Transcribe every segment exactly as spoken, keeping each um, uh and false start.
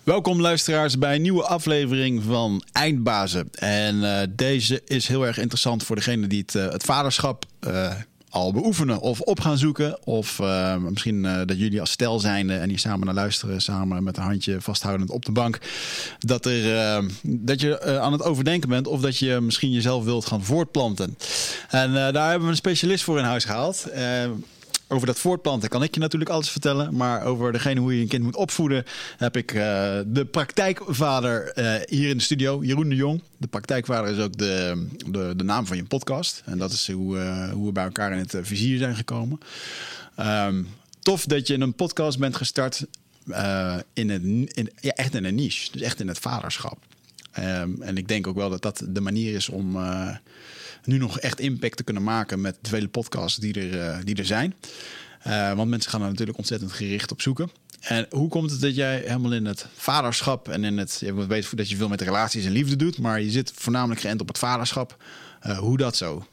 Welkom luisteraars bij een nieuwe aflevering van Eindbazen. En uh, deze is heel erg interessant voor degenen die het, uh, het vaderschap uh, al beoefenen of op gaan zoeken. Of uh, misschien uh, dat jullie als stel zijnde en hier samen naar luisteren, samen met een handje vasthoudend op de bank. Dat, er, uh, dat je uh, aan het overdenken bent of dat je misschien jezelf wilt gaan voortplanten. En uh, daar hebben we een specialist voor in huis gehaald. Uh, Over dat voortplanten kan ik je natuurlijk alles vertellen. Maar over degene hoe je een kind moet opvoeden heb ik uh, de praktijkvader uh, hier in de studio, Jeroen de Jong. De praktijkvader is ook de, de, de naam van je podcast. En dat is hoe, uh, hoe we bij elkaar in het uh, vizier zijn gekomen. Um, tof dat je in een podcast bent gestart uh, in een, in, ja, echt in een niche. Dus echt in het vaderschap. Um, en ik denk ook wel dat dat de manier is om Uh, nu nog echt impact te kunnen maken met de vele podcasts die er, uh, die er zijn. Uh, want mensen gaan er natuurlijk ontzettend gericht op zoeken. En hoe komt het dat jij helemaal in het vaderschap en in het... Je weet dat je veel met relaties en liefde doet, maar je zit voornamelijk geënt op het vaderschap. Uh, hoe dat zo?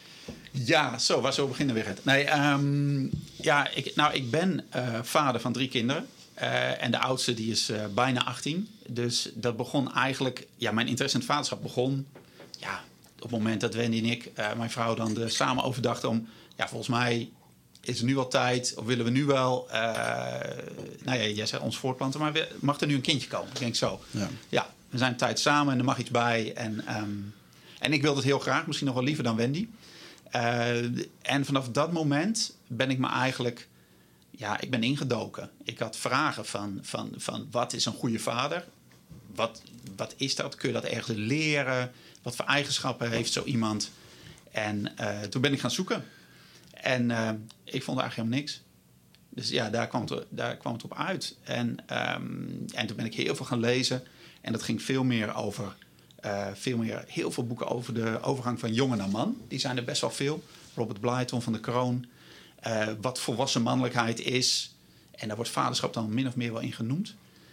Ja, zo, waar zo beginnen we weer. Nee, um, ja, ik, nou, ik ben uh, vader van drie kinderen. Uh, en de oudste die is uh, bijna achttien. Dus dat begon eigenlijk... Ja, mijn interesse in het vaderschap begon... Ja, op het moment dat Wendy en ik, uh, mijn vrouw, dan er samen overdachten om... Ja, volgens mij is het nu al tijd, of willen we nu wel... Uh, nou ja, jij zei ons voortplanten, maar we, mag er nu een kindje komen? Ik denk zo. Ja, ja, we zijn tijd samen en er mag iets bij. En, um, en ik wilde het heel graag, misschien nog wel liever dan Wendy. Uh, en vanaf dat moment ben ik me eigenlijk... Ja, ik ben ingedoken. Ik had vragen van, van, van wat is een goede vader? Wat, wat is dat? Kun je dat ergens leren? Wat voor eigenschappen heeft zo iemand? En uh, toen ben ik gaan zoeken. En uh, ik vond er eigenlijk helemaal niks. Dus ja, daar kwam het, daar kwam het op uit. En, um, en toen ben ik heel veel gaan lezen. En dat ging veel meer over... Uh, veel meer, heel veel boeken over de overgang van jongen naar man. Die zijn er best wel veel. Robert Blyton van de Kroon. Uh, wat volwassen mannelijkheid is. En daar wordt vaderschap dan min of meer wel in genoemd.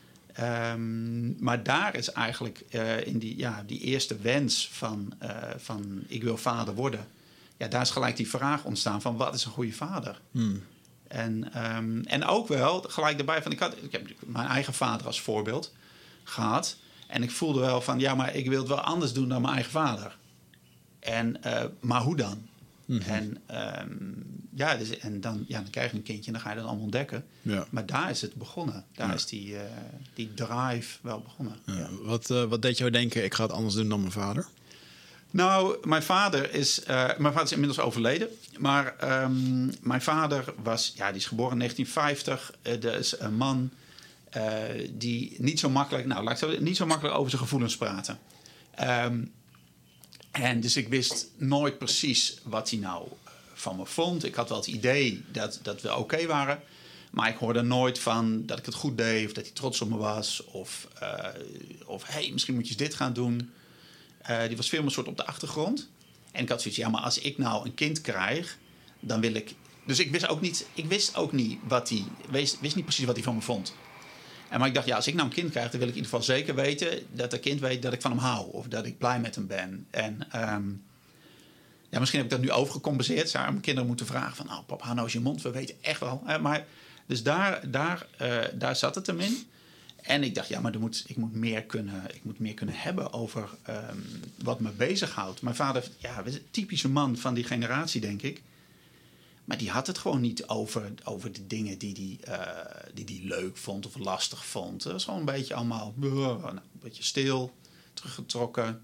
Um, maar daar is eigenlijk uh, in die, ja, die eerste wens van, uh, van ik wil vader worden. Ja, daar is gelijk die vraag ontstaan van wat is een goede vader? Hmm. En, um, en ook wel gelijk daarbij van ik, had, ik heb mijn eigen vader als voorbeeld gehad. En ik voelde wel van ja, maar ik wil het wel anders doen dan mijn eigen vader. En, uh, maar hoe dan? Mm-hmm. En, um, ja, dus, en dan, ja, dan krijg je een kindje en dan ga je dat allemaal ontdekken. Ja. Maar daar is het begonnen. Daar ja. is die, uh, die drive wel begonnen. Ja. Ja. Wat, uh, wat deed jou denken, ik ga het anders doen dan mijn vader? Nou, mijn vader is, uh, mijn vader is inmiddels overleden. Maar um, mijn vader was, ja, die is geboren in negentien vijftig. Uh, dat is een man uh, die niet zo makkelijk, nou, laat ik zeggen, niet zo makkelijk over zijn gevoelens praten. Um, En dus ik wist nooit precies wat hij nou van me vond. Ik had wel het idee dat, dat we oké okay waren. Maar ik hoorde nooit van dat ik het goed deed. Of dat hij trots op me was. Of, uh, of hey, misschien moet je dit gaan doen. Uh, die was veel meer soort op de achtergrond. En ik had zoiets, ja, maar als ik nou een kind krijg, dan wil ik... Dus ik wist ook niet, ik wist ook niet wat hij... Wist, wist niet precies wat hij van me vond. En maar ik dacht, ja, als ik nou een kind krijg, dan wil ik in ieder geval zeker weten dat dat kind weet dat ik van hem hou. Of dat ik blij met hem ben. En um, ja, misschien heb ik dat nu overgecompenseerd. Zou mijn kinderen moeten vragen van, oh, pap, hou nou eens je mond. We weten echt wel. Hè? Maar, dus daar, daar, uh, daar zat het hem in. En ik dacht, ja, maar er moet, ik, moet meer kunnen, ik moet meer kunnen hebben over um, wat me bezighoudt. Mijn vader, ja, een typische man van die generatie, denk ik. Maar die had het gewoon niet over, over de dingen die die, uh, die die leuk vond of lastig vond. Het was gewoon een beetje allemaal uh, nou, een beetje stil, teruggetrokken.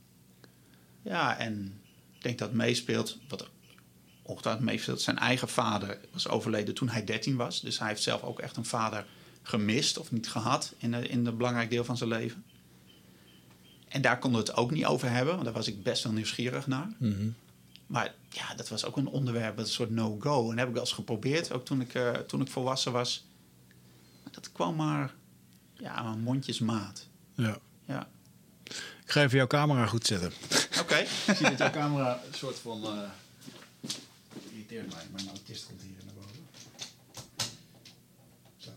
Ja, en ik denk dat het meespeelt, wat er ongetwijfeld meespeelt, zijn eigen vader was overleden toen hij dertien was. Dus hij heeft zelf ook echt een vader gemist of niet gehad in een in de belangrijk deel van zijn leven. En daar konden we het ook niet over hebben, want daar was ik best wel nieuwsgierig naar. Mm-hmm. Maar ja, dat was ook een onderwerp, een soort no-go. En dat heb ik wel eens geprobeerd, ook toen ik, uh, toen ik volwassen was. Maar dat kwam maar, ja, mondjesmaat. Ja. Ja. Ik ga even jouw camera goed zetten. Oké. Okay. Ik zie dat jouw camera een soort van... Uh, irriteert mij. Mijn autist komt hier naar boven. Zo.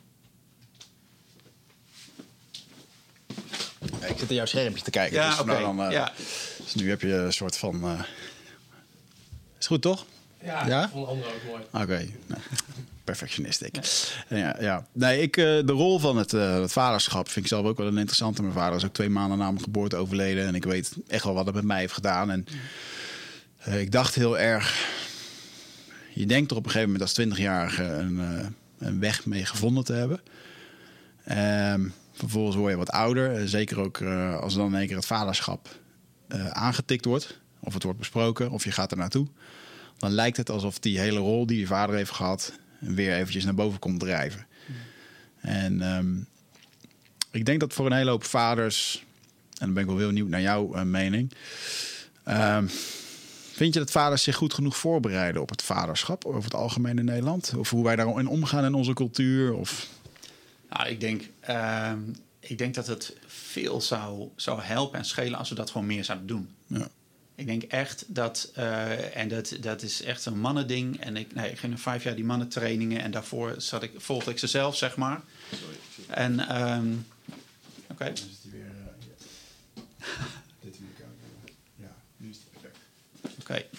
Ja, ik zit naar jouw schermpje te kijken. Ja, dus, oké. nou uh, ja. Dus nu heb je een soort van... Uh, is goed, toch? Ja, ja? Ik vond de andere ook mooi. Oké. Okay. Nou. perfectionistiek. Ja. Ja, ja. Nee, ik, uh, de rol van het, uh, het vaderschap vind ik zelf ook wel een interessante. Mijn vader is ook twee maanden na mijn geboorte overleden. En ik weet echt wel wat het met mij heeft gedaan. En uh, ik dacht heel erg... Je denkt er op een gegeven moment als twintigjarige een, uh, een weg mee gevonden te hebben. Um, vervolgens word je wat ouder. Zeker ook uh, als dan in één keer het vaderschap uh, aangetikt wordt. Of het wordt besproken, of je gaat er naartoe. Dan lijkt het alsof die hele rol die je vader heeft gehad... weer eventjes naar boven komt drijven. Mm. En um, ik denk dat voor een hele hoop vaders... en dan ben ik wel heel benieuwd naar jouw uh, mening... Um, vind je dat vaders zich goed genoeg voorbereiden op het vaderschap... over het algemeen in Nederland? Of hoe wij daarin omgaan in onze cultuur? Of... Nou, ik denk, uh, ik denk dat het veel zou, zou helpen en schelen... als we dat gewoon meer zouden doen. Ja. Ik denk echt dat, uh, en dat, dat is echt een mannending. En ik, nee, ik ging nog vijf jaar die mannentrainingen en daarvoor zat ik, volgde ik ze zelf, zeg maar. Sorry, sorry. En, um, oké. Okay. Dan zit hij weer, uh, ja. Dit in de camera. Ja, nu is het perfect. Oké. Okay.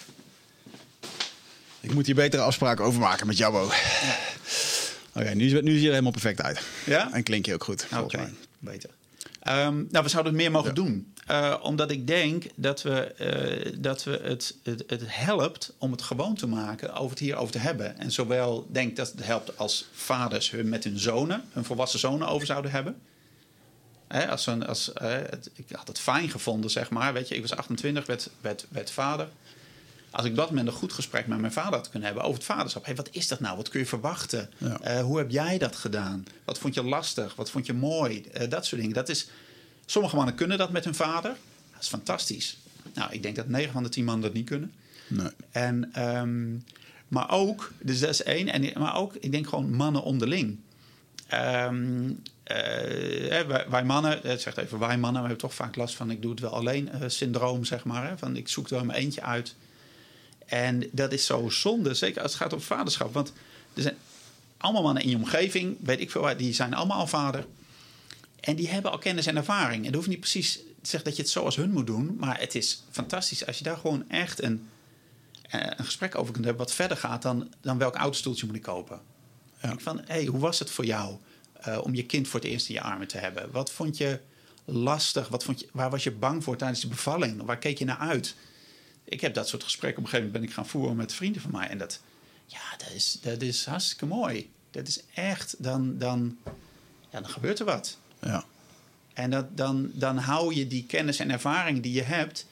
Ik moet hier betere afspraken over maken met jou, Bo. Ja. Oké, okay, nu, nu zie je er helemaal perfect uit. Ja? En klink je ook goed, volgens okay. mij. Beter. Um, nou, we zouden het meer mogen ja. doen. Uh, omdat ik denk dat, we, uh, dat we het, het, het helpt om het gewoon te maken over het hierover te hebben. En zowel denk dat het helpt als vaders hun met hun zonen, hun volwassen zonen over zouden hebben. Hè, als een, als, uh, het, ik had het fijn gevonden, zeg maar. Weet je, ik was achtentwintig, werd, werd, werd vader. Als ik op dat moment een goed gesprek met mijn vader had kunnen hebben over het vaderschap. Hey, wat is dat nou? Wat kun je verwachten? Ja. Uh, hoe heb jij dat gedaan? Wat vond je lastig? Wat vond je mooi? Uh, dat soort dingen. Dat is, sommige mannen kunnen dat met hun vader. Dat is fantastisch. Nou, ik denk dat negen van de tien mannen dat niet kunnen. Nee. En, um, maar ook, dus dat is één. En, maar ook, ik denk gewoon mannen onderling. Um, uh, wij, wij mannen, het zegt even wij mannen, we hebben toch vaak last van ik doe het wel alleen uh, syndroom, zeg maar. Hè, van ik zoek er mijn eentje uit. En dat is zo zonde, zeker als het gaat om vaderschap. Want er zijn allemaal mannen in je omgeving, weet ik veel, die zijn allemaal al vader. En die hebben al kennis en ervaring. En dat hoeft niet precies te zeggen dat je het zoals hun moet doen. Maar het is fantastisch als je daar gewoon echt een, een gesprek over kunt hebben... wat verder gaat dan, dan welk autostoeltje moet ik kopen. Ja. Denk van, hé, hey, hoe was het voor jou uh, om je kind voor het eerst in je armen te hebben? Wat vond je lastig? Wat vond je, waar was je bang voor tijdens de bevalling? Waar keek je naar uit? Ik heb dat soort gesprekken op een gegeven moment ben ik gaan voeren met vrienden van mij. En dat, ja, dat is, dat is hartstikke mooi. Dat is echt, dan, dan, ja, dan gebeurt er wat. Ja. En dat, dan, dan hou je die kennis en ervaring die je hebt...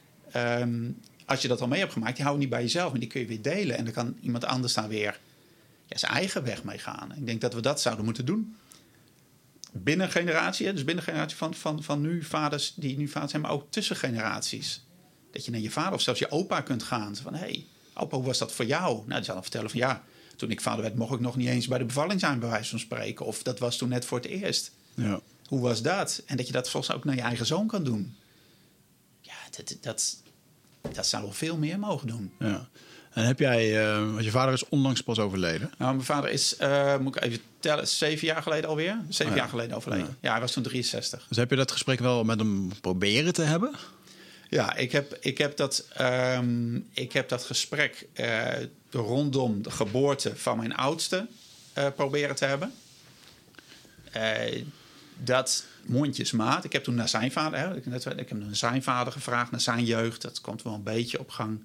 Um, als je dat al mee hebt gemaakt, die hou je niet bij jezelf. Maar die kun je weer delen. En dan kan iemand anders daar weer ja, zijn eigen weg mee gaan. Ik denk dat we dat zouden moeten doen. Binnen generatie, dus binnen generatie van, van, van nu vaders die nu vaders zijn... maar ook tussen generaties. Dat je naar je vader of zelfs je opa kunt gaan. Van, hé, hey, opa, hoe was dat voor jou? Nou, die zal dan vertellen van, ja, toen ik vader werd... mocht ik nog niet eens bij de bevalling zijn, bij wijze van spreken. Of dat was toen net voor het eerst. Ja. Hoe was dat? En dat je dat volgens ook naar je eigen zoon kan doen. Ja, dat, dat, dat zou nog veel meer mogen doen. Ja. En heb jij... Uh, want je vader is onlangs pas overleden. Nou, mijn vader is, uh, moet ik even tellen, zeven jaar geleden alweer. Zeven oh ja. jaar geleden overleden. Ja. ja, hij was toen drieënzestig. Dus heb je dat gesprek wel met hem proberen te hebben? Ja, ik heb, ik heb, dat, um, ik heb dat gesprek uh, rondom de geboorte van mijn oudste uh, proberen te hebben. Uh, dat mondjesmaat. Ik heb toen naar zijn vader... Hè, ik, net, ik heb naar zijn vader gevraagd, naar zijn jeugd. Dat komt wel een beetje op gang.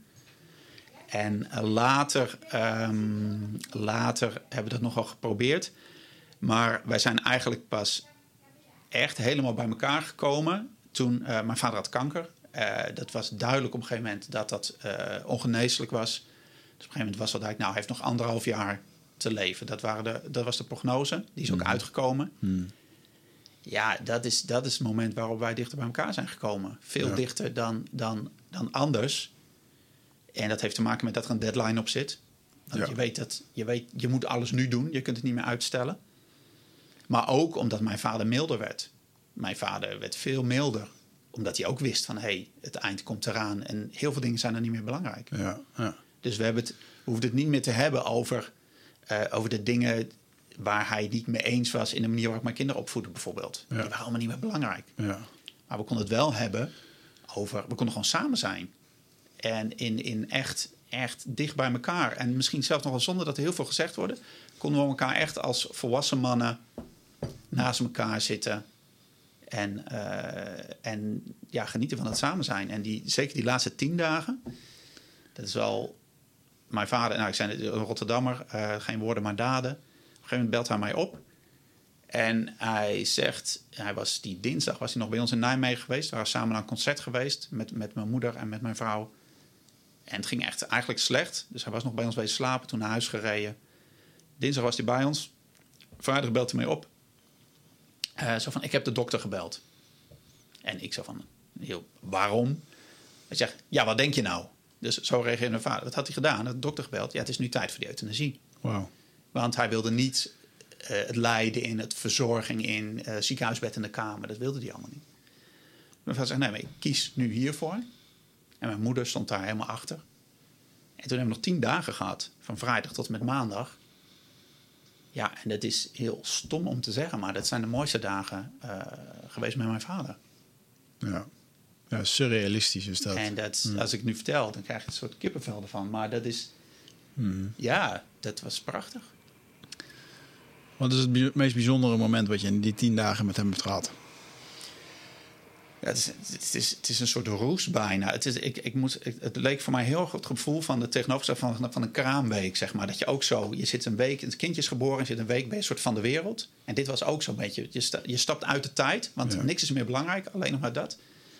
En uh, later, um, later hebben we dat nogal geprobeerd. Maar wij zijn eigenlijk pas echt helemaal bij elkaar gekomen... toen uh, mijn vader had kanker. Uh, dat was duidelijk op een gegeven moment dat dat uh, ongeneeslijk was. Dus op een gegeven moment was dat eigenlijk... nou, hij heeft nog anderhalf jaar te leven. Dat, waren de, dat was de prognose. Die is ook mm. uitgekomen. Mm. Ja, dat is, dat is het moment waarop wij dichter bij elkaar zijn gekomen. Veel ja. dichter dan, dan, dan anders. En dat heeft te maken met dat er een deadline op zit. Want ja. je, weet dat, je weet, je moet alles nu doen. Je kunt het niet meer uitstellen. Maar ook omdat mijn vader milder werd. Mijn vader werd veel milder. Omdat hij ook wist van, hé, hey, het eind komt eraan. En heel veel dingen zijn er niet meer belangrijk. Ja. Ja. Dus we, hebben het, we hoeven het niet meer te hebben over, uh, over de dingen... waar hij niet mee eens was in de manier waarop ik mijn kinderen opvoedde bijvoorbeeld. Ja. Die waren allemaal niet meer belangrijk. Ja. Maar we konden het wel hebben over... we konden gewoon samen zijn. En in, in echt echt dicht bij elkaar. En misschien zelfs nog wel zonder dat er heel veel gezegd wordt, konden we elkaar echt als volwassen mannen naast elkaar zitten. En, uh, en ja, genieten van het samen zijn. En die, zeker die laatste tien dagen, dat is wel... Mijn vader, nou ik zei een Rotterdammer, uh, geen woorden maar daden. Op een gegeven moment belt hij mij op. En hij zegt, hij was die dinsdag was hij nog bij ons in Nijmegen geweest. We waren samen naar een concert geweest met, met mijn moeder en met mijn vrouw. En het ging echt eigenlijk slecht. Dus hij was nog bij ons wezen slapen, toen naar huis gereden. Dinsdag was hij bij ons. Vrijdag belt hij mij op. Uh, zo van, ik heb de dokter gebeld. En ik zo van, heel, waarom? Hij zegt, ja, wat denk je nou? Dus zo reageerde mijn vader. Wat had hij gedaan? Hij had de dokter gebeld. Ja, het is nu tijd voor die euthanasie. Wow. Want hij wilde niet uh, het lijden in, het verzorging in, uh, ziekenhuisbed in de kamer. Dat wilde hij allemaal niet. Mijn vader zegt, nee, maar ik kies nu hiervoor. En mijn moeder stond daar helemaal achter. En toen hebben we nog tien dagen gehad. Van vrijdag tot en met maandag. Ja, en dat is heel stom om te zeggen, maar dat zijn de mooiste dagen uh, geweest met mijn vader. Ja. Ja, surrealistisch is dat. En dat, mm. als ik het nu vertel, dan krijg je een soort kippenvel ervan. Maar dat is, mm. ja, dat was prachtig. Wat is het bij- meest bijzondere moment wat je in die tien dagen met hem hebt gehad? Ja, het, is, het, is, het is een soort roes bijna. Het, is, ik, ik moet, het leek voor mij heel erg het gevoel van de tegenovergestelde van, van een kraamweek, zeg maar. Dat je ook zo, je zit een week, het kindje is geboren, je zit een week bij een soort van de wereld. En dit was ook zo'n beetje, je, sta, je stapt uit de tijd, want ja. niks is meer belangrijk, alleen nog maar dat.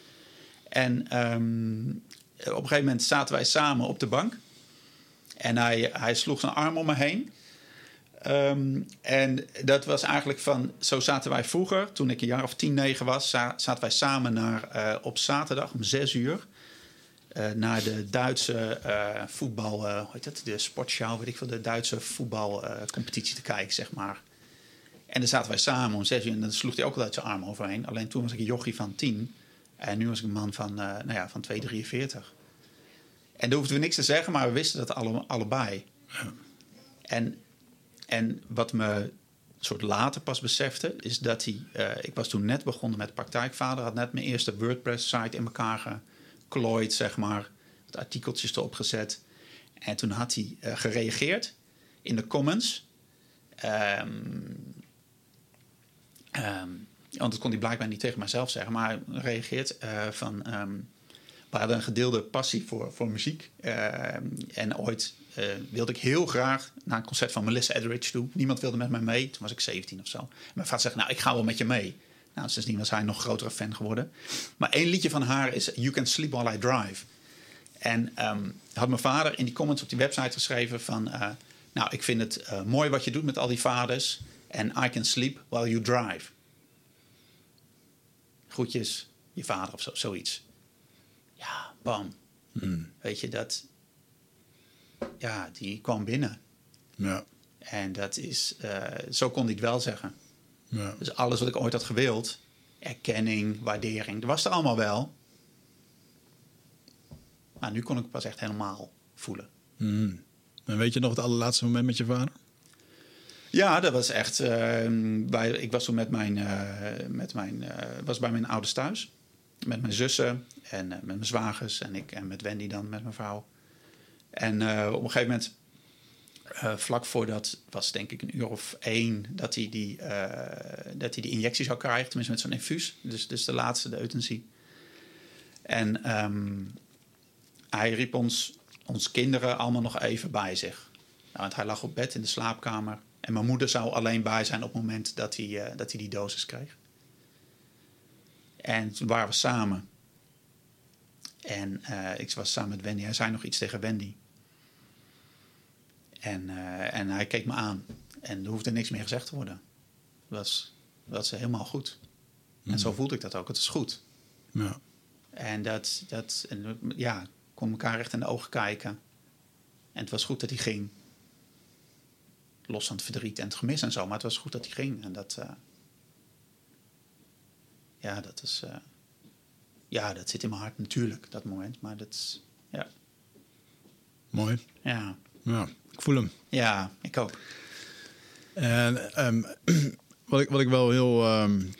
En um, op een gegeven moment zaten wij samen op de bank. En hij, hij sloeg zijn arm om me heen. Um, en dat was eigenlijk van... Zo zaten wij vroeger, toen ik een jaar of tien, negen was... zaten wij samen naar, uh, op zaterdag om zes uur... Uh, naar de Duitse uh, voetbal... Uh, hoe heet dat? De sportshow, weet ik veel. De Duitse voetbalcompetitie uh, te kijken, zeg maar. En dan zaten wij samen om zes uur... en dan sloeg hij ook altijd zijn arm overheen. Alleen toen was ik een jochie van tien... En nu was ik een man van, uh, nou ja, van twee drieënveertig. En daar hoefden we niks te zeggen, maar we wisten dat alle, allebei. Ja. En, en wat me een soort later pas besefte, is dat hij... Uh, ik was toen net begonnen met praktijkvader. Had net mijn eerste WordPress-site in elkaar geklooid, zeg maar. Wat artikeltjes erop gezet. En toen had hij uh, gereageerd in de comments. Um, um, Want dat kon hij blijkbaar niet tegen mijzelf zeggen. Maar hij reageert uh, van... Um, we hadden een gedeelde passie voor, voor muziek. Uh, en ooit uh, wilde ik heel graag naar een concert van Melissa Etheridge toe. Niemand wilde met mij mee. Toen was ik zeventien of zo. En mijn vader zegt, nou, ik ga wel met je mee. Nou, sindsdien was hij een nog grotere fan geworden. Maar één liedje van haar is You Can Sleep While I Drive. En um, had mijn vader in die comments op die website geschreven van... Uh, nou, ik vind het uh, mooi wat je doet met al die vaders. En I can sleep while you drive. Groetjes, je vader of zo, zoiets. Ja, bam. Mm. Weet je, dat... Ja, die kwam binnen. Ja. En dat is... Uh, zo kon hij het wel zeggen. Ja. Dus alles wat ik ooit had gewild... erkenning, waardering, dat was er allemaal wel. Maar nu kon ik het pas echt helemaal voelen. Mm. En weet je nog het allerlaatste moment met je vader? Ja, dat was echt... Uh, bij, ik was toen met mijn... Uh, met mijn uh, was bij mijn ouders thuis. Met mijn zussen en uh, met mijn zwagers. En ik en met Wendy dan, met mijn vrouw. En uh, op een gegeven moment... Uh, vlak voordat, was denk ik een uur of één... dat hij die, uh, dat hij die injectie zou krijgen. Tenminste met zo'n infuus. Dus, dus de laatste, de euthanasie. En um, hij riep ons, ons kinderen allemaal nog even bij zich. Nou, want hij lag op bed in de slaapkamer... En mijn moeder zou alleen bij zijn op het moment dat hij, uh, dat hij die dosis kreeg. En toen waren we samen. En uh, ik was samen met Wendy. Hij zei nog iets tegen Wendy. En, uh, en hij keek me aan. En er hoefde niks meer gezegd te worden. Dat was, dat was helemaal goed. Mm. En zo voelde ik dat ook. Het is goed. Ja. En dat, dat en, ja, kon elkaar echt in de ogen kijken. En het was goed dat hij ging. Los van het verdriet en het gemis en zo. Maar het was goed dat hij ging. En dat... Uh, ja, dat is... Uh, ja, dat zit in mijn hart natuurlijk, dat moment. Maar dat is... Ja. Mooi. Ja. Ja, ik voel hem. Ja, ik ook. En um, wat, ik, wat ik wel heel... Um,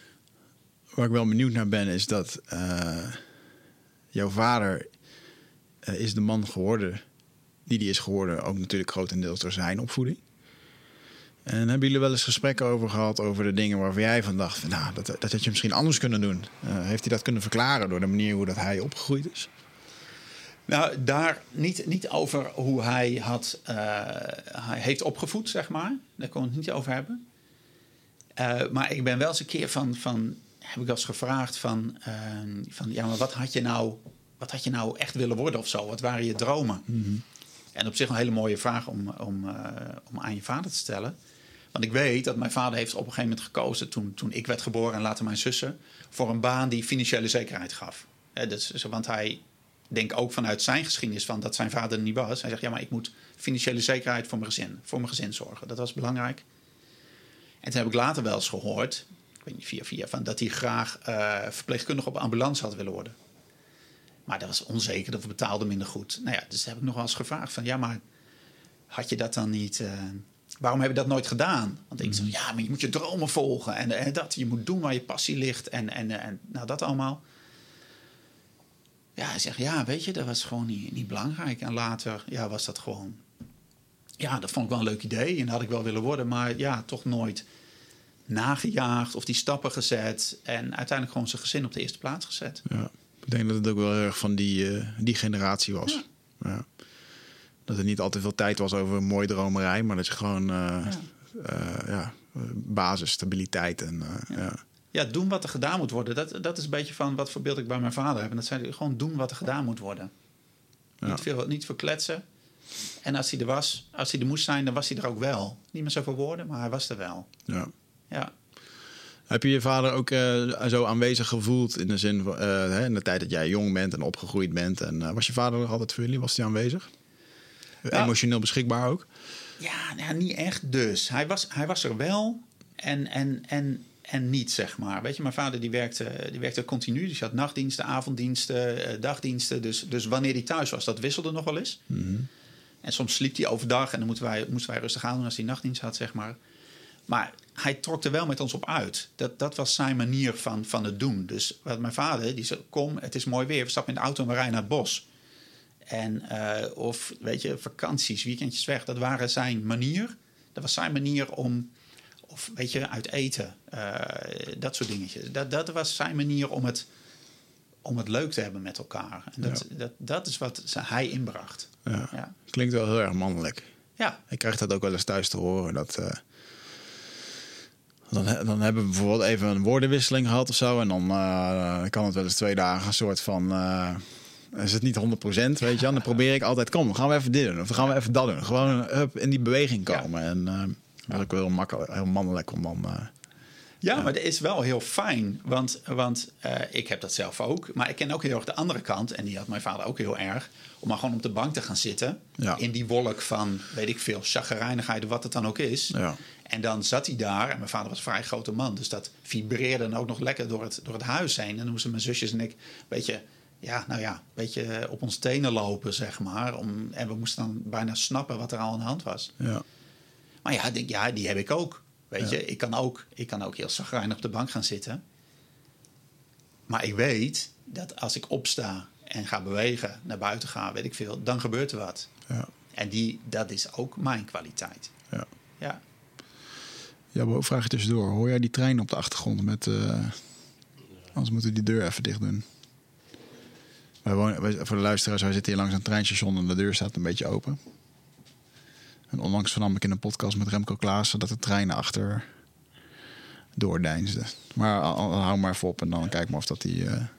waar ik wel benieuwd naar ben, is dat... Uh, jouw vader uh, is de man geworden die die is geworden, ook natuurlijk grotendeels door zijn opvoeding. En hebben jullie wel eens gesprekken over gehad over de dingen waarvan jij van dacht, nou, dat, dat had je misschien anders kunnen doen? Uh, heeft hij dat kunnen verklaren door de manier hoe dat hij opgegroeid is? Nou, daar niet, niet over hoe hij, had, uh, hij heeft opgevoed, zeg maar. Daar kon ik het niet over hebben. Uh, maar ik ben wel eens een keer van, van heb ik wel eens gevraagd van, uh, van ja, maar wat had je nou, wat had je nou echt willen worden of zo? Wat waren je dromen? Mm-hmm. En op zich een hele mooie vraag om, om, uh, om aan je vader te stellen. Want ik weet dat mijn vader heeft op een gegeven moment gekozen toen, toen ik werd geboren en later mijn zussen, voor een baan die financiële zekerheid gaf. Uh, dus, want hij denkt ook vanuit zijn geschiedenis van dat zijn vader er niet was. Hij zegt, ja, maar ik moet financiële zekerheid voor mijn gezin, voor mijn gezin zorgen. Dat was belangrijk. En toen heb ik later wel eens gehoord, ik weet niet via via, van dat hij graag uh, verpleegkundige op ambulance had willen worden. Maar dat was onzeker, dat betaalde minder goed. Nou ja, dus heb ik nog wel eens gevraagd van, ja, maar had je dat dan niet? Uh, waarom heb je dat nooit gedaan? Want ik zei, ja, maar je moet je dromen volgen en, en dat, je moet doen waar je passie ligt en, en, en nou dat allemaal. Ja, hij zegt, ja, weet je, dat was gewoon niet, niet belangrijk. En later, ja, was dat gewoon, ja, dat vond ik wel een leuk idee en dat had ik wel willen worden, maar ja, toch nooit nagejaagd of die stappen gezet en uiteindelijk gewoon zijn gezin op de eerste plaats gezet. Ja. Ik denk dat het ook wel heel erg van die, uh, die generatie was. Ja. Ja. Dat er niet altijd veel tijd was over een mooie dromerij, maar dat je gewoon uh, ja. Uh, ja, basis, stabiliteit en uh, ja. ja. ja, doen wat er gedaan moet worden. Dat, dat is een beetje van wat voor beeld ik bij mijn vader heb. En dat zei gewoon doen wat er gedaan moet worden. Ja. Niet veel, niet veel kletsen. En als hij er was, als hij er moest zijn, dan was hij er ook wel. Niet meer zoveel woorden, maar hij was er wel. Ja. Ja. Heb je je vader ook uh, zo aanwezig gevoeld in de zin van uh, in de tijd dat jij jong bent en opgegroeid bent? En uh, was je vader nog altijd voor jullie? Was hij aanwezig? Ja. Emotioneel beschikbaar ook? Ja, nou, niet echt dus. Hij was, hij was er wel en, en, en, en niet, zeg maar. Weet je, mijn vader die werkte, die werkte continu. Dus hij had nachtdiensten, avonddiensten, uh, dagdiensten. Dus, dus wanneer hij thuis was, dat wisselde nog wel eens. Mm-hmm. En soms sliep hij overdag en dan moesten wij, moesten wij rustig aan doen als hij nachtdienst had, zeg maar. Maar hij trok er wel met ons op uit. Dat, dat was zijn manier van, van het doen. Dus wat mijn vader, die zei, kom, het is mooi weer. We stappen in de auto en we rijden naar het bos. En, uh, of, weet je, vakanties, weekendjes weg. Dat waren zijn manier. Dat was zijn manier om, of weet je, uit eten. Uh, dat soort dingetjes. Dat, dat was zijn manier om het, om het leuk te hebben met elkaar. En dat, ja. dat, dat is wat hij inbracht. Ja. Ja. Klinkt wel heel erg mannelijk. Ja. Ik krijg dat ook wel eens thuis te horen, dat... Uh... Dan, dan hebben we bijvoorbeeld even een woordenwisseling gehad of zo. En dan uh, kan het wel eens twee dagen een soort van... Uh, is het niet honderd procent, weet je. Dan probeer ik altijd, kom, gaan we even dit doen. Of dan gaan we even dat doen. Gewoon up, in die beweging komen. Ja. En uh, dat is ook wel heel makkelijk, heel mannelijk om dan... Uh, ja, uh, maar dat is wel heel fijn. Want, want uh, ik heb dat zelf ook. Maar ik ken ook heel erg de andere kant. En die had mijn vader ook heel erg. Om maar gewoon op de bank te gaan zitten. Ja. In die wolk van, weet ik veel, chagrijnigheid, wat het dan ook is. Ja. En dan zat hij daar. En mijn vader was een vrij grote man. Dus dat vibreerde dan ook nog lekker door het, door het huis heen. En dan moesten mijn zusjes en ik een beetje... Ja, nou ja, een beetje op ons tenen lopen, zeg maar. Om, en we moesten dan bijna snappen wat er al aan de hand was. Ja. Maar ja, denk, ja, die heb ik ook. Weet ja. je, ik kan ook, ik kan ook heel chagrijnig op de bank gaan zitten. Maar ik weet dat als ik opsta en ga bewegen, naar buiten ga, weet ik veel, dan gebeurt er wat. Ja. En die, dat is ook mijn kwaliteit. Ja. Ja. Ja, maar vraag je tussendoor. Hoor jij die trein op de achtergrond met... Uh, anders moeten we die deur even dicht doen. Wij wonen, wij, voor de luisteraars, wij zitten hier langs een treinstation en de deur staat een beetje open. En onlangs vernam ik in een podcast met Remco Klaassen dat de treinen achter doordeinsden. Maar al, al, hou maar even op en dan kijk maar of dat die... Uh,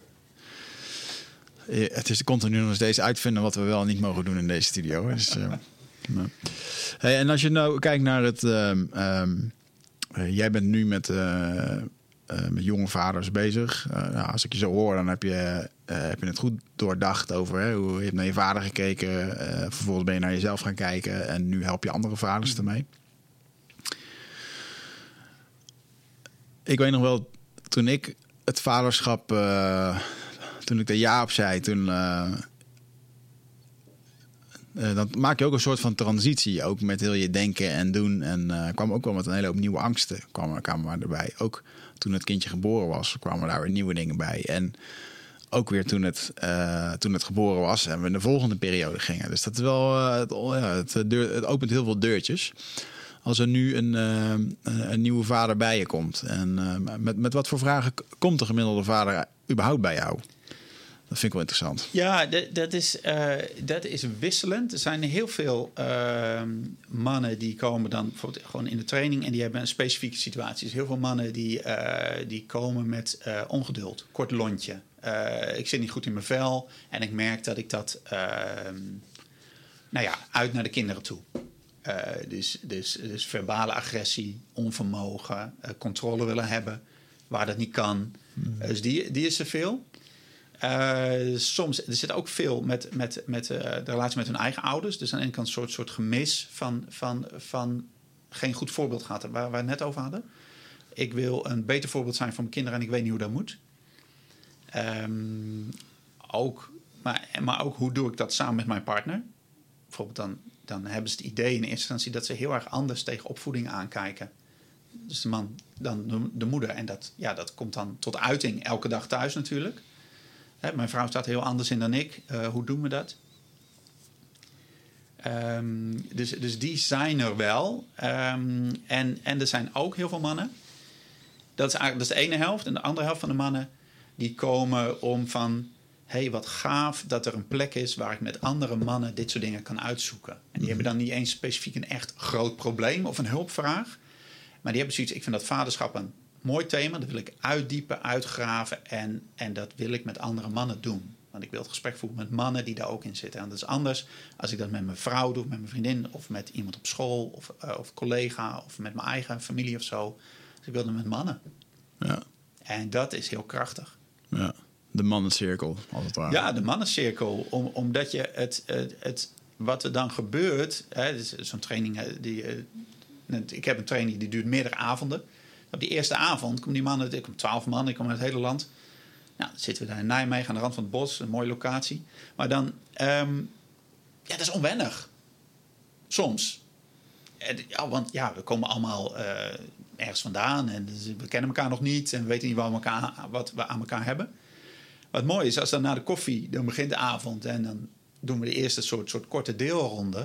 het is continu nog steeds uitvinden wat we wel en niet mogen doen in deze studio. Dus, uh, nou. Hey, en als je nou kijkt naar het... Um, um, uh, jij bent nu met... Uh, Uh, met jonge vaders bezig. Uh, nou, als ik je zo hoor, dan heb je, uh, heb je het goed doordacht over hè, hoe je hebt naar je vader gekeken. Uh, vervolgens ben je naar jezelf gaan kijken en nu help je andere vaders ermee. Ik weet nog wel, toen ik het vaderschap, uh, toen ik er ja op zei, toen uh, uh, dan maak je ook een soort van transitie, ook met heel je denken en doen. En uh, kwam ook wel met een hele hoop nieuwe angsten, kwamen, kwamen erbij. Ook toen het kindje geboren was, kwamen daar weer nieuwe dingen bij. En ook weer toen het, uh, toen het geboren was en we in de volgende periode gingen. Dus dat is wel, uh, het, ja, het, deur, het opent heel veel deurtjes. Als er nu een, uh, een nieuwe vader bij je komt. En uh, met, met wat voor vragen komt de gemiddelde vader überhaupt bij jou? Dat vind ik wel interessant. Ja, dat, dat, is, uh, dat is wisselend. Er zijn heel veel uh, mannen die komen dan bijvoorbeeld gewoon in de training en die hebben een specifieke situatie. Dus heel veel mannen die, uh, die komen met uh, ongeduld, kort lontje. Uh, ik zit niet goed in mijn vel en ik merk dat ik dat uh, nou ja, uit naar de kinderen toe. Uh, dus, dus, dus verbale agressie, onvermogen, uh, controle willen hebben waar dat niet kan. Mm. Uh, dus die, die is er veel. Uh, soms, er zit ook veel met, met, met uh, de relatie met hun eigen ouders. Dus aan de ene kant een soort, soort gemis van, van, van geen goed voorbeeld gehad, waar, waar we het net over hadden. Ik wil een beter voorbeeld zijn voor mijn kinderen en ik weet niet hoe dat moet. Um, ook, maar, maar ook hoe doe ik dat samen met mijn partner? Bijvoorbeeld dan, dan hebben ze het idee in eerste instantie dat ze heel erg anders tegen opvoeding aankijken. Dus de man, dan de, de moeder. En dat, ja, dat komt dan tot uiting elke dag thuis natuurlijk. Hè, mijn vrouw staat heel anders in dan ik. Uh, hoe doen we dat? Um, dus, dus die zijn er wel. Um, en, en er zijn ook heel veel mannen. Dat is eigenlijk dat is de ene helft. En de andere helft van de mannen die komen om van... hé, hey, wat gaaf dat er een plek is waar ik met andere mannen dit soort dingen kan uitzoeken. En die mm-hmm. hebben dan niet eens specifiek een echt groot probleem of een hulpvraag. Maar die hebben zoiets, ik vind dat vaderschap een mooi thema. Dat wil ik uitdiepen, uitgraven en, en dat wil ik met andere mannen doen. Want ik wil het gesprek voeren met mannen die daar ook in zitten. En dat is anders als ik dat met mijn vrouw doe, met mijn vriendin... of met iemand op school of, uh, of collega of met mijn eigen familie of zo. Dus ik wil het met mannen. Ja. En dat is heel krachtig. Ja. De mannencirkel, als het ware. Ja, de mannencirkel. Om, omdat je het, het, het... Wat er dan gebeurt... Hè, dus zo'n training... Die, ik heb een training die duurt meerdere avonden. Op die eerste avond komen die mannen... Ik kom twaalf man, ik kom uit het hele land. Nou, dan zitten we daar in Nijmegen aan de rand van het bos. Een mooie locatie. Maar dan... Um, ja, dat is onwennig. Soms. Ja, want ja, we komen allemaal uh, ergens vandaan. En we kennen elkaar nog niet. En we weten niet wat we, elkaar, wat we aan elkaar hebben. Wat mooi is, als dan na de koffie, dan begint de avond en dan doen we de eerste soort, soort korte deelronde.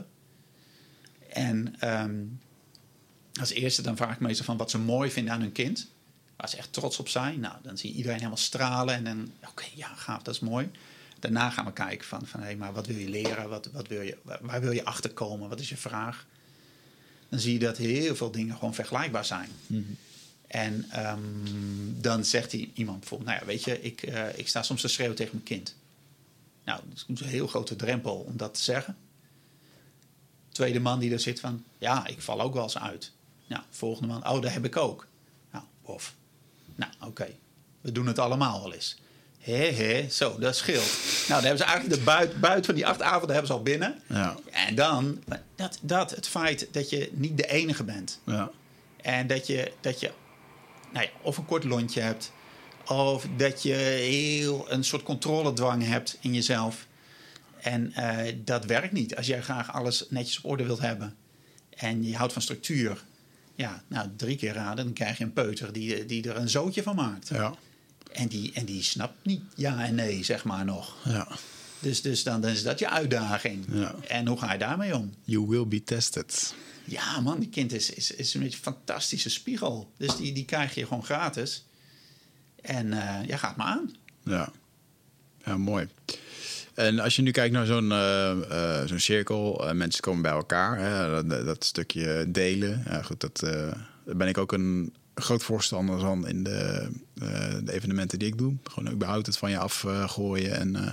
En um, als eerste dan vraag ik meestal van wat ze mooi vinden aan hun kind. Waar ze echt trots op zijn. Nou, dan zie je iedereen helemaal stralen en dan, oké, okay, ja, gaaf, dat is mooi. Daarna gaan we kijken van, van hé, hey, maar wat wil je leren? Wat, wat wil je, waar wil je achterkomen? Wat is je vraag? Dan zie je dat heel veel dingen gewoon vergelijkbaar zijn. Mm-hmm. En um, dan zegt hij iemand bijvoorbeeld... nou ja, weet je, ik, uh, ik sta soms te schreeuwen tegen mijn kind. Nou, dat is een heel grote drempel om dat te zeggen. Tweede man die er zit van... ja, ik val ook wel eens uit. Nou, volgende man, oh, dat heb ik ook. Nou, of... nou, oké, okay. We doen het allemaal wel eens. Hé, hé, zo, dat scheelt. Nou, dan hebben ze eigenlijk de buit, buit van die acht avonden hebben ze al binnen. Ja. En dan, dat, dat, het feit dat je niet de enige bent. Ja. En dat je... Dat je nou ja, of een kort lontje hebt. Of dat je heel een soort controledwang hebt in jezelf. En uh, dat werkt niet. Als jij graag alles netjes op orde wilt hebben. En je houdt van structuur. Ja, nou, drie keer raden. Dan krijg je een peuter die, die er een zootje van maakt. Ja. En, die, en die snapt niet ja en nee, zeg maar nog. Ja. Dus, dus dan, dan is dat je uitdaging. Ja. En hoe ga je daarmee om? You will be tested. Ja, man, die kind is, is, is een beetje een fantastische spiegel. Dus die, die krijg je gewoon gratis. En uh, ja, gaat maar aan. Ja. Ja, mooi. En als je nu kijkt naar zo'n, uh, uh, zo'n cirkel, uh, mensen komen bij elkaar. Hè, dat, dat stukje delen. Ja, goed, dat, uh, daar ben ik ook een groot voorstander van in de, uh, de evenementen die ik doe. Gewoon überhaupt het van je afgooien. Uh, en uh,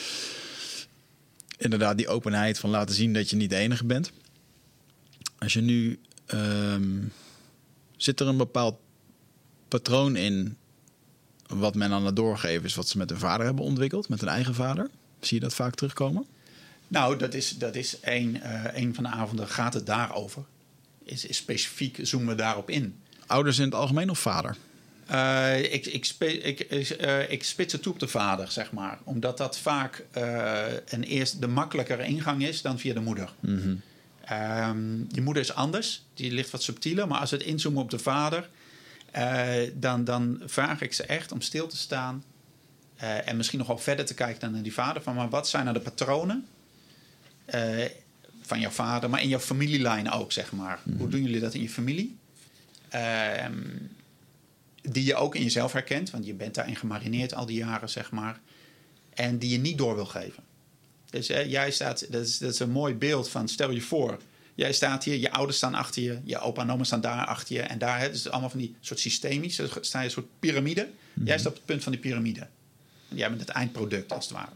inderdaad die openheid van laten zien dat je niet de enige bent. Als je nu... Um, zit er een bepaald patroon in wat men aan het doorgeven is, wat ze met hun vader hebben ontwikkeld, met hun eigen vader? Zie je dat vaak terugkomen? Nou, dat is, dat is een, uh, een van de avonden gaat het daarover. Is, is specifiek zoomen we daarop in. Ouders in het algemeen of vader? Uh, ik, ik, spe, ik, uh, ik spits het toe op de vader, zeg maar. Omdat dat vaak uh, een eerst de makkelijkere ingang is dan via de moeder. Mm-hmm. Um, die moeder is anders, die ligt wat subtieler. Maar als we het inzoomen op de vader, uh, dan, dan vraag ik ze echt om stil te staan. Uh, en misschien nog wel verder te kijken dan naar die vader. Van, maar wat zijn nou de patronen uh, van jouw vader, maar in jouw familielijn ook, zeg maar. Mm-hmm. Hoe doen jullie dat in je familie? Uh, die je ook in jezelf herkent, want je bent daarin gemarineerd al die jaren, zeg maar. En die je niet door wil geven. Dus uh, jij staat, dat is, dat is een mooi beeld van, stel je voor, jij staat hier, je ouders staan achter je, je opa en oma staan daar achter je en daar. Hè, dus allemaal van die soort systemisch, dus sta je een soort piramide. Mm-hmm. Jij staat op het punt van die piramide. En jij bent het eindproduct, als het ware.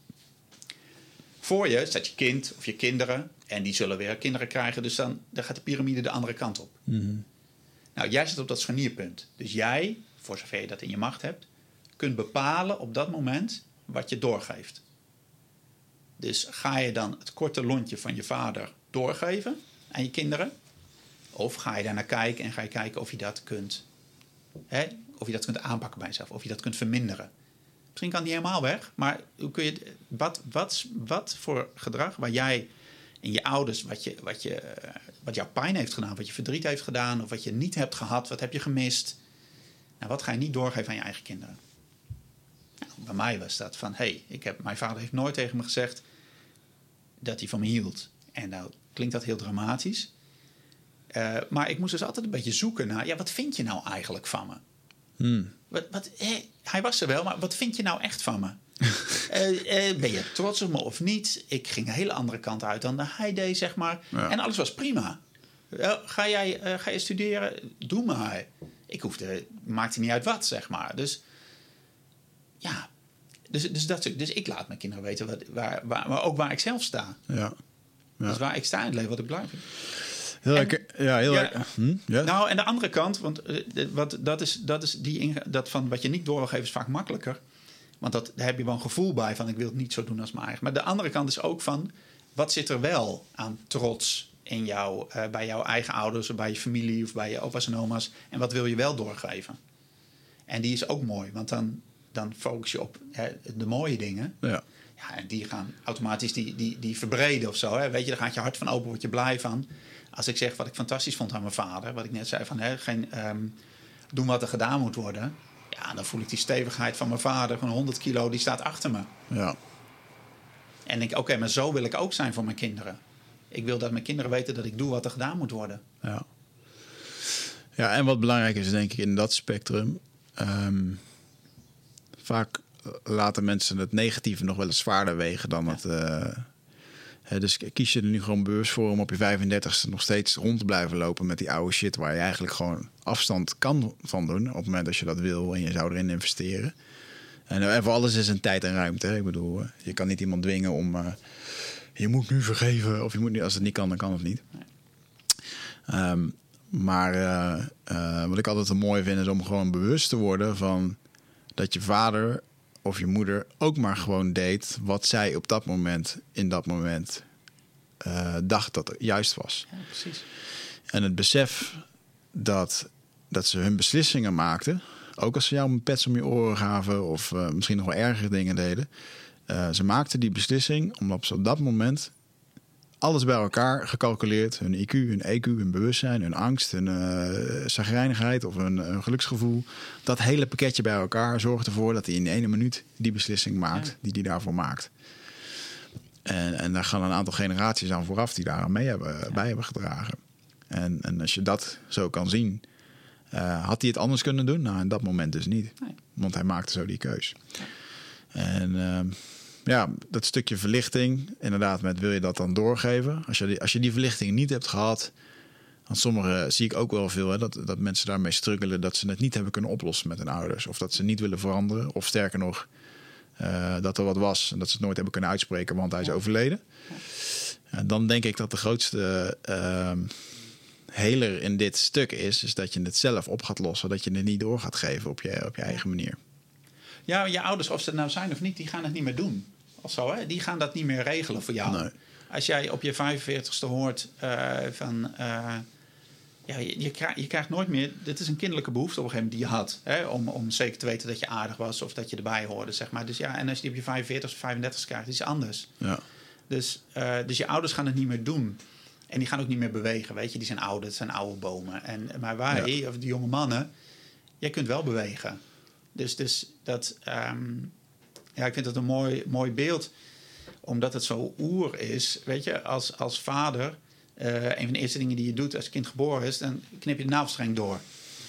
Voor je staat je kind of je kinderen. En die zullen weer kinderen krijgen. Dus dan, dan gaat de piramide de andere kant op. Mm-hmm. Nou, jij zit op dat scharnierpunt. Dus jij, voor zover je dat in je macht hebt, kunt bepalen op dat moment wat je doorgeeft. Dus ga je dan het korte lontje van je vader doorgeven aan je kinderen? Of ga je daar naar kijken en ga je kijken of je dat kunt, hè, of je dat kunt aanpakken bij jezelf. Of je dat kunt verminderen. Misschien kan die helemaal weg, maar hoe kun je, wat, wat, wat voor gedrag waar jij en je ouders, wat, je, wat, je, wat jouw pijn heeft gedaan, wat je verdriet heeft gedaan, of wat je niet hebt gehad, wat heb je gemist? Nou, wat ga je niet doorgeven aan je eigen kinderen? Nou, bij mij was dat van, hey, ik heb, mijn vader heeft nooit tegen me gezegd dat hij van me hield. En nou klinkt dat heel dramatisch. Uh, maar ik moest dus altijd een beetje zoeken naar, ja, wat vind je nou eigenlijk van me? Hmm. Wat, wat, hé, hij was er wel, maar wat vind je nou echt van me? uh, uh, ben je trots op me of niet? Ik ging een hele andere kant uit dan hij deed, zeg maar. Ja. En alles was prima. Uh, ga, jij, uh, ga je studeren? Doe maar. Ik hoefde, maakte niet uit wat, zeg maar. Dus ja, dus, dus, dat, dus ik laat mijn kinderen weten wat, waar, waar, maar ook waar ik zelf sta. Ja. Ja. Dus waar ik sta in het leven, wat ik belangrijk vind. Heel lekker. Ja, heel ja, lekker. Hm, ja. Nou, en de andere kant, want uh, wat, dat is, dat is die inge- dat van wat je niet door wil geven is vaak makkelijker. Want dat, daar heb je wel een gevoel bij van ik wil het niet zo doen als mijn eigen. Maar de andere kant is ook van wat zit er wel aan trots in jou, uh, bij jouw eigen ouders of bij je familie of bij je opa's en oma's. En wat wil je wel doorgeven? En die is ook mooi, want dan, dan focus je op hè, de mooie dingen. Ja. Ja, en die gaan automatisch die, die, die verbreden of zo. Hè. Weet je, daar gaat je hart van open, word je blij van. Als ik zeg wat ik fantastisch vond aan mijn vader, wat ik net zei van hè, geen, um, doen wat er gedaan moet worden. Ja, dan voel ik die stevigheid van mijn vader van honderd kilo, die staat achter me. Ja. En denk ik, oké, okay, maar zo wil ik ook zijn voor mijn kinderen. Ik wil dat mijn kinderen weten dat ik doe wat er gedaan moet worden. Ja, ja en wat belangrijk is, denk ik, in dat spectrum. Um, vaak laten mensen het negatieve nog wel eens zwaarder wegen dan ja. het... Uh, He, dus kies je er nu gewoon bewust voor om op je vijfendertigste nog steeds rond te blijven lopen met die oude shit waar je eigenlijk gewoon afstand kan van doen op het moment dat je dat wil en je zou erin investeren. En, en voor alles is een tijd en ruimte. Hè? Ik bedoel, je kan niet iemand dwingen om uh, je moet nu vergeven of je moet nu, als het niet kan, dan kan het niet. Nee. Um, maar uh, uh, wat ik altijd een mooi vind is om gewoon bewust te worden van dat je vader of je moeder ook maar gewoon deed wat zij op dat moment, in dat moment, uh, dacht dat het juist was. Ja, precies. En het besef dat, dat ze hun beslissingen maakten, ook als ze jou een pets om je oren gaven of uh, misschien nog wel ergere dingen deden. Uh, ze maakten die beslissing omdat ze op dat moment alles bij elkaar gecalculeerd, hun I Q, hun E Q, hun bewustzijn, hun angst, hun uh, chagrijnigheid of hun, hun geluksgevoel. Dat hele pakketje bij elkaar zorgt ervoor dat hij in ene minuut die beslissing maakt ja. die hij daarvoor maakt. En, en daar gaan een aantal generaties aan vooraf die daar aan mee hebben, ja. bij hebben gedragen. En, en als je dat zo kan zien, uh, had hij het anders kunnen doen? Nou, in dat moment dus niet. Nee. Want hij maakte zo die keus. Ja. En... Uh, Ja, dat stukje verlichting, inderdaad, met wil je dat dan doorgeven? Als je die, als je die verlichting niet hebt gehad, dan sommigen zie ik ook wel veel, hè, dat, dat mensen daarmee struggelen, dat ze het niet hebben kunnen oplossen met hun ouders. Of dat ze niet willen veranderen. Of sterker nog, uh, dat er wat was en dat ze het nooit hebben kunnen uitspreken, want hij is overleden. Ja, dan denk ik dat de grootste uh, heler in dit stuk is, is dat je het zelf op gaat lossen, dat je het niet door gaat geven op je, op je eigen manier. Ja, je ouders, of ze het nou zijn of niet, die gaan het niet meer doen. Of zo, hè? Die gaan dat niet meer regelen voor jou. Nee. Als jij op je vijfenveertigste hoort uh, van... Uh, ja, je, je, krijg, je krijgt nooit meer... Dit is een kinderlijke behoefte op een gegeven moment die je had. Hè? Om, om zeker te weten dat je aardig was of dat je erbij hoorde, zeg maar. Dus ja, en als je die op je vijfenveertigste of vijfendertigste krijgt, is het anders. Ja. Dus, uh, dus je ouders gaan het niet meer doen. En die gaan ook niet meer bewegen, weet je. Die zijn ouder, het zijn oude bomen. En, maar wij, ja. of die jonge mannen, jij kunt wel bewegen. Dus, dus dat... Um, ja, ik vind het een mooi, mooi beeld. Omdat het zo oer is. Weet je, als, als vader... Uh, een van de eerste dingen die je doet als je kind geboren is... dan knip je de navelstreng door.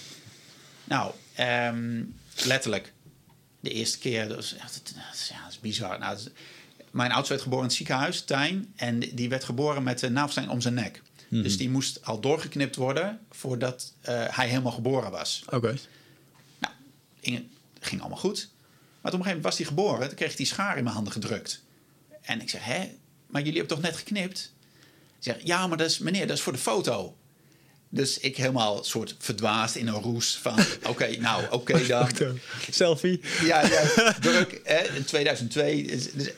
Nou, um, letterlijk. De eerste keer... Dus, ja, dat, ja, dat is bizar. Nou, dat is, mijn oudste werd geboren in het ziekenhuis, Tijn. En die werd geboren met de navelstreng om zijn nek. Mm-hmm. Dus die moest al doorgeknipt worden... voordat uh, hij helemaal geboren was. Oké. Okay. Nou, ging, ging allemaal goed. Maar op een gegeven moment was hij geboren... toen kreeg ik die schaar in mijn handen gedrukt. En ik zeg, hè? Maar jullie hebben toch net geknipt? Ik zeg, ja, maar dat is, meneer, dat is voor de foto. Dus ik helemaal soort verdwaasd in een roes van... oké, okay, nou, oké okay dan. Selfie. Ja, ja, druk. Hè, in tweeduizend twee. Dus, dus,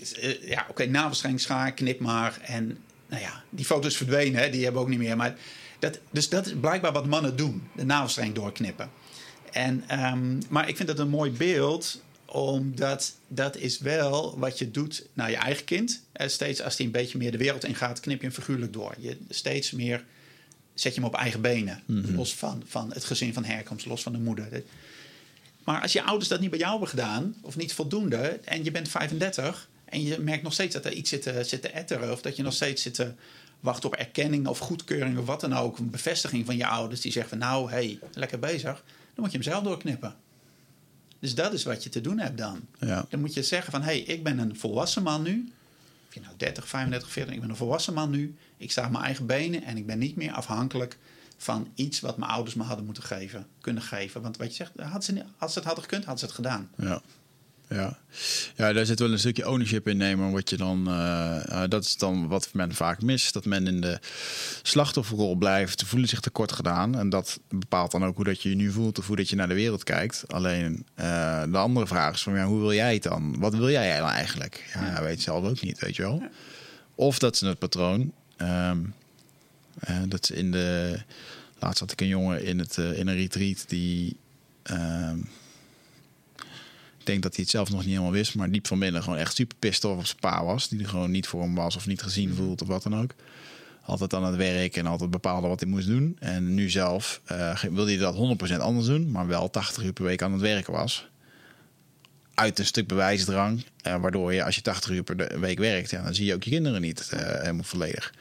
ja, oké, okay, navelstreng, schaar, knip maar. En nou ja, die foto's verdwenen, hè, die hebben we ook niet meer. Maar dat, dus dat is blijkbaar wat mannen doen. De navelstreng doorknippen. En, um, maar ik vind dat een mooi beeld... omdat dat is wel wat je doet naar je eigen kind. Steeds als hij een beetje meer de wereld ingaat... knip je hem figuurlijk door. Je steeds meer zet je hem op eigen benen. Mm-hmm. Los van, van het gezin van herkomst, los van de moeder. Maar als je ouders dat niet bij jou hebben gedaan... of niet voldoende, en je bent vijfendertig... en je merkt nog steeds dat er iets zit te, zit te etteren... of dat je nog steeds zit te wachten op erkenning of goedkeuring... of wat dan ook, een bevestiging van je ouders... die zeggen van nou, hé, hey, lekker bezig... dan moet je hem zelf doorknippen. Dus dat is wat je te doen hebt dan. Ja. Dan moet je zeggen van... hé, hey, ik ben een volwassen man nu. Of je nou dertig, vijfendertig, veertig... ik ben een volwassen man nu. Ik sta op mijn eigen benen... en ik ben niet meer afhankelijk van iets... wat mijn ouders me hadden moeten geven, kunnen geven. Want wat je zegt, had ze, als ze het hadden gekund, hadden ze het gedaan. Ja. Ja. ja, daar zit wel een stukje ownership in nemen. Wat je dan, uh, uh, dat is dan wat men vaak mist. Dat men in de slachtofferrol blijft. Voelen zich tekort gedaan. En dat bepaalt dan ook hoe dat je je nu voelt. Of hoe dat je naar de wereld kijkt. Alleen uh, de andere vraag is van ja, hoe wil jij het dan? Wat wil jij dan eigenlijk? Ja, ja. Weet je zelf ook niet, weet je wel. Ja. Of dat is het patroon. Um, uh, dat is in de... Laatst had ik een jongen in, het, uh, in een retreat die... Um, Ik denk dat hij het zelf nog niet helemaal wist, maar diep van binnen gewoon echt super pissed off op zijn pa was. Die er gewoon niet voor hem was of niet gezien voelt of wat dan ook. Altijd aan het werk en altijd bepaalde wat hij moest doen. En nu zelf uh, wilde hij dat honderd procent anders doen, maar wel tachtig uur per week aan het werken was. Uit een stuk bewijsdrang, uh, waardoor je als je tachtig uur per week werkt, ja, dan zie je ook je kinderen niet uh, helemaal volledig.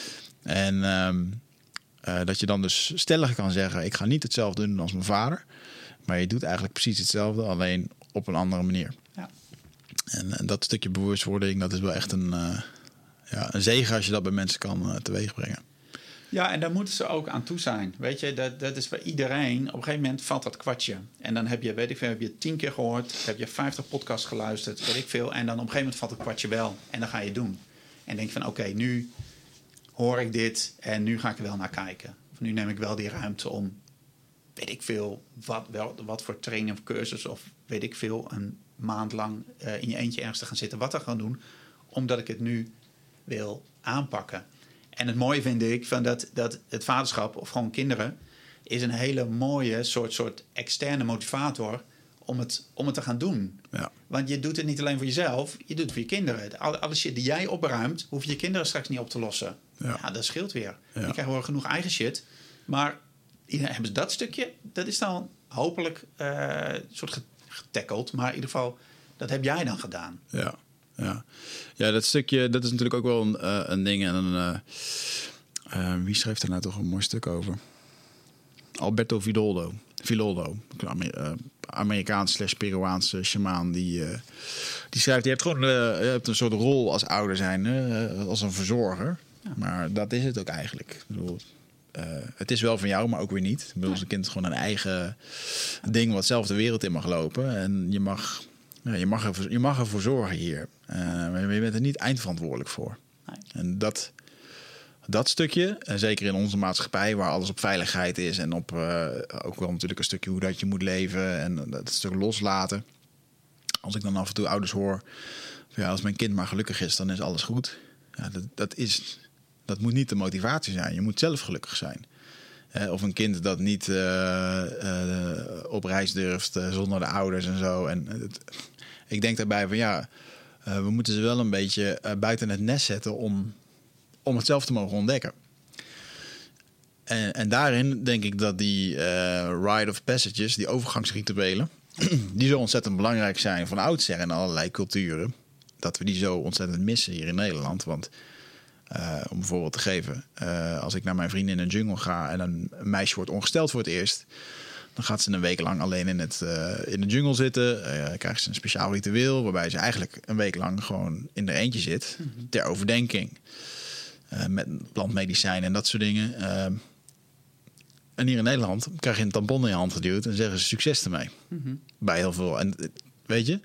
En um, uh, dat je dan dus stellig kan zeggen, ik ga niet hetzelfde doen als mijn vader. Maar je doet eigenlijk precies hetzelfde, alleen op een andere manier. Ja. En, en dat stukje bewustwording, dat is wel echt een, uh, ja, een zegen als je dat bij mensen kan uh, teweeg brengen. Ja, en daar moeten ze ook aan toe zijn. Weet je, dat, dat is voor iedereen. Op een gegeven moment valt dat kwartje. En dan heb je, weet ik veel, heb je tien keer gehoord, heb je vijftig podcasts geluisterd, weet ik veel. En dan op een gegeven moment valt het kwartje wel. En dan ga je het doen. En denk je van, oké, okay, nu hoor ik dit en nu ga ik er wel naar kijken. Of nu neem ik wel die ruimte om, weet ik veel, wat, wel, wat voor training of cursus of weet ik veel, een maand lang uh, in je eentje ergens te gaan zitten, wat te gaan doen, omdat ik het nu wil aanpakken. En het mooie vind ik van dat, dat het vaderschap of gewoon kinderen is een hele mooie soort, soort externe motivator om het, om het te gaan doen. Ja. Want je doet het niet alleen voor jezelf, je doet het voor je kinderen. Alle, alle shit die jij opruimt, hoef je je kinderen straks niet op te lossen. Ja, ja dat scheelt weer. Ja. Die krijgen wel genoeg eigen shit, maar hebben ze dat stukje, dat is dan hopelijk uh, soort getackeld. Maar in ieder geval, dat heb jij dan gedaan. Ja, ja. ja dat stukje, dat is natuurlijk ook wel een, uh, een ding. En een, uh, uh, wie schreef daar nou toch een mooi stuk over? Alberto Villoldo. Villoldo, uh, Amerikaans slash Peruaanse shamaan. Die, uh, die schrijft, je hebt gewoon uh, je hebt een soort rol als ouder zijn, uh, als een verzorger. Ja. Maar dat is het ook eigenlijk. Ik bedoel, Uh, het is wel van jou, maar ook weer niet. Ik bedoel, als een kind is gewoon een eigen ding wat zelf de wereld in mag lopen. En je mag, ja, je mag, er, je mag ervoor zorgen hier. Uh, maar je bent er niet eindverantwoordelijk voor. Nee. En dat, dat stukje, en zeker in onze maatschappij waar alles op veiligheid is en op uh, ook wel natuurlijk een stukje hoe dat je moet leven en dat stuk loslaten. Als ik dan af en toe ouders hoor, ja, als mijn kind maar gelukkig is, dan is alles goed. Ja, dat, dat is... Dat moet niet de motivatie zijn. Je moet zelf gelukkig zijn. Eh, of een kind dat niet uh, uh, op reis durft uh, zonder de ouders en zo. En het, ik denk daarbij van ja, uh, we moeten ze wel een beetje uh, buiten het nest zetten om, om het zelf te mogen ontdekken. En, en daarin denk ik dat die uh, rite of passages, die overgangsrituelen, die zo ontzettend belangrijk zijn van oudsher in allerlei culturen, dat we die zo ontzettend missen hier in Nederland. Want uh, om een voorbeeld te geven, uh, als ik naar mijn vrienden in de jungle ga en een meisje wordt ongesteld voor het eerst, dan gaat ze een week lang alleen in, het, uh, in de jungle zitten. Uh, krijgt ze een speciaal ritueel waarbij ze eigenlijk een week lang gewoon in haar eentje zit, mm-hmm. ter overdenking. Uh, met plantmedicijnen en dat soort dingen. Uh, en hier in Nederland krijg je een tampon in je hand geduwd en zeggen ze succes ermee. Mm-hmm. Bij heel veel. En weet je,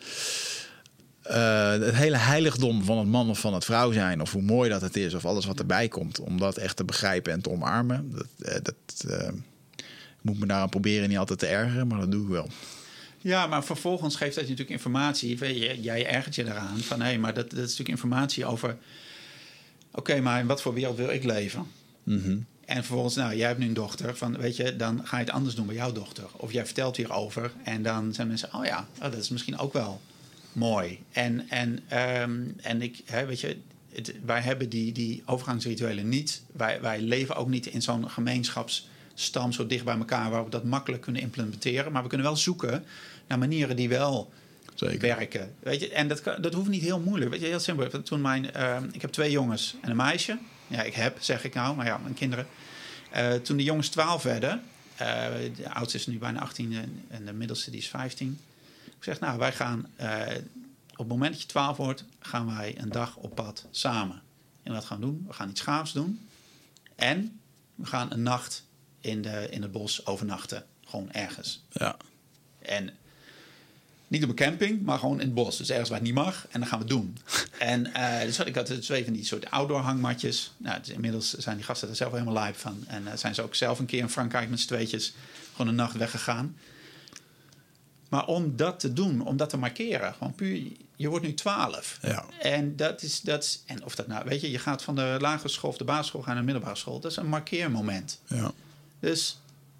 uh, het hele heiligdom van het man of van het vrouw zijn, of hoe mooi dat het is, of alles wat erbij komt, om dat echt te begrijpen en te omarmen. Dat, uh, dat uh, ik moet me daar aan proberen niet altijd te ergeren, maar dat doe ik wel. Ja, maar vervolgens geeft dat je natuurlijk informatie. Weet je, jij ergert je eraan van hé, hey, maar dat, dat is natuurlijk informatie over. Oké, okay, maar in wat voor wereld wil ik leven? Mm-hmm. En vervolgens, nou, jij hebt nu een dochter. Van, weet je, dan ga je het anders doen bij jouw dochter. Of jij vertelt hierover. En dan zijn mensen, oh ja, oh, dat is misschien ook wel mooi. En, en, um, en ik, hè, weet je, het, wij hebben die, die overgangsrituelen niet. Wij, wij leven ook niet in zo'n gemeenschapsstam zo dicht bij elkaar waar we dat makkelijk kunnen implementeren. Maar we kunnen wel zoeken naar manieren die wel Zeker. werken. Weet je, en dat, dat hoeft niet heel moeilijk. Weet je, heel simpel. Toen mijn, uh, ik heb twee jongens en een meisje. Ja, ik heb, zeg ik nou, maar ja, mijn kinderen. Uh, toen de jongens twaalf werden, uh, de oudste is nu bijna achttien en de middelste die is vijftien. Ik zeg, nou, wij gaan, uh, op het moment dat je twaalf wordt, gaan wij een dag op pad samen. En wat gaan we doen? We gaan iets gaafs doen. En we gaan een nacht in, de, in het bos overnachten. Gewoon ergens. Ja. En niet op een camping, maar gewoon in het bos. Dus ergens waar het niet mag. En dan gaan we het doen. En uh, dus had ik had twee van die soort outdoor hangmatjes. Nou, dus inmiddels zijn die gasten er zelf helemaal lijp van. En uh, zijn ze ook zelf een keer in Frankrijk met z'n tweetjes gewoon een nacht weggegaan. Maar om dat te doen, om dat te markeren. Gewoon puur, je wordt nu twaalf. Ja. En dat is, dat is, en of dat nou, weet je, je gaat van de lagere school of de basisschool gaan naar de middelbare school. Dat is een markeermoment. Ja. Dus,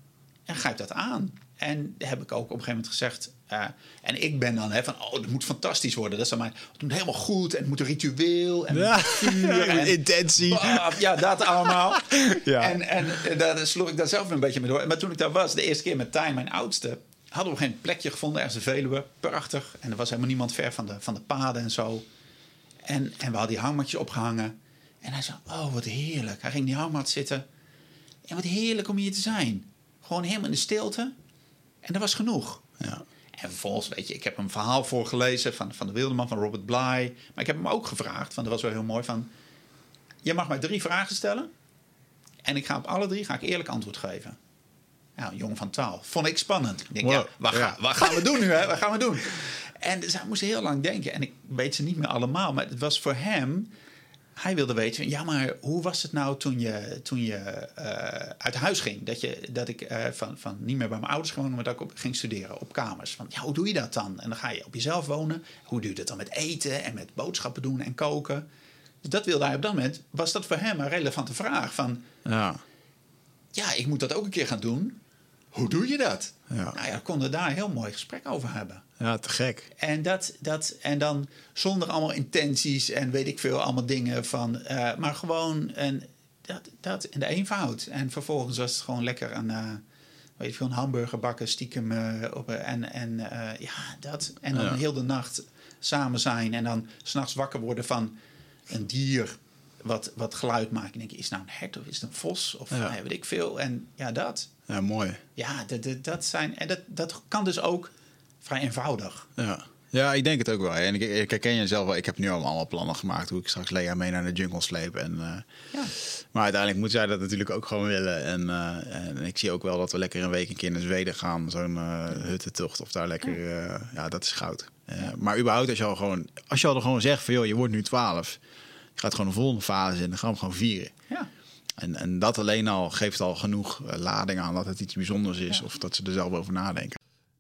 en grijp dat aan. En heb ik ook op een gegeven moment gezegd. Uh, en ik ben dan hè, van, oh, het moet fantastisch worden. Dat is dan mijn, het moet helemaal goed en het moet een ritueel en ja. vuur en intentie. Baf, ja, dat allemaal. Ja. En, en daar sloeg ik daar zelf een beetje mee door. Maar toen ik daar was, de eerste keer met Tijn, mijn oudste, hadden we geen plekje gevonden ergens in Veluwe, prachtig. En er was helemaal niemand ver van de, van de paden en zo. En, en we hadden die hangmatjes opgehangen. En hij zei, oh, wat heerlijk. Hij ging in die hangmat zitten. En wat heerlijk om hier te zijn. Gewoon helemaal in de stilte. En dat was genoeg. Ja. En vervolgens, weet je, ik heb een verhaal voorgelezen van, van de Wilderman, van Robert Bly. Maar ik heb hem ook gevraagd, van, dat was wel heel mooi, van, je mag mij drie vragen stellen. En ik ga op alle drie ga ik eerlijk antwoord geven. Nou, een jongen van twaalf. Vond ik spannend. Ik denk, wow. ja, wat, ja. Ga, wat gaan we doen nu, hè? Wat gaan we doen? En dus hij moest heel lang denken. En ik weet ze niet meer allemaal. Maar het was voor hem, hij wilde weten, ja, maar hoe was het nou toen je, toen je uh, uit huis ging? Dat, je, dat ik uh, van, van niet meer bij mijn ouders gewoond, maar dat ik op, ging studeren op kamers. Van, ja, hoe doe je dat dan? En dan ga je op jezelf wonen. Hoe doe je dat dan met eten en met boodschappen doen en koken? Dus dat wilde hij op dat moment. Was dat voor hem een relevante vraag? Van, ja, ja, ik moet dat ook een keer gaan doen. Hoe doe je dat? Ja. Nou ja, we konden daar een heel mooi gesprek over hebben. Ja, te gek. En, dat, dat, en dan zonder allemaal intenties en weet ik veel, allemaal dingen van. Uh, maar gewoon een, dat, dat in de eenvoud. En vervolgens was het gewoon lekker een, uh, weet ik veel, een hamburger bakken stiekem. Uh, op, uh, en en uh, ja, dat. En dan ja. heel de nacht samen zijn. En dan 's nachts wakker worden van een dier wat, wat geluid maakt. En denk je, is het nou een hert of is het een vos? Of ja. nee, weet ik veel. En ja, dat. Ja, mooi. Ja, dat, dat, dat zijn. En dat, dat kan dus ook vrij eenvoudig. Ja. Ja, ik denk het ook wel. En ik, ik herken jezelf wel. Ik heb nu al allemaal plannen gemaakt hoe ik straks Lea mee naar de jungle sleep. En, uh, ja. Maar uiteindelijk moet zij dat natuurlijk ook gewoon willen. En, uh, en ik zie ook wel dat we lekker een week een keer naar Zweden gaan. Zo'n uh, huttentocht of daar lekker. Uh, ja, dat is goud. Uh, ja. Maar überhaupt als je al gewoon, als je al gewoon zegt van joh, je wordt nu twaalf. Je gaat gewoon een volgende fase in. Dan gaan we gewoon vieren. Ja. En, en dat alleen al geeft al genoeg uh, lading aan dat het iets bijzonders is. Ja. Of dat ze er zelf over nadenken.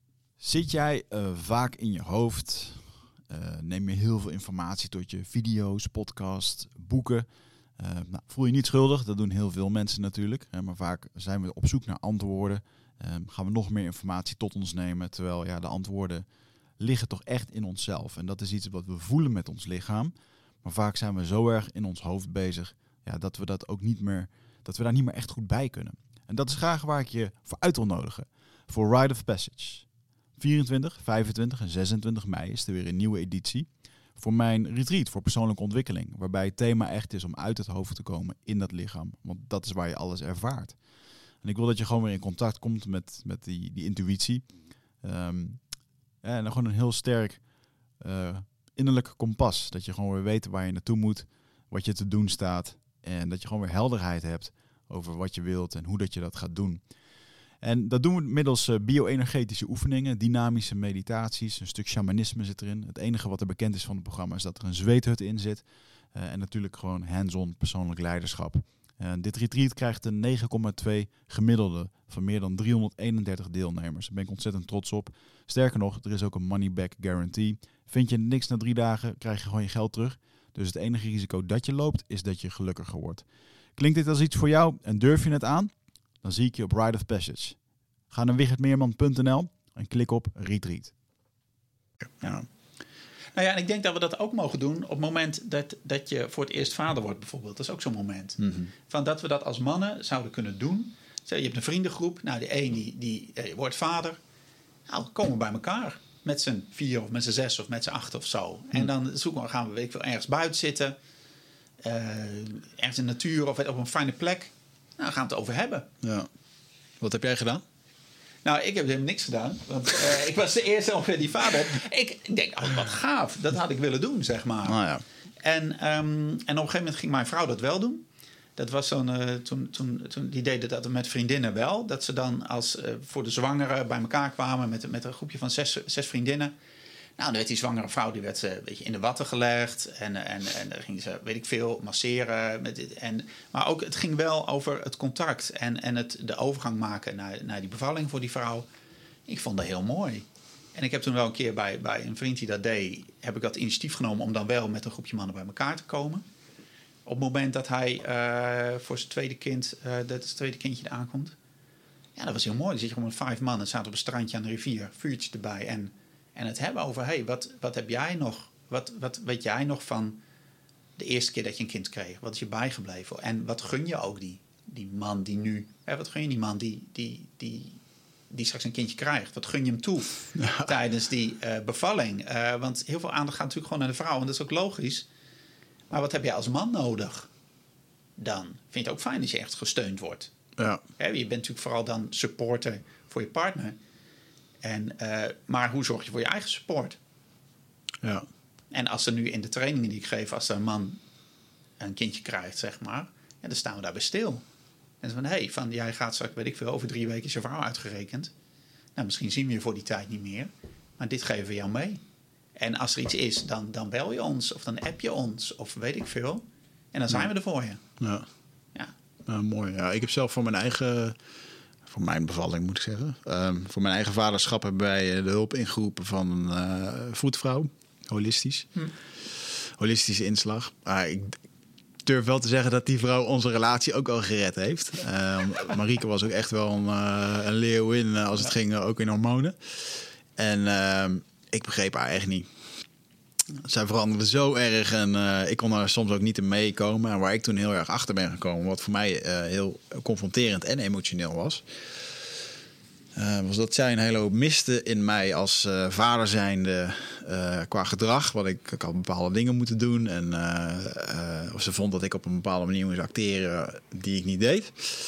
Zit jij uh, vaak in je hoofd? Uh, neem je heel veel informatie tot je video's, podcasts, boeken? Uh, nou, voel je niet schuldig, dat doen heel veel mensen natuurlijk. Uh, maar vaak zijn we op zoek naar antwoorden. Uh, gaan we nog meer informatie tot ons nemen. Terwijl ja, de antwoorden liggen toch echt in onszelf. En dat is iets wat we voelen met ons lichaam. Maar vaak zijn we zo erg in ons hoofd bezig ja, dat we dat ook niet meer, dat we daar niet meer echt goed bij kunnen. En dat is graag waar ik je voor uit wil nodigen. Voor Rite of Passage. vierentwintig, vijfentwintig en zesentwintig mei is er weer een nieuwe editie voor mijn retreat voor persoonlijke ontwikkeling. Waarbij het thema echt is om uit het hoofd te komen in dat lichaam. Want dat is waar je alles ervaart. En ik wil dat je gewoon weer in contact komt met, met die, die intuïtie. Um, en dan gewoon een heel sterk uh, innerlijk kompas. Dat je gewoon weer weet waar je naartoe moet, wat je te doen staat. En dat je gewoon weer helderheid hebt over wat je wilt en hoe dat je dat gaat doen. En dat doen we middels uh, bio-energetische oefeningen, dynamische meditaties, een stuk shamanisme zit erin. Het enige wat er bekend is van het programma is dat er een zweethut in zit. Uh, en natuurlijk gewoon hands-on persoonlijk leiderschap. Uh, dit retreat krijgt een negen komma twee gemiddelde van meer dan driehonderdeenendertig deelnemers. Daar ben ik ontzettend trots op. Sterker nog, er is ook een money-back guarantee. Vind je niks na drie dagen, krijg je gewoon je geld terug. Dus het enige risico dat je loopt, is dat je gelukkiger wordt. Klinkt dit als iets voor jou en durf je het aan? Dan zie ik je op Rite of Passage. Ga naar wichertmeerman punt n l en klik op Retreat. Ja. Nou ja, en ik denk dat we dat ook mogen doen op het moment dat, dat je voor het eerst vader wordt bijvoorbeeld. Dat is ook zo'n moment. Mm-hmm. Van dat we dat als mannen zouden kunnen doen. Stel, je hebt een vriendengroep. Nou, de een die, die eh, wordt vader. Nou, komen we bij elkaar. Met z'n vier of met z'n zes of met z'n acht of zo. Mm. En dan zoeken we, gaan we weet ik veel, ergens buiten zitten. Uh, ergens in de natuur of op een fijne plek. Nou, dan gaan we het over hebben. Ja. Wat heb jij gedaan? Nou, ik heb helemaal niks gedaan. Want uh, ik was de eerste ongeveer die vader. Ik, ik denk, oh, wat gaaf. Dat had ik willen doen, zeg maar. Oh, ja. en, um, en op een gegeven moment ging mijn vrouw dat wel doen. Dat was zo'n, uh, toen, toen, toen, die deden dat met vriendinnen wel. Dat ze dan als uh, voor de zwangere bij elkaar kwamen met, met een groepje van zes, zes vriendinnen. Nou, dan werd die zwangere vrouw die werd, uh, een beetje in de watten gelegd. En, en, en dan ging ze, weet ik veel, masseren. Met dit, en, maar ook, het ging wel over het contact. En, en het, de overgang maken naar, naar die bevalling voor die vrouw. Ik vond dat heel mooi. En ik heb toen wel een keer bij, bij een vriend die dat deed, heb ik dat initiatief genomen om dan wel met een groepje mannen bij elkaar te komen. Op het moment dat hij uh, voor zijn tweede kind, uh, dat het tweede kindje er aankomt. Ja, dat was heel mooi. Dan zit je gewoon met vijf mannen, zaten op een strandje aan de rivier, vuurtje erbij. En, en het hebben over, hey, wat, wat heb jij nog? Wat, wat weet jij nog van de eerste keer dat je een kind kreeg? Wat is je bijgebleven? En wat gun je ook die, die man die nu... Hè, wat gun je die man die, die, die, die straks een kindje krijgt? Wat gun je hem toe ja. tijdens die uh, bevalling? Uh, want heel veel aandacht gaat natuurlijk gewoon naar de vrouw. En dat is ook logisch. Maar wat heb je als man nodig? Dan vind je het ook fijn als je echt gesteund wordt. Ja. Hè, je bent natuurlijk vooral dan supporter voor je partner. En, uh, maar hoe zorg je voor je eigen support? Ja. En als er nu in de trainingen die ik geef, als er een man een kindje krijgt, zeg maar, ja, dan staan we daarbij stil. En van, hé, hey, van jij gaat straks, weet ik veel, over drie weken is je vrouw uitgerekend. Nou, misschien zien we je voor die tijd niet meer. Maar dit geven we jou mee. En als er iets is, dan, dan bel je ons of dan app je ons of weet ik veel. En dan zijn ja. we er voor je. Ja. Ja. Nou, mooi. Ja, ik heb zelf voor mijn eigen, voor mijn bevalling moet ik zeggen, um, voor mijn eigen vaderschap hebben wij de hulp ingeroepen van een uh, voetvrouw, holistisch, hm. holistische inslag. Uh, ik durf wel te zeggen dat die vrouw onze relatie ook al gered heeft. Uh, Marieke was ook echt wel een, uh, een leeuwin uh, als het ja. ging, uh, ook in hormonen. En uh, ik begreep haar echt niet. Zij veranderde zo erg en uh, ik kon er soms ook niet in meekomen. En waar ik toen heel erg achter ben gekomen, wat voor mij uh, heel confronterend en emotioneel was, uh, was dat zij een hele hoop miste in mij als uh, vader zijnde uh, qua gedrag. Want ik, ik had bepaalde dingen moeten doen. En uh, uh, of ze vond dat ik op een bepaalde manier moest acteren die ik niet deed.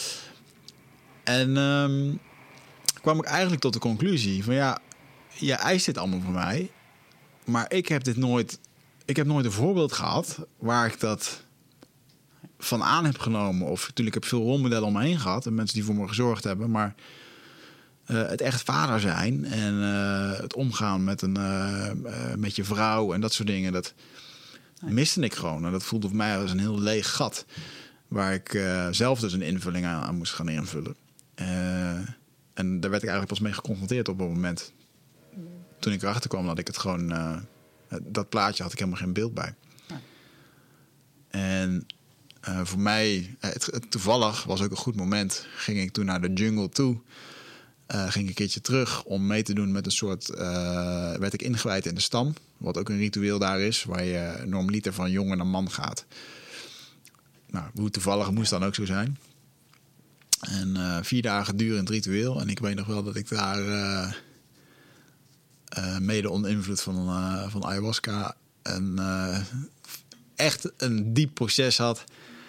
En um, kwam ik eigenlijk tot de conclusie van ja, je eist dit allemaal van mij. Maar ik heb dit nooit, ik heb nooit een voorbeeld gehad waar ik dat van aan heb genomen. Of natuurlijk, ik heb veel rolmodellen om me heen gehad en mensen die voor me gezorgd hebben. Maar uh, het echt vader zijn en uh, het omgaan met, een, uh, uh, met je vrouw en dat soort dingen, dat miste ik gewoon. En dat voelde voor mij als een heel leeg gat waar ik uh, zelf dus een invulling aan, aan moest gaan invullen. Uh, en daar werd ik eigenlijk pas mee geconfronteerd op het moment. Toen ik erachter kwam dat ik het gewoon... Uh, dat plaatje had ik helemaal geen beeld bij. Ja. En uh, voor mij... Het, het, toevallig was ook een goed moment. Ging ik toen naar de jungle toe. Uh, ging ik een keertje terug om mee te doen met een soort... Uh, werd ik ingewijd in de stam. Wat ook een ritueel daar is. Waar je normaliter van jongen naar man gaat. Nou, hoe toevallig moest dan ook zo zijn. En uh, vier dagen durend ritueel. En ik weet nog wel dat ik daar... Uh, Uh, mede onder invloed van, uh, van ayahuasca. En uh, echt een diep proces had.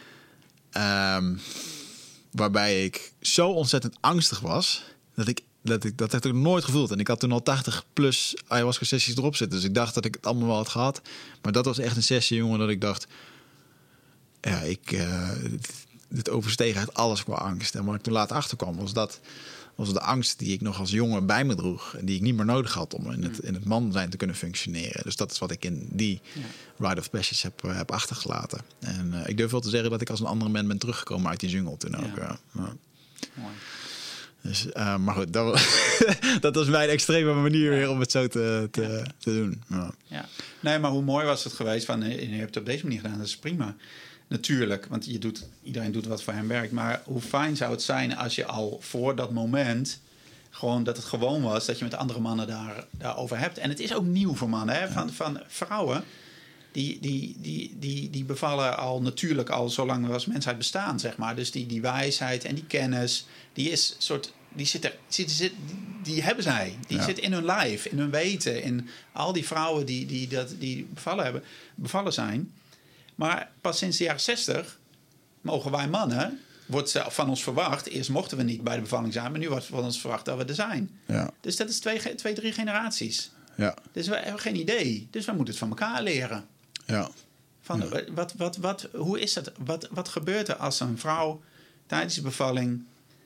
Um, waarbij ik zo ontzettend angstig was. Dat ik dat ik dat heb ik nooit gevoeld. En ik had toen al tachtig plus ayahuasca sessies erop zitten. Dus ik dacht dat ik het allemaal wel had gehad. Maar dat was echt een sessie, jongen, dat ik dacht... Ja, ik... Uh, dit, dit oversteeg uit alles qua angst. En waar ik toen later achterkwam, was dat... was de angst die ik nog als jongen bij me droeg. En die ik niet meer nodig had om in het, in het man zijn te kunnen functioneren. Dus dat is wat ik in die ja. Rite of Passage heb, uh, heb achtergelaten. En uh, ik durf wel te zeggen dat ik als een andere man ben teruggekomen uit die jungle toen ook. Ja. Uh, uh. Mooi. Dus, uh, maar goed, dat was, dat was mijn extreme manier ja. weer om het zo te, te, ja. te doen. Ja. Ja. Nee, maar hoe mooi was het geweest van je hebt het op deze manier gedaan. Dat is prima. Natuurlijk, want je doet, iedereen doet wat voor hem werkt. Maar hoe fijn zou het zijn als je al voor dat moment... gewoon dat het gewoon was dat je met andere mannen daar, daarover hebt. En het is ook nieuw voor mannen. Hè? Van, van vrouwen, die, die, die, die, die bevallen al natuurlijk al zolang we als mensheid bestaan, zeg maar. Dus die, die wijsheid en die kennis, die is soort... Die, zit er, zit, zit, die hebben zij. Die ja. zit in hun lijf, in hun weten. In al die vrouwen die, die, dat, die bevallen, hebben, bevallen zijn... Maar pas sinds de jaren zestig mogen wij mannen, wordt van ons verwacht... Eerst mochten we niet bij de bevalling zijn, maar nu wordt van ons verwacht dat we er zijn. Ja. Dus dat is twee, twee, drie generaties. Ja. Dus we hebben geen idee. Dus we moeten het van elkaar leren. Ja. Van, ja. Wat, wat, wat, hoe is het? Wat, wat gebeurt er als een vrouw tijdens de bevalling...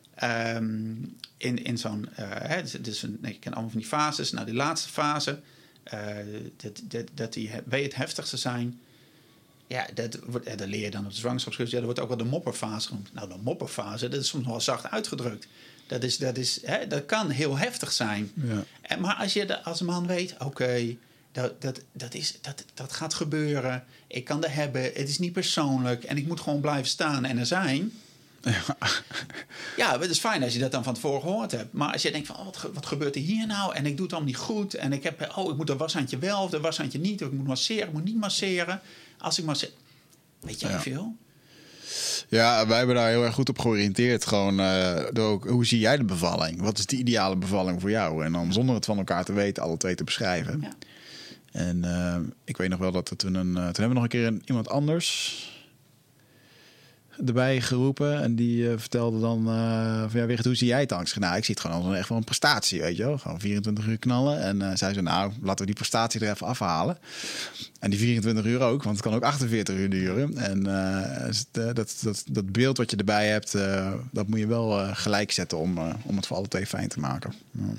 Um, in, in zo'n... Uh, hè, dus een, nee, ik ken allemaal van die fases. Nou, die laatste fase, uh, dat, dat, dat die weet het heftigste zijn... Ja, dat, wordt, dat leer je dan op de zwangerschapscursus. Ja, dat wordt ook wel de mopperfase genoemd. Nou, de mopperfase, dat is soms nog wel zacht uitgedrukt. Dat, is, dat, is, hè, dat kan heel heftig zijn. Ja. En, maar als je de, als man weet, oké, okay, dat, dat, dat, is, dat, dat gaat gebeuren. Ik kan dat hebben. Het is niet persoonlijk. En ik moet gewoon blijven staan en er zijn. Ja. Ja, het is fijn als je dat dan van tevoren gehoord hebt. Maar als je denkt van, oh, wat, wat gebeurt er hier nou? En ik doe het allemaal niet goed. En ik heb, oh, ik moet een washandje wel of de washandje niet. Of ik moet masseren, ik moet niet masseren. Als ik masseer... Weet jij ja. veel? Ja, wij hebben daar heel erg goed op georiënteerd. Gewoon, uh, door, hoe zie jij de bevalling? Wat is de ideale bevalling voor jou? En dan zonder het van elkaar te weten, alle twee te beschrijven. Ja. En uh, ik weet nog wel dat we toen een... Uh, toen hebben we nog een keer een, iemand anders... erbij geroepen en die uh, vertelde dan uh, van ja, Wigert, hoe zie jij het angst? Nou, ik zie het gewoon als een echt wel een prestatie, weet je wel. Gewoon vierentwintig uur knallen en uh, zei ze, nou, laten we die prestatie er even afhalen. En die vierentwintig uur ook, want het kan ook achtenveertig uur duren. En uh, dat, dat, dat beeld wat je erbij hebt, uh, dat moet je wel uh, gelijk zetten om, uh, om het voor alle twee fijn te maken.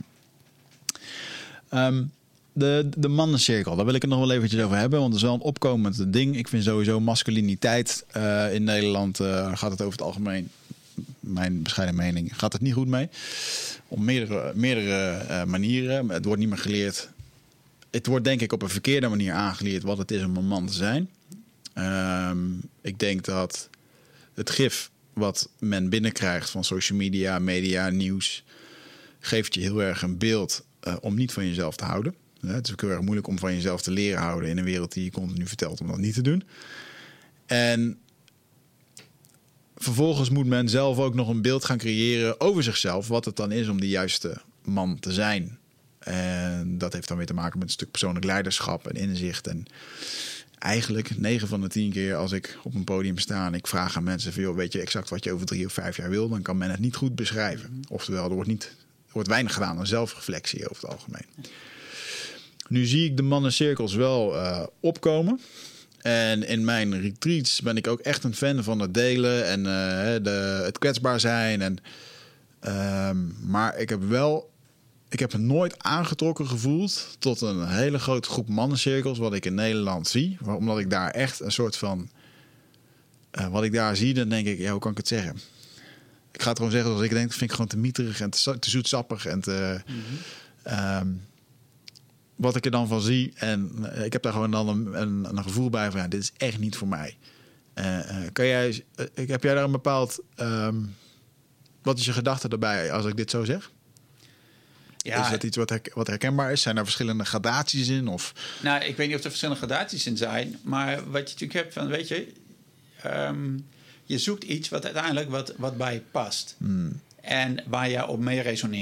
Ja. Um, De, de mannencirkel, daar wil ik het nog wel eventjes over hebben. Want het is wel een opkomend ding. Ik vind sowieso masculiniteit uh, in Nederland... Uh, gaat het over het algemeen, mijn bescheiden mening... gaat het niet goed mee. Om meerdere, meerdere uh, manieren. Het wordt niet meer geleerd. Het wordt denk ik op een verkeerde manier aangeleerd... wat het is om een man te zijn. Um, ik denk dat het gif wat men binnenkrijgt... van social media, media, nieuws... geeft je heel erg een beeld uh, om niet van jezelf te houden. Het is ook heel erg moeilijk om van jezelf te leren houden... in een wereld die je continu vertelt om dat niet te doen. En vervolgens moet men zelf ook nog een beeld gaan creëren over zichzelf... wat het dan is om de juiste man te zijn. En dat heeft dan weer te maken met een stuk persoonlijk leiderschap en inzicht. En eigenlijk negen van de tien keer als ik op een podium sta... en ik vraag aan mensen van, joh, weet je exact wat je over drie of vijf jaar wil... dan kan men het niet goed beschrijven. Oftewel, er wordt, niet, er wordt weinig gedaan aan zelfreflectie over het algemeen. Nu zie ik de mannencirkels wel uh, opkomen. En in mijn retreats ben ik ook echt een fan van het delen en uh, de, het kwetsbaar zijn. En, um, maar ik heb wel, ik heb me nooit aangetrokken gevoeld tot een hele grote groep mannencirkels wat ik in Nederland zie. Omdat ik daar echt een soort van, uh, wat ik daar zie, dan denk ik, ja, hoe kan ik het zeggen? Ik ga het gewoon zeggen zoals ik denk, dat vind ik gewoon te mieterig en te, te zoetsappig en te... Mm-hmm. Um, wat ik er dan van zie. En uh, ik heb daar gewoon dan een, een, een gevoel bij van... ja, dit is echt niet voor mij. Uh, uh, kan jij, uh, heb jij daar een bepaald... Um, wat is je gedachte daarbij als ik dit zo zeg? Ja, is dat iets wat, her, wat herkenbaar is? Zijn er verschillende gradaties in? Of? Nou, ik weet niet of er verschillende gradaties in zijn. Maar wat je natuurlijk hebt van... weet je, um, je zoekt iets wat uiteindelijk wat, wat bij je past. Hmm. En waar je op mee resoneert.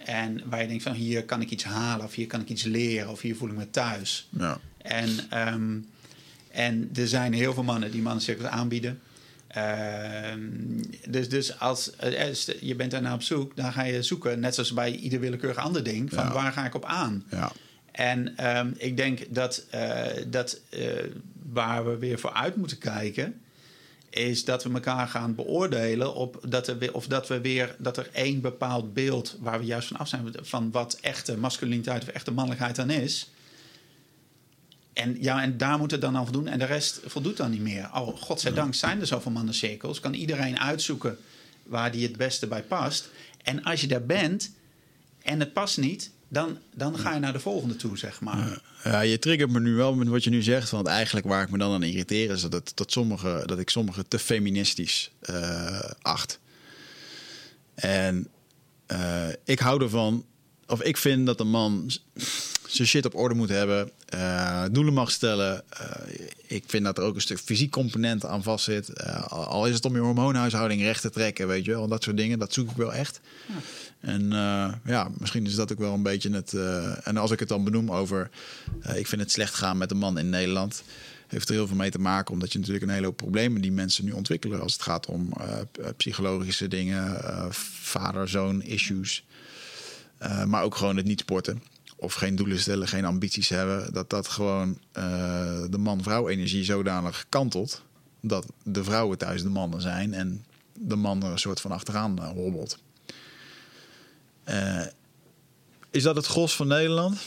En waar je denkt van hier kan ik iets halen of hier kan ik iets leren of hier voel ik me thuis. Ja. En, um, en er zijn heel veel mannen die mannencirkels aanbieden. Uh, dus dus als uh, je bent daarna op zoek, dan ga je zoeken, net zoals bij ieder willekeurig ander ding, van ja. waar ga ik op aan? Ja. En um, ik denk dat, uh, dat uh, waar we weer voor uit moeten kijken, is dat we elkaar gaan beoordelen op dat er weer, of dat we weer dat er één bepaald beeld waar we juist van af zijn van wat echte masculiniteit of echte mannelijkheid dan is. En ja, en daar moet het dan aan voldoen. En de rest voldoet dan niet meer. Oh, godzijdank zijn er zoveel mannencirkels. Kan iedereen uitzoeken waar die het beste bij past. En als je daar bent en het past niet, dan, dan ga je naar de volgende toe, zeg maar. Ja, je triggert me nu wel met wat je nu zegt. Want eigenlijk waar ik me dan aan irriteer is dat, het, dat, sommige, dat ik sommigen te feministisch uh, acht. En uh, ik hou ervan, of ik vind dat een man zijn shit op orde moet hebben, uh, doelen mag stellen. Uh, ik vind dat er ook een stuk fysiek component aan vast zit. Uh, al is het om je hormoonhuishouding recht te trekken, weet je wel. Dat soort dingen, dat zoek ik wel echt. Ja. En uh, ja, misschien is dat ook wel een beetje het... Uh, en als ik het dan benoem over... Uh, ik vind het slecht gaan met een man in Nederland, heeft er heel veel mee te maken, omdat je natuurlijk een hele hoop problemen die mensen nu ontwikkelen als het gaat om uh, psychologische dingen, uh, vader-zoon issues. Uh, maar ook gewoon het niet sporten. Of geen doelen stellen, geen ambities hebben. Dat dat gewoon uh, de man-vrouw energie zodanig kantelt dat de vrouwen thuis de mannen zijn en de man er een soort van achteraan uh, hobbelt. Uh, is dat het gros van Nederland?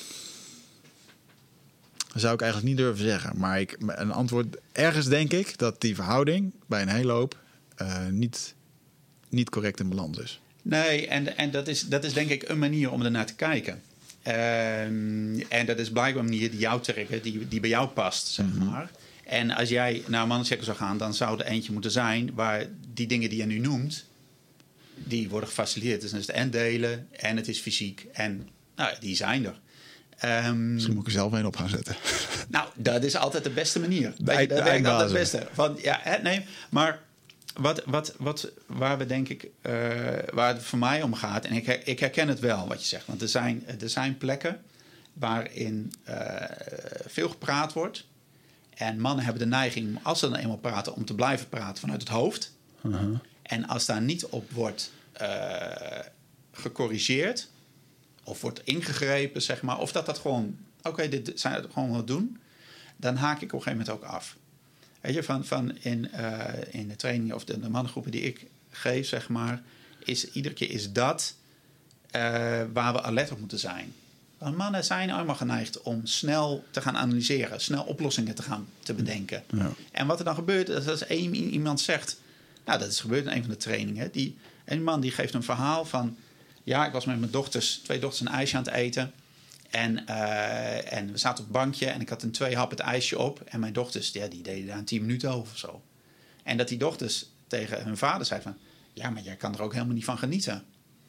Dat zou ik eigenlijk niet durven zeggen. Maar ik, een antwoord, ergens denk ik dat die verhouding bij een hele hoop uh, niet, niet correct in balans is. Nee, en, en dat, is, dat is denk ik een manier om ernaar te kijken. Um, en dat is blijkbaar een manier die jou trekken, die, die bij jou past, zeg maar. Mm-hmm. En als jij naar een mannencirkel zou gaan, dan zou er eentje moeten zijn waar die dingen die je nu noemt, die worden gefaciliteerd. Dus dan is het en delen en het is fysiek. En nou, die zijn er. Um, Misschien moet ik er zelf een op gaan zetten. Nou, dat is altijd de beste manier. De, de, dat werkt altijd het beste. Van, ja, hè, nee, maar wat, wat, wat, waar we denk ik, uh, waar het voor mij om gaat, en ik, ik herken het wel wat je zegt, want er zijn, er zijn plekken waarin uh, veel gepraat wordt. En mannen hebben de neiging, als ze dan eenmaal praten, om te blijven praten vanuit het hoofd. Uh-huh. En als daar niet op wordt uh, gecorrigeerd of wordt ingegrepen, zeg maar, of dat dat gewoon, oké, okay, dit zijn het gewoon wat doen, dan haak ik op een gegeven moment ook af. Weet je, van, van in, uh, in de training of de, de mannengroepen die ik geef, zeg maar, is iedere keer is dat uh, waar we alert op moeten zijn. Want mannen zijn allemaal geneigd om snel te gaan analyseren, snel oplossingen te gaan te bedenken. Ja. En wat er dan gebeurt, is als één iemand zegt, nou, dat is gebeurd in een van de trainingen. Die, een man die geeft een verhaal van, ja, ik was met mijn dochters, twee dochters een ijsje aan het eten. En, uh, en we zaten op het bankje en ik had een twee hap het ijsje op. En mijn dochters, ja, die deden daar een tien minuten over of zo. En dat die dochters tegen hun vader zei van, ja, maar jij kan er ook helemaal niet van genieten.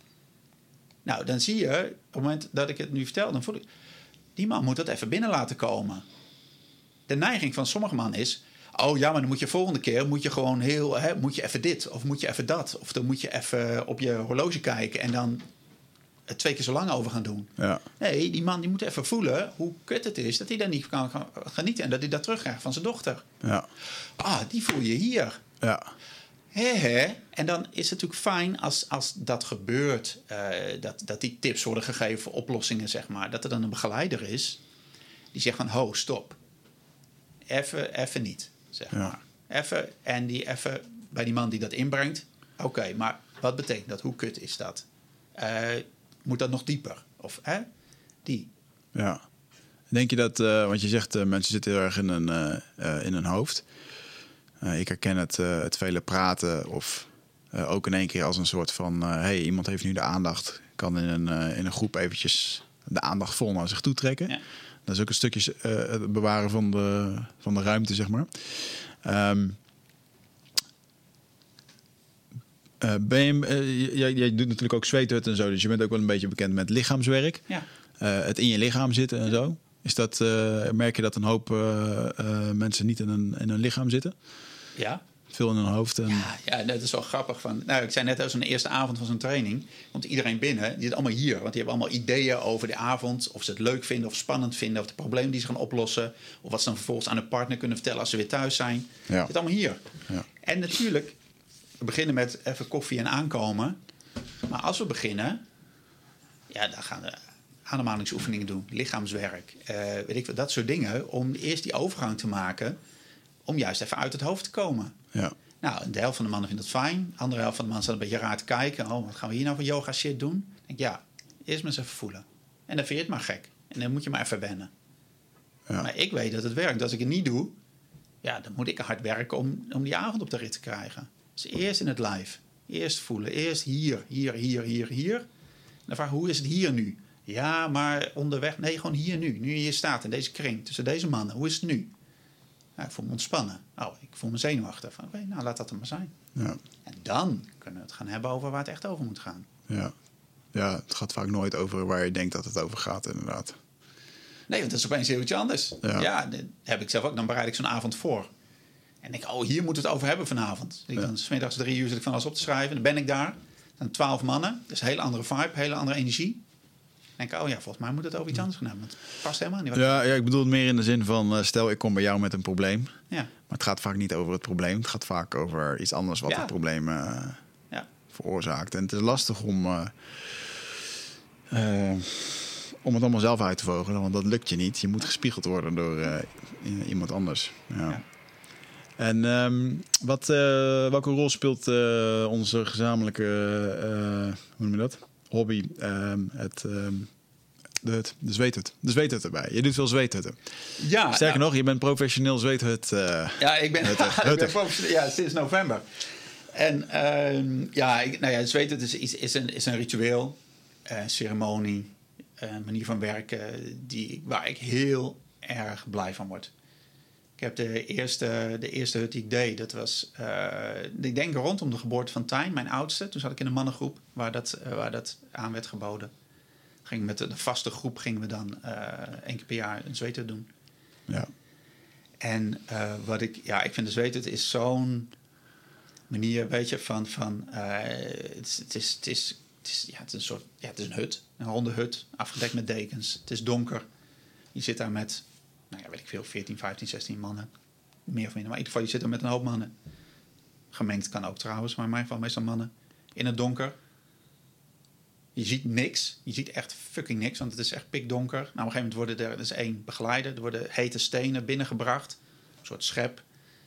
Nou, dan zie je, op het moment dat ik het nu vertel, dan voel ik, die man moet dat even binnen laten komen. De neiging van sommige mannen is, oh ja, maar dan moet je volgende keer, moet je gewoon heel, hè, moet je even dit, of moet je even dat. Of dan moet je even op je horloge kijken en dan het twee keer zo lang over gaan doen. Ja. Nee, die man die moet even voelen hoe kut het is dat hij daar niet kan genieten en dat hij dat terugkrijgt van zijn dochter. Ja. Ah, die voel je hier. Ja. He, he. En dan is het natuurlijk fijn als, als dat gebeurt, uh, dat, dat die tips worden gegeven voor oplossingen, zeg maar. Dat er dan een begeleider is die zegt van, ho, stop. Even, even niet, zeg ja. maar. Even, en die even bij die man die dat inbrengt. Oké, okay, maar wat betekent dat? Hoe kut is dat? Uh, moet dat nog dieper? Of, hè? Die. Ja. Denk je dat, uh, want je zegt, uh, mensen zitten heel erg in een, uh, uh, in hun hoofd. Uh, ik herken het, uh, het vele praten of uh, ook in één keer als een soort van, uh, hey, iemand heeft nu de aandacht, kan in een, uh, in een groep eventjes de aandacht vol naar zich toe trekken. Ja. Dat is ook een stukje uh, het bewaren van de, van de ruimte, zeg maar. Um, uh, ben je, uh, jij, jij doet natuurlijk ook zweethut en zo, dus je bent ook wel een beetje bekend met lichaamswerk. Ja. Uh, het in je lichaam zitten en zo. Is dat, uh, merk je dat een hoop uh, uh, mensen niet in een, in hun lichaam zitten? Ja, veel in hun hoofd. En... Ja, ja, dat is wel grappig. Van, nou, ik zei net, zo'n eerste avond van zo'n training. Komt iedereen binnen, die zit allemaal hier. Want die hebben allemaal ideeën over de avond. Of ze het leuk vinden of spannend vinden. Of de problemen die ze gaan oplossen. Of wat ze dan vervolgens aan hun partner kunnen vertellen als ze weer thuis zijn. Ja. Het zit allemaal hier. Ja. En natuurlijk, we beginnen met even koffie en aankomen. Maar als we beginnen, ja, dan gaan we ademhalingsoefeningen doen. Lichaamswerk. Uh, weet ik, dat soort dingen. Om eerst die overgang te maken. Om juist even uit het hoofd te komen. Ja. Nou, de helft van de mannen vindt het fijn. De andere helft van de mannen staat een beetje raar te kijken. Oh, wat gaan we hier nou voor yoga shit doen? Ik denk, ja, eerst maar eens even voelen. En dan vind je het maar gek. En dan moet je maar even wennen. Ja. Maar ik weet dat het werkt. Als ik het niet doe, ja, dan moet ik hard werken om, om die avond op de rit te krijgen. Dus eerst in het live. Eerst voelen. Eerst hier, hier, hier, hier, hier. En dan vraag ik, hoe is het hier nu? Ja, maar onderweg. Nee, gewoon hier nu. Nu je hier staat in deze kring tussen deze mannen. Hoe is het nu? Nou, ik voel me ontspannen. Oh, ik voel me zenuwachtig. Oké, okay, nou laat dat er maar zijn. Ja. En dan kunnen we het gaan hebben over waar het echt over moet gaan. Ja. Ja, het gaat vaak nooit over waar je denkt dat het over gaat, inderdaad. Nee, want dat is opeens heel iets anders. Ja, ja dat heb ik zelf ook. Dan bereid ik zo'n avond voor. En denk ik, oh, hier moeten we het over hebben vanavond. Ik ja. Dan 's middags drie uur zit ik van alles op te schrijven. Dan ben ik daar. Dan twaalf mannen. Dus een hele andere vibe, hele andere energie. Dan denk ik, oh ja, volgens mij moet het over iets anders gaan hebben. Want het past helemaal niet. Ja, ja, ik bedoel het meer in de zin van, uh, stel ik kom bij jou met een probleem. Ja. Maar het gaat vaak niet over het probleem. Het gaat vaak over iets anders wat ja. het probleem uh, ja. veroorzaakt. En het is lastig om, uh, uh, om het allemaal zelf uit te vogelen. Want dat lukt je niet. Je moet gespiegeld worden door uh, iemand anders. Ja. Ja. En um, wat, uh, welke rol speelt uh, onze gezamenlijke, uh, hoe noem je dat? hobby, um, het, um, de hut, de zweethut. De zweethut erbij. Je doet veel zweethutten. Ja, Sterker nou, nog, je bent professioneel zweethut. Uh, ja, ik ben, ik ben professioneel, ja, sinds november. En uh, ja, ik, nou ja, het zweethut is, is, is, een, is een ritueel, een ceremonie, een manier van werken die, waar ik heel erg blij van word. Ik heb de eerste, de eerste hut die ik deed, dat was, uh, ik denk rondom de geboorte van Tijn, mijn oudste. Toen zat ik in een mannengroep waar dat, uh, waar dat aan werd geboden. Ging met een vaste groep gingen we dan uh, één keer per jaar een zweethut doen. Ja. En uh, wat ik, ja, ik vind de zweethut is zo'n manier, weet je, van, van uh, het is, het is, het is, het is, ja, het is een soort, ja, het is een hut, een ronde hut, afgedekt met dekens. Het is donker. Je zit daar met, nou ja, weet ik veel, veertien, vijftien, zestien mannen. Meer of minder. Maar in ieder geval, je zit er met een hoop mannen. Gemengd kan ook trouwens, maar in mijn geval meestal mannen. In het donker. Je ziet niks. Je ziet echt fucking niks, want het is echt pikdonker. Nou, op een gegeven moment worden er, er is één begeleider. Er worden hete stenen binnengebracht. Een soort schep.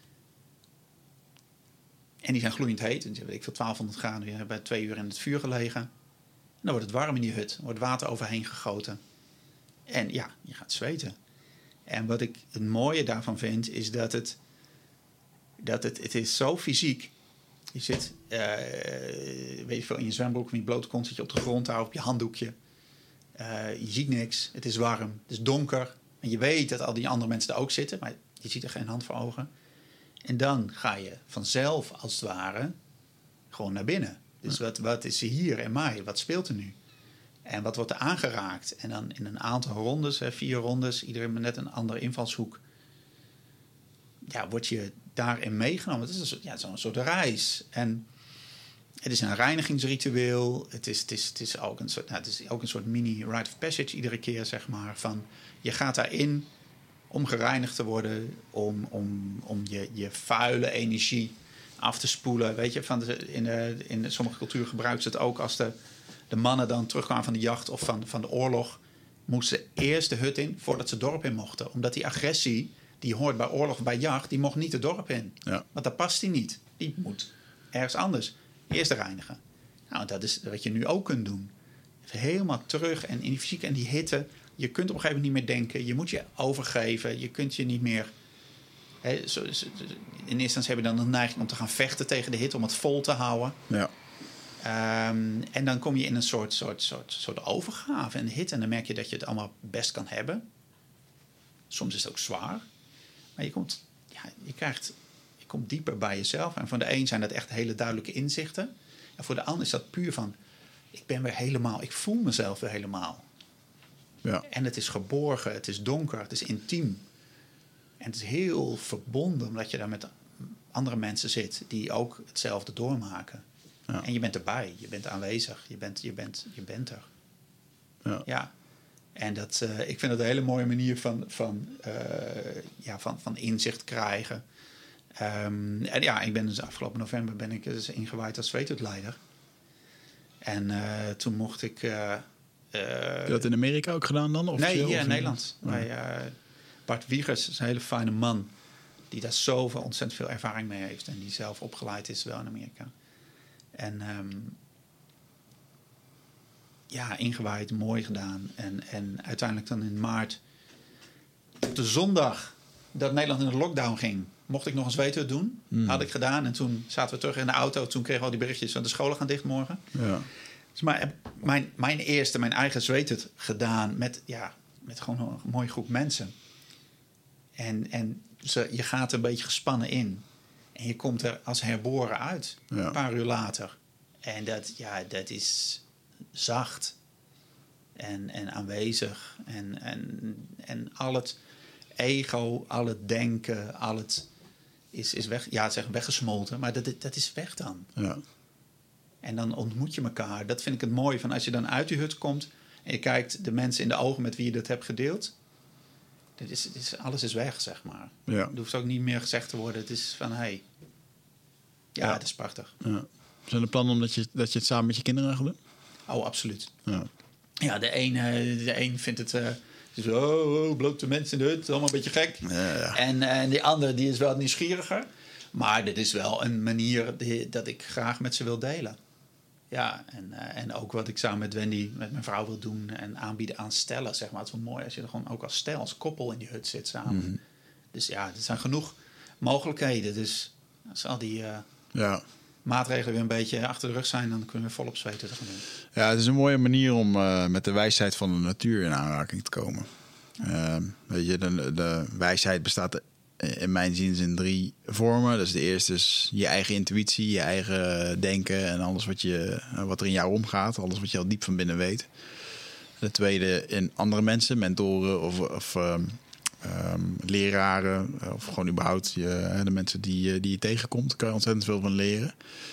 En die zijn gloeiend heet. Dus weet ik veel, twaalfhonderd graden. Je hebt bij twee uur in het vuur gelegen. En dan wordt het warm in die hut. Er wordt water overheen gegoten. En ja, je gaat zweten. En wat ik het mooie daarvan vind, is dat het, dat het, het is zo fysiek. Je zit, uh, weet je veel, in je zwembroek, in je blote kont zit je op de grond daar, op je handdoekje. Uh, je ziet niks, het is warm, het is donker. En je weet dat al die andere mensen er ook zitten, maar je ziet er geen hand voor ogen. En dan ga je vanzelf, als het ware, gewoon naar binnen. Dus wat, wat is er hier en mij? Wat speelt er nu? En wat wordt er aangeraakt? En dan in een aantal rondes, hè, vier rondes, iedereen met net een andere invalshoek. Ja, word je daarin meegenomen. Het is een soort, ja, zo'n soort reis. En het is een reinigingsritueel. Het is, het is, het is, ook, een soort, nou, het is ook een soort mini rite of passage iedere keer, zeg maar. Van, je gaat daarin om gereinigd te worden, om, om, om je, je vuile energie af te spoelen. Weet je, van de, in, de, in sommige culturen gebruiken ze het ook als de, de mannen dan terugkwamen van de jacht of van, van de oorlog. Moesten ze eerst de hut in voordat ze het dorp in mochten. Omdat die agressie die hoort bij oorlog, bij jacht, die mocht niet het dorp in. Ja. Want daar past die niet. Die moet ergens anders. Eerst reinigen. Nou, dat is wat je nu ook kunt doen. Even helemaal terug en in die fysiek en die hitte. Je kunt op een gegeven moment niet meer denken. Je moet je overgeven. Je kunt je niet meer... Hè, zo, zo, in eerste instantie heb je dan de neiging om te gaan vechten tegen de hitte, om het vol te houden. Ja. Um, en dan kom je in een soort, soort, soort, soort overgave en hitte. En dan merk je dat je het allemaal best kan hebben. Soms is het ook zwaar. Maar je komt, ja, je krijgt, je komt dieper bij jezelf. En voor de een zijn dat echt hele duidelijke inzichten. En voor de ander is dat puur van, ik ben weer helemaal, ik voel mezelf weer helemaal. Ja. En het is geborgen, het is donker, het is intiem. En het is heel verbonden, omdat je daar met andere mensen zit die ook hetzelfde doormaken. Ja. En je bent erbij, je bent aanwezig, je bent, je bent, je bent er. Ja. Ja. En dat, uh, ik vind dat een hele mooie manier van, van, uh, ja, van, van inzicht krijgen. Um, en ja, ik ben dus afgelopen november ben ik dus ingewijd als zweetutleider. En uh, toen mocht ik... Uh, uh, Heb je dat in Amerika ook gedaan dan? Of nee, hier hier of in Nederland. Ja. Bij, uh, Bart Wiegers is een hele fijne man. Die daar zoveel ontzettend veel ervaring mee heeft. En die zelf opgeleid is wel in Amerika. En um, ja, ingewijd, mooi gedaan. En, en uiteindelijk dan in maart, op de zondag dat Nederland in de lockdown ging, mocht ik nog een zweethut doen. Mm. Had ik gedaan. En toen zaten we terug in de auto. Toen kregen we al die berichtjes van de scholen gaan dicht morgen. Ja. Dus maar mijn, mijn eerste, mijn eigen zweethut gedaan met, ja, met gewoon een mooie groep mensen. En, en ze, je gaat er een beetje gespannen in. En je komt er als herboren uit. Ja. Een paar uur later. En dat, ja, dat is zacht. En, en aanwezig. En, en, en al het ego, al het denken, al het is, is weg. Ja, zeg weggesmolten. Maar dat, dat is weg dan. Ja. En dan ontmoet je elkaar. Dat vind ik het mooie van als je dan uit die hut komt. En je kijkt de mensen in de ogen met wie je dat hebt gedeeld. Dit is, dit is, alles is weg, zeg maar. Ja. Het hoeft ook niet meer gezegd te worden. Het is van, hé. Hey. Ja, ja, het is prachtig. Ja. Zijn er plannen omdat je, dat je het samen met je kinderen gaat doen? Oh, absoluut. Ja, ja de een, de een vindt het... Uh, zo, oh, blote mensen in de hut. Allemaal een beetje gek. Ja, ja. En, en die andere die is wel nieuwsgieriger. Maar dit is wel een manier die, dat ik graag met ze wil delen. Ja, en, uh, en ook wat ik samen met Wendy, met mijn vrouw wil doen en aanbieden aan stellen, zeg maar. Het is wel mooi als je er gewoon ook als stel, als koppel in die hut zit samen. Mm-hmm. Dus ja, er zijn genoeg mogelijkheden. Dus als al die uh, ja. maatregelen weer een beetje achter de rug zijn, dan kunnen we volop zweten te gaan doen. Ja, het is een mooie manier om uh, met de wijsheid van de natuur in aanraking te komen. Uh, weet je, de, de wijsheid bestaat in mijn zin in drie vormen. Dus de eerste is je eigen intuïtie, je eigen denken en alles wat, je, wat er in jou omgaat. Alles wat je al diep van binnen weet. De tweede in andere mensen, mentoren of, of um, um, leraren. Of gewoon überhaupt je, de mensen die, die je tegenkomt. Daar kan je ontzettend veel van leren.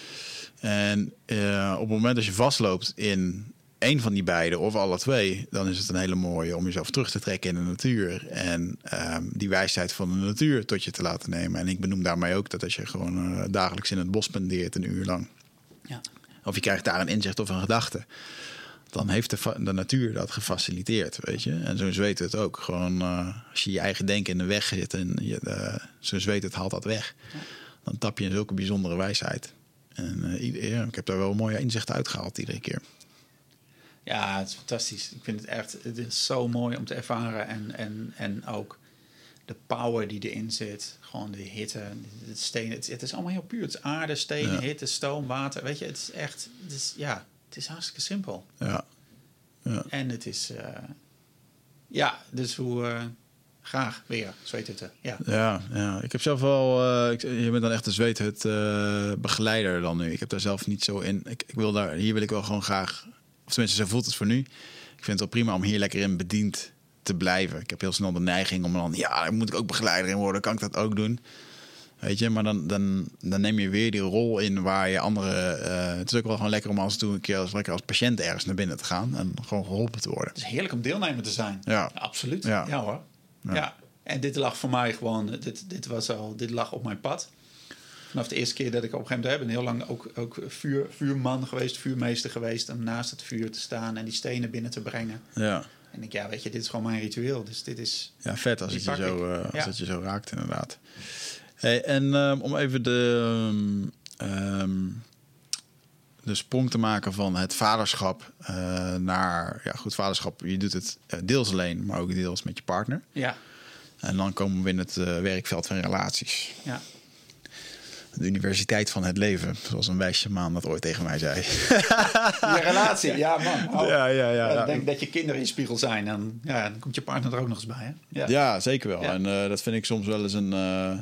En uh, op het moment dat je vastloopt in één van die beide of alle twee, dan is het een hele mooie om jezelf terug te trekken in de natuur en um, die wijsheid van de natuur tot je te laten nemen. En ik benoem daarmee ook dat als je gewoon uh, dagelijks in het bos spendeert een uur lang, ja. of je krijgt daar een inzicht of een gedachte, dan heeft de, fa- de natuur dat gefaciliteerd, weet je. En zo'n zweet het ook. Gewoon uh, als je je eigen denken in de weg zit en je, uh, zo'n zweet het haalt dat weg, ja. dan tap je in zulke bijzondere wijsheid. En uh, ieder, ja, ik heb daar wel mooie inzichten uitgehaald iedere keer. Ja, het is fantastisch. Ik vind het echt, het is zo mooi om te ervaren. En, en, en ook de power die erin zit. Gewoon de hitte, het stenen. Het, het is allemaal heel puur. Het is aarde, stenen, ja. hitte, stoom, water. Weet je, het is echt, het is, ja, het is hartstikke simpel. Ja. Ja. En het is, uh, ja, dus hoe, uh, graag weer zweethutten. Ja. Ja, ja, ik heb zelf wel, uh, ik, je bent dan echt een zweethut uh, begeleider dan nu. Ik heb daar zelf niet zo in. Ik, ik wil daar, hier wil ik wel gewoon graag, of tenminste zo voelt het voor nu. Ik vind het wel prima om hier lekker in bediend te blijven. Ik heb heel snel de neiging om dan, ja, daar moet ik ook begeleider in worden. Kan ik dat ook doen? Weet je, maar dan, dan, dan neem je weer die rol in waar je andere... Uh, het is ook wel gewoon lekker om als toe een keer als, lekker als patiënt ergens naar binnen te gaan en gewoon geholpen te worden. Het is heerlijk om deelnemer te zijn. Ja. Ja, absoluut. Ja, ja hoor. Ja. ja. En dit lag voor mij gewoon, dit, dit was al, dit lag op mijn pad. Vanaf de eerste keer dat ik op een gegeven moment heb, en heel lang ook, ook vuur, vuurman geweest, vuurmeester geweest, om naast het vuur te staan en die stenen binnen te brengen. Ja. En ik, ja, weet je, dit is gewoon mijn ritueel. Dus dit is. Ja, vet als het je zo, uh, als ja. het je zo raakt, inderdaad. Hey, en um, om even de, um, de sprong te maken van het vaderschap uh, naar... Ja, goed, vaderschap, je doet het uh, deels alleen, maar ook deels met je partner. Ja. En dan komen we in het uh, werkveld van relaties. Ja. De universiteit van het leven, zoals een wijsje man dat ooit tegen mij zei. Je relatie, ja man. Oh. Ja, ja, ja. Ik denk dat je kinderen je spiegel zijn. En ja, dan komt je partner er ook nog eens bij. Hè? Ja. ja, zeker wel. Ja. En uh, dat vind ik soms wel eens een... Uh,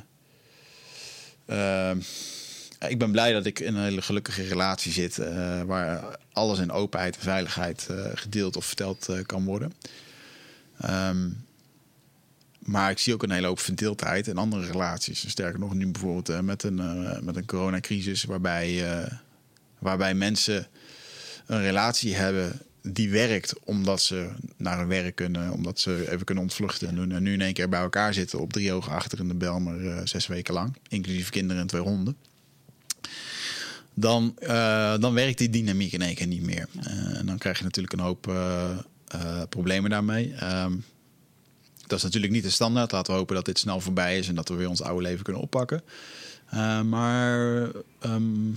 uh, ik ben blij dat ik in een hele gelukkige relatie zit, Uh, waar alles in openheid en veiligheid uh, gedeeld of verteld uh, kan worden. Um, maar ik zie ook een hele hoop verdeeldheid in andere relaties. Sterker nog, nu bijvoorbeeld uh, met een, uh, met een coronacrisis... Waarbij, uh, waarbij mensen een relatie hebben die werkt... omdat ze naar hun werk kunnen, omdat ze even kunnen ontvluchten... en doen, en nu in één keer bij elkaar zitten op drie ogen achter in de bel... maar uh, zes weken lang, inclusief kinderen en twee honden... Dan, uh, dan werkt die dynamiek in één keer niet meer. Uh, en dan krijg je natuurlijk een hoop uh, uh, problemen daarmee. Um, dat is natuurlijk niet de standaard. Laten we hopen dat dit snel voorbij is... en dat we weer ons oude leven kunnen oppakken. Uh, maar um,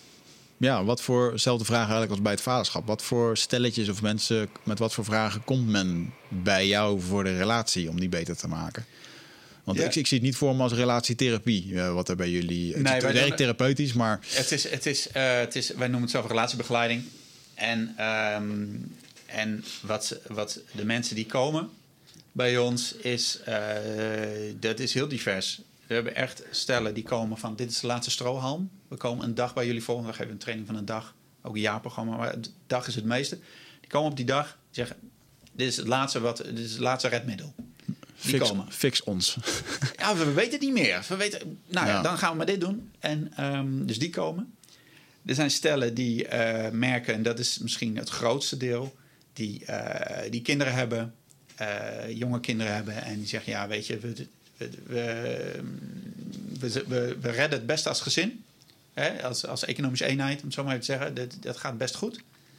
ja, wat voor... Zelfde vraag eigenlijk als bij het vaderschap. Wat voor stelletjes of mensen... met wat voor vragen komt men bij jou voor de relatie... om die beter te maken? Want ja. ik, ik zie het niet voor me als relatietherapie, uh, wat er bij jullie... Nee, het werkt therapeutisch, maar... Het is, het is, uh, het is, wij noemen het zelf relatiebegeleiding. En, um, en wat, wat de mensen die komen bij ons is... Uh, dat is heel divers. We hebben echt stellen die komen van... dit is de laatste strohalm. We komen een dag bij jullie volgen. We geven een training van een dag. Ook een jaarprogramma, maar de dag is het meeste. Die komen op die dag en zeggen... dit is het laatste, wat, dit is het laatste redmiddel. Die fix, komen. Fix ons. Ja, we weten het niet meer. We weten, nou ja, ja, dan gaan we maar dit doen. En um, dus die komen. Er zijn stellen die uh, merken, en dat is misschien het grootste deel... die, uh, die kinderen hebben, uh, jonge kinderen hebben... en die zeggen, ja, weet je, we, we, we, we, we, we redden het best als gezin. Hè? Als, als economische eenheid, om het zo maar even te zeggen. Dat, dat gaat best goed.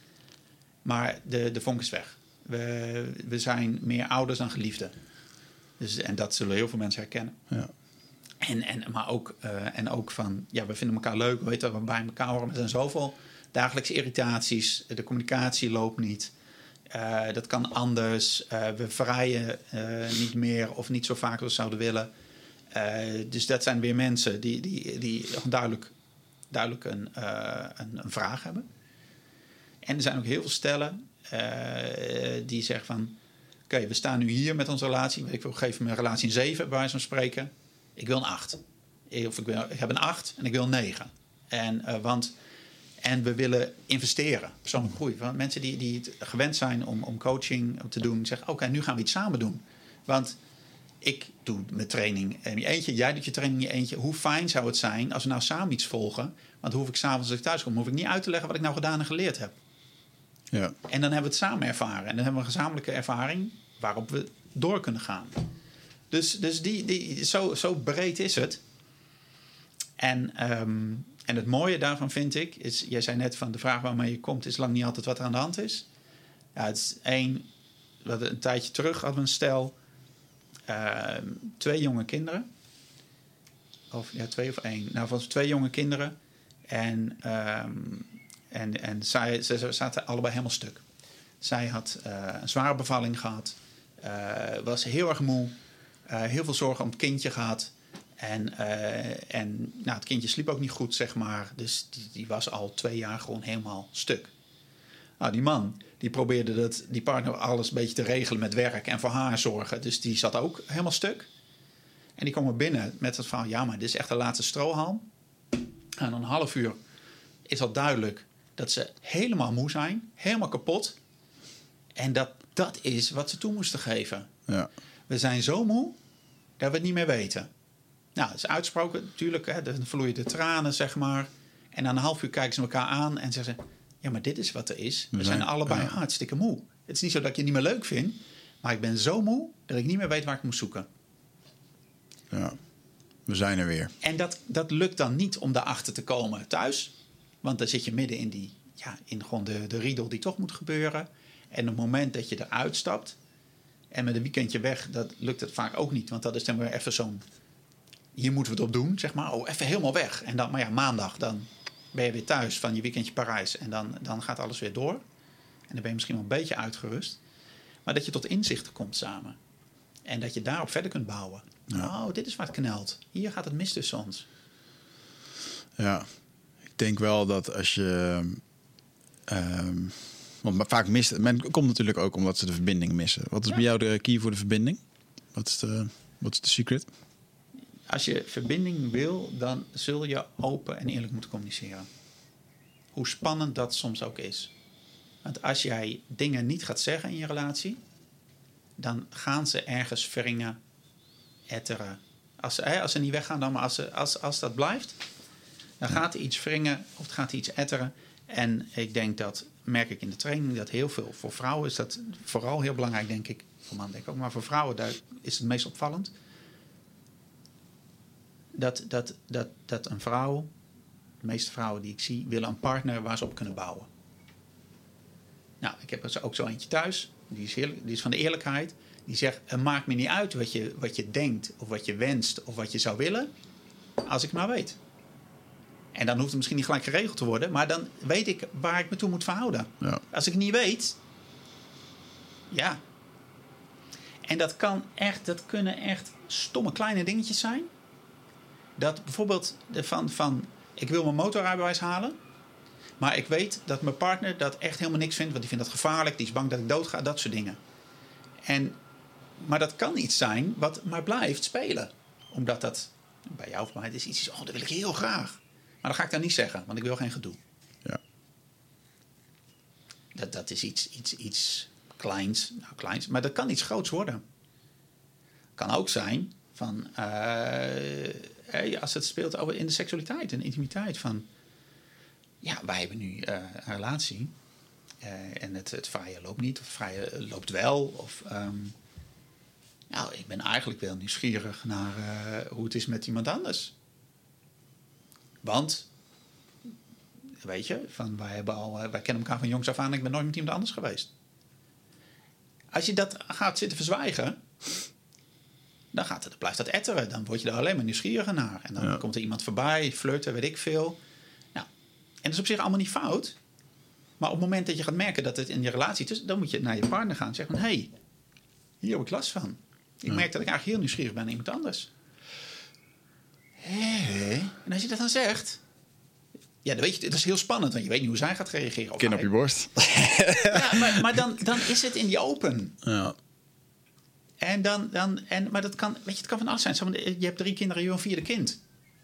Maar de, de vonk is weg. We, we zijn meer ouders dan geliefden. Dus, en dat zullen heel veel mensen herkennen. Ja. En, en, maar ook, uh, en ook van, ja, we vinden elkaar leuk. We weten dat we bij elkaar horen. Er zijn zoveel dagelijkse irritaties. De communicatie loopt niet. Uh, dat kan anders. Uh, we vrijen uh, niet meer of niet zo vaak als we zouden willen. Uh, dus dat zijn weer mensen die, die, die duidelijk, duidelijk een, uh, een, een vraag hebben. En er zijn ook heel veel stellen uh, die zeggen van... Oké, okay, we staan nu hier met onze relatie. Ik wil geven mijn relatie een zeven, bij wijze van spreken. Ik wil een acht. Of ik, wil, ik heb een acht en ik wil een negen. En, uh, want, en we willen investeren, persoonlijke groei. Want mensen die, die het gewend zijn om, om coaching te doen... zeggen, oké, okay, nu gaan we iets samen doen. Want ik doe mijn training in je eentje. Jij doet je training in je eentje. Hoe fijn zou het zijn als we nou samen iets volgen? Want dan hoef ik s'avonds als ik thuis kom... hoef ik niet uit te leggen wat ik nou gedaan en geleerd heb. Ja. En dan hebben we het samen ervaren. En dan hebben we een gezamenlijke ervaring... waarop we door kunnen gaan. Dus, dus die, die, zo, zo breed is het. En, um, en het mooie daarvan vind ik... is, jij zei net van de vraag waarmee je komt... is lang niet altijd wat er aan de hand is. Ja, het is één... Een tijdje terug hadden we een stel... Uh, twee jonge kinderen. Of ja, twee of één. Nou, van twee jonge kinderen. En, um, en, en zij, ze zaten allebei helemaal stuk. Zij had uh, een zware bevalling gehad. Uh, was heel erg moe. Uh, heel veel zorgen om het kindje gehad. En, uh, en nou, het kindje sliep ook niet goed, zeg maar. Dus die, die was al twee jaar gewoon helemaal stuk. Nou, die man, die probeerde dat, die partner alles een beetje te regelen met werk en voor haar zorgen. Dus die zat ook helemaal stuk. En die kwam er binnen met het verhaal... ja, maar dit is echt de laatste strohalm. En na een half uur is al duidelijk dat ze helemaal moe zijn. Helemaal kapot. En dat, dat is wat ze toe moesten geven. Ja. We zijn zo moe dat we het niet meer weten. Nou, dat is uitsproken natuurlijk. Hè, dan vloeien de tranen, zeg maar. En na een half uur kijken ze elkaar aan en zeggen ze... ja, maar dit is wat er is. We zijn allebei ja. hartstikke moe. Het is niet zo dat ik je niet meer leuk vind... maar ik ben zo moe dat ik niet meer weet waar ik moet zoeken. Ja, we zijn er weer. En dat, dat lukt dan niet om daarachter te komen thuis. Want dan zit je midden in, die, ja, in gewoon de, de riedel die toch moet gebeuren... En op het moment dat je eruit stapt... en met een weekendje weg, dat lukt het vaak ook niet. Want dat is dan weer even zo'n... hier moeten we het op doen, zeg maar. Oh, even helemaal weg. En dan, maar ja, maandag, dan ben je weer thuis van je weekendje Parijs... en dan, dan gaat alles weer door. En dan ben je misschien wel een beetje uitgerust. Maar dat je tot inzichten komt samen. En dat je daarop verder kunt bouwen. Ja. Oh, dit is waar het knelt. Hier gaat het mis tussen ons. Ja, ik denk wel dat als je... Um, want vaak mist... Men komt natuurlijk ook omdat ze de verbinding missen. Wat is ja. bij jou de key voor de verbinding? Wat is de, wat is de secret? Als je verbinding wil, dan zul je open en eerlijk moeten communiceren. Hoe spannend dat soms ook is. Want als jij dingen niet gaat zeggen in je relatie... dan gaan ze ergens wringen etteren. Als, hè, als ze niet weggaan dan, maar als, ze, als, als dat blijft... dan gaat er iets wringen of het gaat er iets etteren. En ik denk dat, merk ik in de training... dat heel veel, voor vrouwen is dat vooral heel belangrijk, denk ik. Voor mannen denk ik ook, maar voor vrouwen daar is het meest opvallend. Dat, dat, dat, dat een vrouw, de meeste vrouwen die ik zie... willen een partner waar ze op kunnen bouwen. Nou, ik heb er ook zo eentje thuis. Die is, heel, die is van de eerlijkheid. Die zegt, het maakt me niet uit wat je, wat je denkt... of wat je wenst of wat je zou willen... als ik het maar weet. En dan hoeft het misschien niet gelijk geregeld te worden... maar dan weet ik waar ik me toe moet verhouden. Ja. Als ik het niet weet... ja. En dat, kan echt, dat kunnen echt stomme kleine dingetjes zijn. Dat bijvoorbeeld de van, van... ik wil mijn motorrijbewijs halen... maar ik weet dat mijn partner dat echt helemaal niks vindt... want die vindt dat gevaarlijk, die is bang dat ik doodga, dat soort dingen. En, maar dat kan iets zijn wat maar blijft spelen. Omdat dat bij jou of mij is iets... oh, dat wil ik heel graag. Maar dat ga ik dan niet zeggen, want ik wil geen gedoe. Ja. Dat, dat is iets, iets, iets kleins, nou kleins, maar dat kan iets groots worden. Kan ook zijn van... Uh, hey, als het speelt over in de seksualiteit en intimiteit van... ja, wij hebben nu uh, een relatie... Uh, en het, het vrije loopt niet, of het vrije loopt wel. Of, um, nou, ik ben eigenlijk wel nieuwsgierig naar uh, hoe het is met iemand anders. Want, weet je, van, wij, hebben al, uh, wij kennen elkaar van jongs af aan... en ik ben nooit met iemand anders geweest. Als je dat gaat zitten verzwijgen... dan, gaat het, dan blijft dat etteren. Dan word je er alleen maar nieuwsgieriger naar. En dan ja. komt er iemand voorbij, flirten, weet ik veel. Nou, en dat is op zich allemaal niet fout... Maar op het moment dat je gaat merken dat het in je relatie is... dan moet je naar je partner gaan en zeggen... hé, hey, hier heb ik last van. Ik ja. merk dat ik eigenlijk heel nieuwsgierig ben naar iemand anders. Hé? En als je dat dan zegt... ja, dan weet je, dat is heel spannend... want je weet niet hoe zij gaat reageren. Kin op je borst. Ja, maar, maar dan, dan is het in die open. Ja. En dan, dan, en, maar dat kan, weet je, het kan van alles zijn. Je hebt drie kinderen, je wil een vierde kind.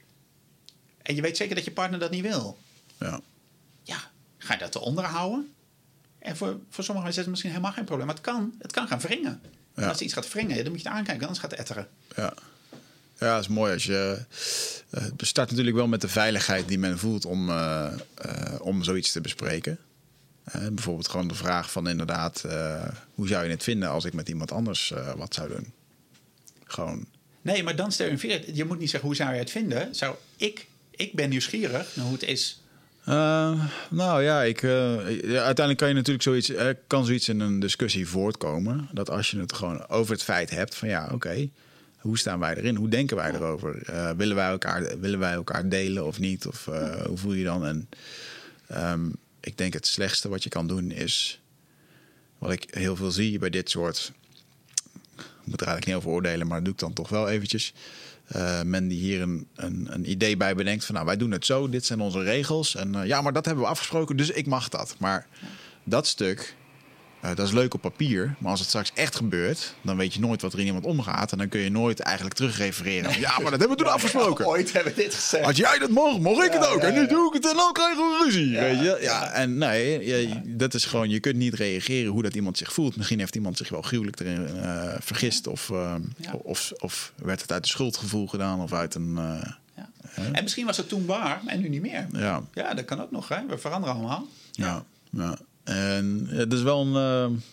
En je weet zeker dat je partner dat niet wil. Ja. Ja. Ga je dat eronder houden? En voor, voor sommigen is het misschien helemaal geen probleem. Maar het kan, het kan gaan wringen. Ja. En als iets gaat wringen, dan moet je het aankijken. Anders gaat het etteren. Ja, ja, dat is mooi. Als je, uh, het start natuurlijk wel met de veiligheid die men voelt om, uh, uh, om zoiets te bespreken. Uh, bijvoorbeeld gewoon de vraag van inderdaad... Uh, hoe zou je het vinden als ik met iemand anders uh, wat zou doen? Gewoon... Nee, maar dan stel je een Je moet niet zeggen hoe zou je het vinden. Zou ik, ik ben nieuwsgierig naar hoe het is... Uh, nou ja, ik, uh, ja, uiteindelijk kan je natuurlijk zoiets, uh, kan zoiets in een discussie voortkomen. Dat als je het gewoon over het feit hebt van ja, oké, okay, hoe staan wij erin? Hoe denken wij erover? Uh, willen, wij elkaar, willen wij elkaar delen of niet? Of uh, hoe voel je dan? En um, ik denk het slechtste wat je kan doen is, wat ik heel veel zie bij dit soort, ik moet er eigenlijk niet over oordelen, maar dat doe ik dan toch wel eventjes. Uh, men die hier een, een, een idee bij bedenkt van... nou, wij doen het zo, dit zijn onze regels. En uh, ja, maar dat hebben we afgesproken, dus ik mag dat. Maar ja. dat stuk, uh, dat is leuk op papier. Maar als het straks echt gebeurt... dan weet je nooit wat er in iemand omgaat. En dan kun je nooit eigenlijk terugrefereren. Nee. Ja, maar dat hebben we toen afgesproken. Ja, ooit hebben we dit gezegd. Als jij dat mag, mag ik ja, het ook. Ja, en nu ja. doe ik het en dan krijgen we ruzie. Ja, weet je? Ja, ja. En nee, je, ja. dat is gewoon... je kunt niet reageren hoe dat iemand zich voelt. Misschien heeft iemand zich wel gruwelijk erin uh, vergist. Of, uh, ja. of, of werd het uit een schuldgevoel gedaan. Of uit een... Uh, ja. uh, en misschien was het toen waar en nu niet meer. Ja, ja dat kan ook nog. Hè? We veranderen allemaal. Ja, ja. ja. En het is wel een... Uh,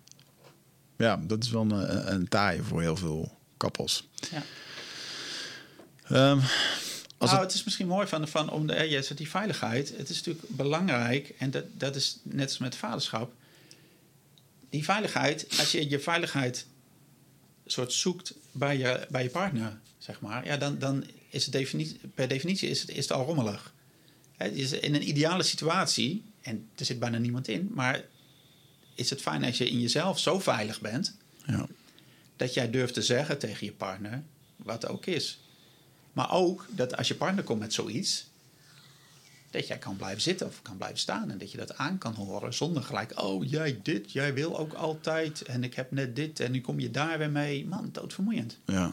ja, dat is wel een, een taai voor heel veel koppels. Ja. Um, als nou, het... het is misschien mooi van, van om de, je zegt die veiligheid. Het is natuurlijk belangrijk, en dat, dat is net als met vaderschap. Die veiligheid, als je je veiligheid soort zoekt bij je, bij je partner, zeg maar, ja, dan, dan is het definitie, per definitie is het, is het al rommelig. He, is in een ideale situatie, en er zit bijna niemand in, maar is het fijn als je in jezelf zo veilig bent, ja. dat jij durft te zeggen tegen je partner wat er ook is. Maar ook dat als je partner komt met zoiets, dat jij kan blijven zitten of kan blijven staan. En dat je dat aan kan horen zonder gelijk, oh jij dit, jij wil ook altijd. En ik heb net dit en nu kom je daar weer mee. Man, doodvermoeiend. Ja,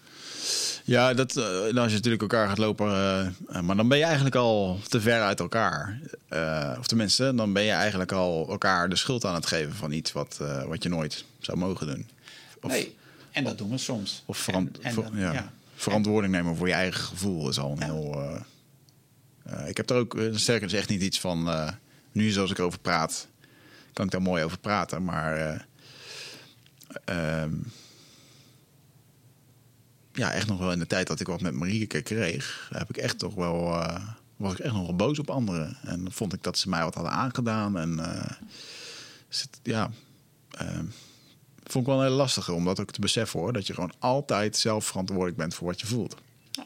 ja dat, uh, als je natuurlijk elkaar gaat lopen, uh, maar dan ben je eigenlijk al te ver uit elkaar. Uh, of tenminste, dan ben je eigenlijk al elkaar de schuld aan het geven van iets wat, uh, wat je nooit zou mogen doen. Of, nee. En dat doen we soms. Of verant- en, en ver- dan, ja. ja. verantwoording nemen voor je eigen gevoel is al een Ja. heel... Uh, uh, ik heb er ook... Uh, sterker is echt niet iets van... Uh, nu zoals ik erover praat... kan ik daar mooi over praten. Maar... Uh, um, ja, echt nog wel in de tijd dat ik wat met Marieke kreeg... heb ik echt toch wel... Uh, was ik echt nog wel boos op anderen. En dan vond ik dat ze mij wat hadden aangedaan. En uh, zit, ja... Uh, vond ik wel een hele lastige om dat ook te beseffen, hoor. Dat je gewoon altijd zelf verantwoordelijk bent voor wat je voelt. Ja.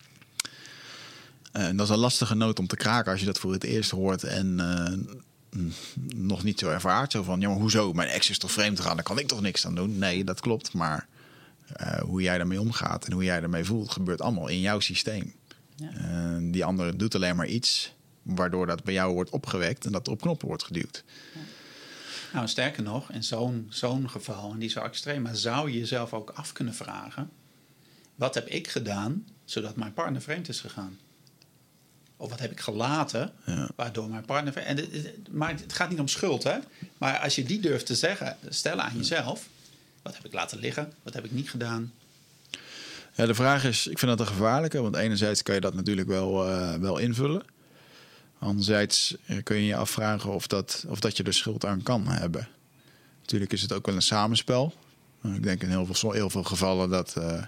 En dat is een lastige noot om te kraken als je dat voor het eerst hoort en uh, nog niet zo ervaart. Zo van, ja, maar hoezo? Mijn ex is toch vreemd gegaan? Daar kan ik toch niks aan doen? Nee, dat klopt. Maar uh, hoe jij daarmee omgaat en hoe jij daarmee voelt, gebeurt allemaal in jouw systeem. Ja. Uh, die andere doet alleen maar iets waardoor dat bij jou wordt opgewekt en dat er op knoppen wordt geduwd. Ja. Nou, sterker nog, in zo'n, zo'n geval, en die zo extreem, maar zou je jezelf ook af kunnen vragen: wat heb ik gedaan zodat mijn partner vreemd is gegaan? Of wat heb ik gelaten ja. waardoor mijn partner vreemd... En het, het, maar het gaat niet om schuld, hè? Maar als je die durft te zeggen, stellen aan jezelf: wat heb ik laten liggen? Wat heb ik niet gedaan? Ja, de vraag is, ik vind dat een gevaarlijke, want enerzijds kan je dat natuurlijk wel, uh, wel invullen. Anderzijds kun je je afvragen of dat, of dat je er schuld aan kan hebben. Natuurlijk is het ook wel een samenspel. Ik denk in heel veel, heel veel gevallen dat... Uh,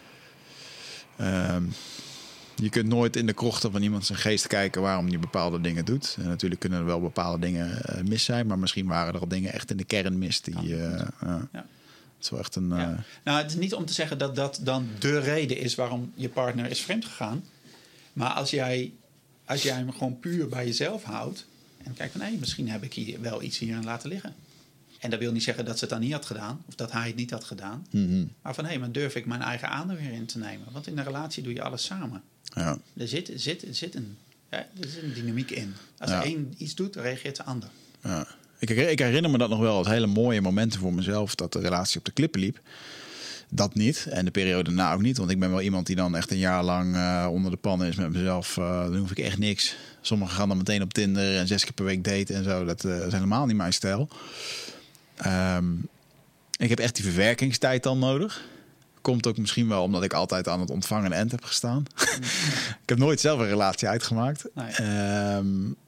uh, je kunt nooit in de krochten van iemand zijn geest kijken waarom die bepaalde dingen doet. En natuurlijk kunnen er wel bepaalde dingen uh, mis zijn, maar misschien waren er al dingen echt in de kern mis. Die, uh, uh, ja. Het is wel echt een... Uh... Ja. Nou, het is niet om te zeggen dat dat dan de reden is waarom je partner is vreemd gegaan. Maar als jij... Als jij hem gewoon puur bij jezelf houdt en kijkt van, hé, hey, misschien heb ik hier wel iets hierin laten liggen. En dat wil niet zeggen dat ze het dan niet had gedaan of dat hij het niet had gedaan. Mm-hmm. Maar van, hé, hey, maar durf ik mijn eigen aandeel weer in te nemen? Want in een relatie doe je alles samen. Ja. Er zit, zit, zit, een, ja, er zit een dynamiek in. Als ja. er één iets doet, reageert de ander. Ja. Ik, ik herinner me dat nog wel als hele mooie momenten voor mezelf, dat de relatie op de klippen liep. Dat niet. En de periode daarna ook niet. Want ik ben wel iemand die dan echt een jaar lang uh, onder de pannen is met mezelf. Uh, dan hoef ik echt niks. Sommigen gaan dan meteen op Tinder en zes keer per week daten en zo. Dat uh, is helemaal niet mijn stijl. Um, ik heb echt die verwerkingstijd dan nodig. Komt ook misschien wel omdat ik altijd aan het ontvangende end heb gestaan. Mm. Ik heb nooit zelf een relatie uitgemaakt. Nee. Um,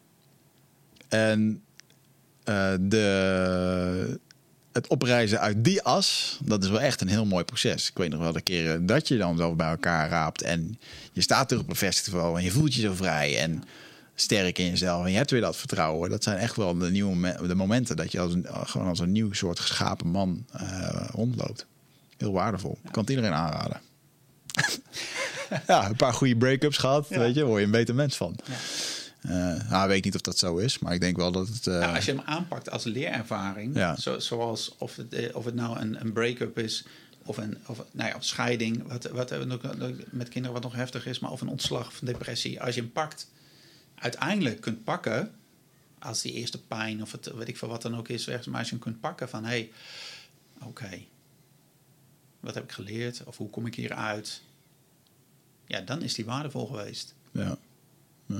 en uh, de... Het opreizen uit die as, dat is wel echt een heel mooi proces. Ik weet nog wel de keren dat je dan zo bij elkaar raapt en je staat terug op een festival en je voelt je zo vrij en sterk in jezelf en je hebt weer dat vertrouwen. Dat zijn echt wel de nieuwe de momenten dat je als een, gewoon als een nieuw soort geschapen man uh, rondloopt. Heel waardevol. Ik kan het iedereen aanraden. Ja, een paar goede break-ups gehad, ja. Weet je, word je een beter mens van. Ja. Uh, nou, ik weet niet of dat zo is, maar ik denk wel dat het... Uh... Nou, als je hem aanpakt als leerervaring, ja. zo, zoals of het, of het nou een, een break-up is of een of, nou ja, of scheiding, wat, wat met kinderen wat nog heftig is, maar of een ontslag of een depressie. Als je hem pakt, uiteindelijk kunt pakken, als die eerste pijn of het weet ik veel wat dan ook is, maar als je hem kunt pakken van, hé, hey, oké, okay, wat heb ik geleerd of hoe kom ik hieruit? Ja, dan is die waardevol geweest. Ja, ja.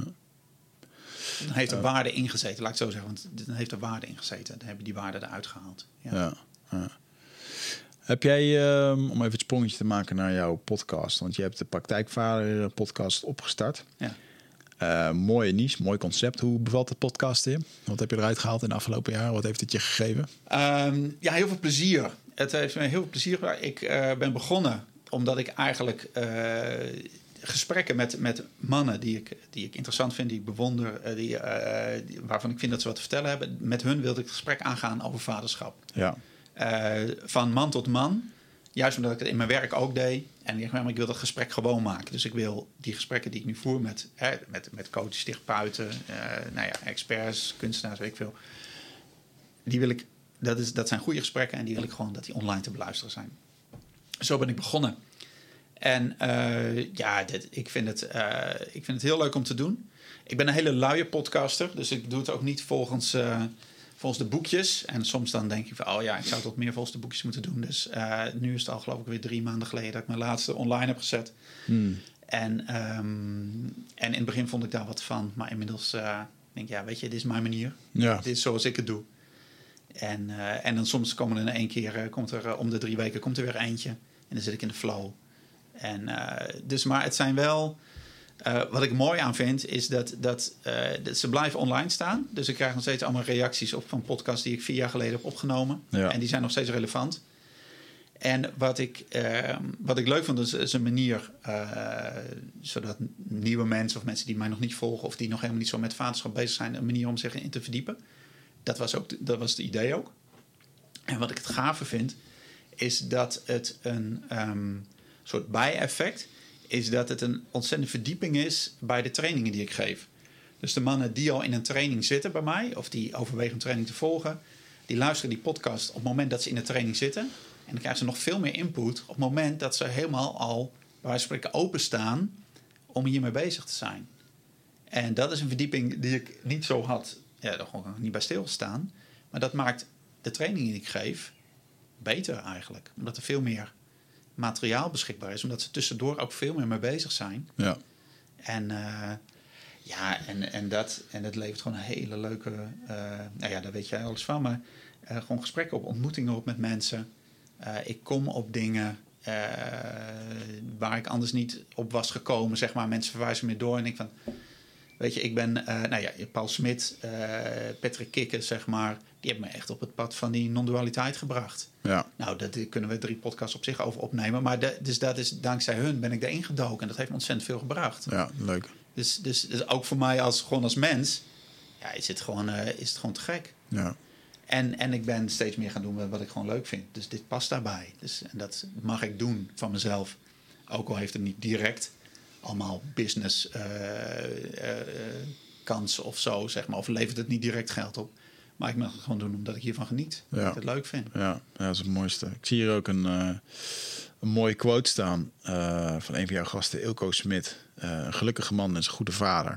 Dan heeft er waarde ingezeten, laat ik het zo zeggen. Want dan heeft er waarde ingezeten. Dan hebben die waarde eruit gehaald. Ja. Ja, ja. Heb jij, um, om even het sprongetje te maken naar jouw podcast. Want je hebt de Praktijkvader podcast opgestart. Ja. Uh, mooie niche, mooi concept. Hoe bevalt de podcast in? Wat heb je eruit gehaald in de afgelopen jaren? Wat heeft het je gegeven? Um, ja, heel veel plezier. Het heeft me heel veel plezier gedaan. Ik uh, ben begonnen omdat ik eigenlijk... Uh, gesprekken met, met mannen die ik, die ik interessant vind, die ik bewonder, die, uh, die, waarvan ik vind dat ze wat te vertellen hebben. Met hun wilde ik het gesprek aangaan over vaderschap. Ja. Uh, van man tot man. Juist omdat ik het in mijn werk ook deed. En ik, maar ik wil dat gesprek gewoon maken. Dus ik wil die gesprekken die ik nu voer met, hè, met, met coaches, therapeuten, uh, nou ja, experts, kunstenaars, weet ik veel. Die wil ik, dat, is, dat zijn goede gesprekken en die wil ik gewoon dat die online te beluisteren zijn. Zo ben ik begonnen. En uh, ja, dit, ik, vind het, uh, ik vind het heel leuk om te doen. Ik ben een hele luie podcaster, dus ik doe het ook niet volgens, uh, volgens de boekjes. En soms dan denk ik van, oh ja, ik zou het wat meer volgens de boekjes moeten doen. Dus uh, nu is het al geloof ik weer drie maanden geleden dat ik mijn laatste online heb gezet. Hmm. En, um, en in het begin vond ik daar wat van, maar inmiddels uh, denk ik, ja, weet je, dit is mijn manier. Ja. Dit is zoals ik het doe. En, uh, en dan soms komen er in één keer, uh, komt er uh, om de drie weken komt er weer eentje. En dan zit ik in de flow. En, uh, dus, maar het zijn wel... Uh, wat ik mooi aan vind, is dat, dat, uh, dat ze blijven online staan. Dus ik krijg nog steeds allemaal reacties op van podcasts die ik vier jaar geleden heb opgenomen. Ja. En die zijn nog steeds relevant. En wat ik, uh, wat ik leuk vond, is, is een manier... Uh, zodat nieuwe mensen of mensen die mij nog niet volgen... of die nog helemaal niet zo met vaderschap bezig zijn... een manier om zich in te verdiepen. Dat was, ook, dat was het idee ook. En wat ik het gave vind, is dat het een um, soort bijeffect... is dat het een ontzettende verdieping is bij de trainingen die ik geef. Dus de mannen die al in een training zitten bij mij... of die overwegen een training te volgen... die luisteren die podcast op het moment dat ze in de training zitten... en dan krijgen ze nog veel meer input... op het moment dat ze helemaal al, bij wijze van spreken, openstaan... om hiermee bezig te zijn. En dat is een verdieping die ik niet zo had... ja, daar gewoon niet bij stilstaan. Maar dat maakt de training die ik geef beter eigenlijk. Omdat er veel meer materiaal beschikbaar is. Omdat ze tussendoor ook veel meer mee bezig zijn. Ja. En, uh, ja, en, en, dat, en dat levert gewoon een hele leuke... Uh, nou ja, daar weet jij alles van. Maar uh, gewoon gesprekken op, ontmoetingen op met mensen. Uh, ik kom op dingen uh, waar ik anders niet op was gekomen. Zeg maar. Mensen verwijzen me door en ik van... Weet je, ik ben, uh, nou ja, Paul Smit, uh, Patrick Kikker, zeg maar... die hebben me echt op het pad van die non-dualiteit gebracht. Ja. Nou, daar kunnen we drie podcasts op zich over opnemen. Maar de, dus dat is, dankzij hun ben ik daarin gedoken. En dat heeft me ontzettend veel gebracht. Ja, leuk. Dus, dus, dus ook voor mij als, gewoon als mens... ja, is het gewoon, uh, is het gewoon te gek. Ja. En, en ik ben steeds meer gaan doen wat ik gewoon leuk vind. Dus dit past daarbij. Dus, en dat mag ik doen van mezelf. Ook al heeft het niet direct... allemaal business uh, uh, kansen of zo, zeg maar. Of levert het niet direct geld op. Maar ik mag het gewoon doen omdat ik hiervan geniet. Ja. Dat ik het leuk vind. Ja, ja, dat is het mooiste. Ik zie hier ook een, uh, een mooie quote staan... Uh, van een van jouw gasten, Ilko Smit. Uh, een gelukkige man is een goede vader.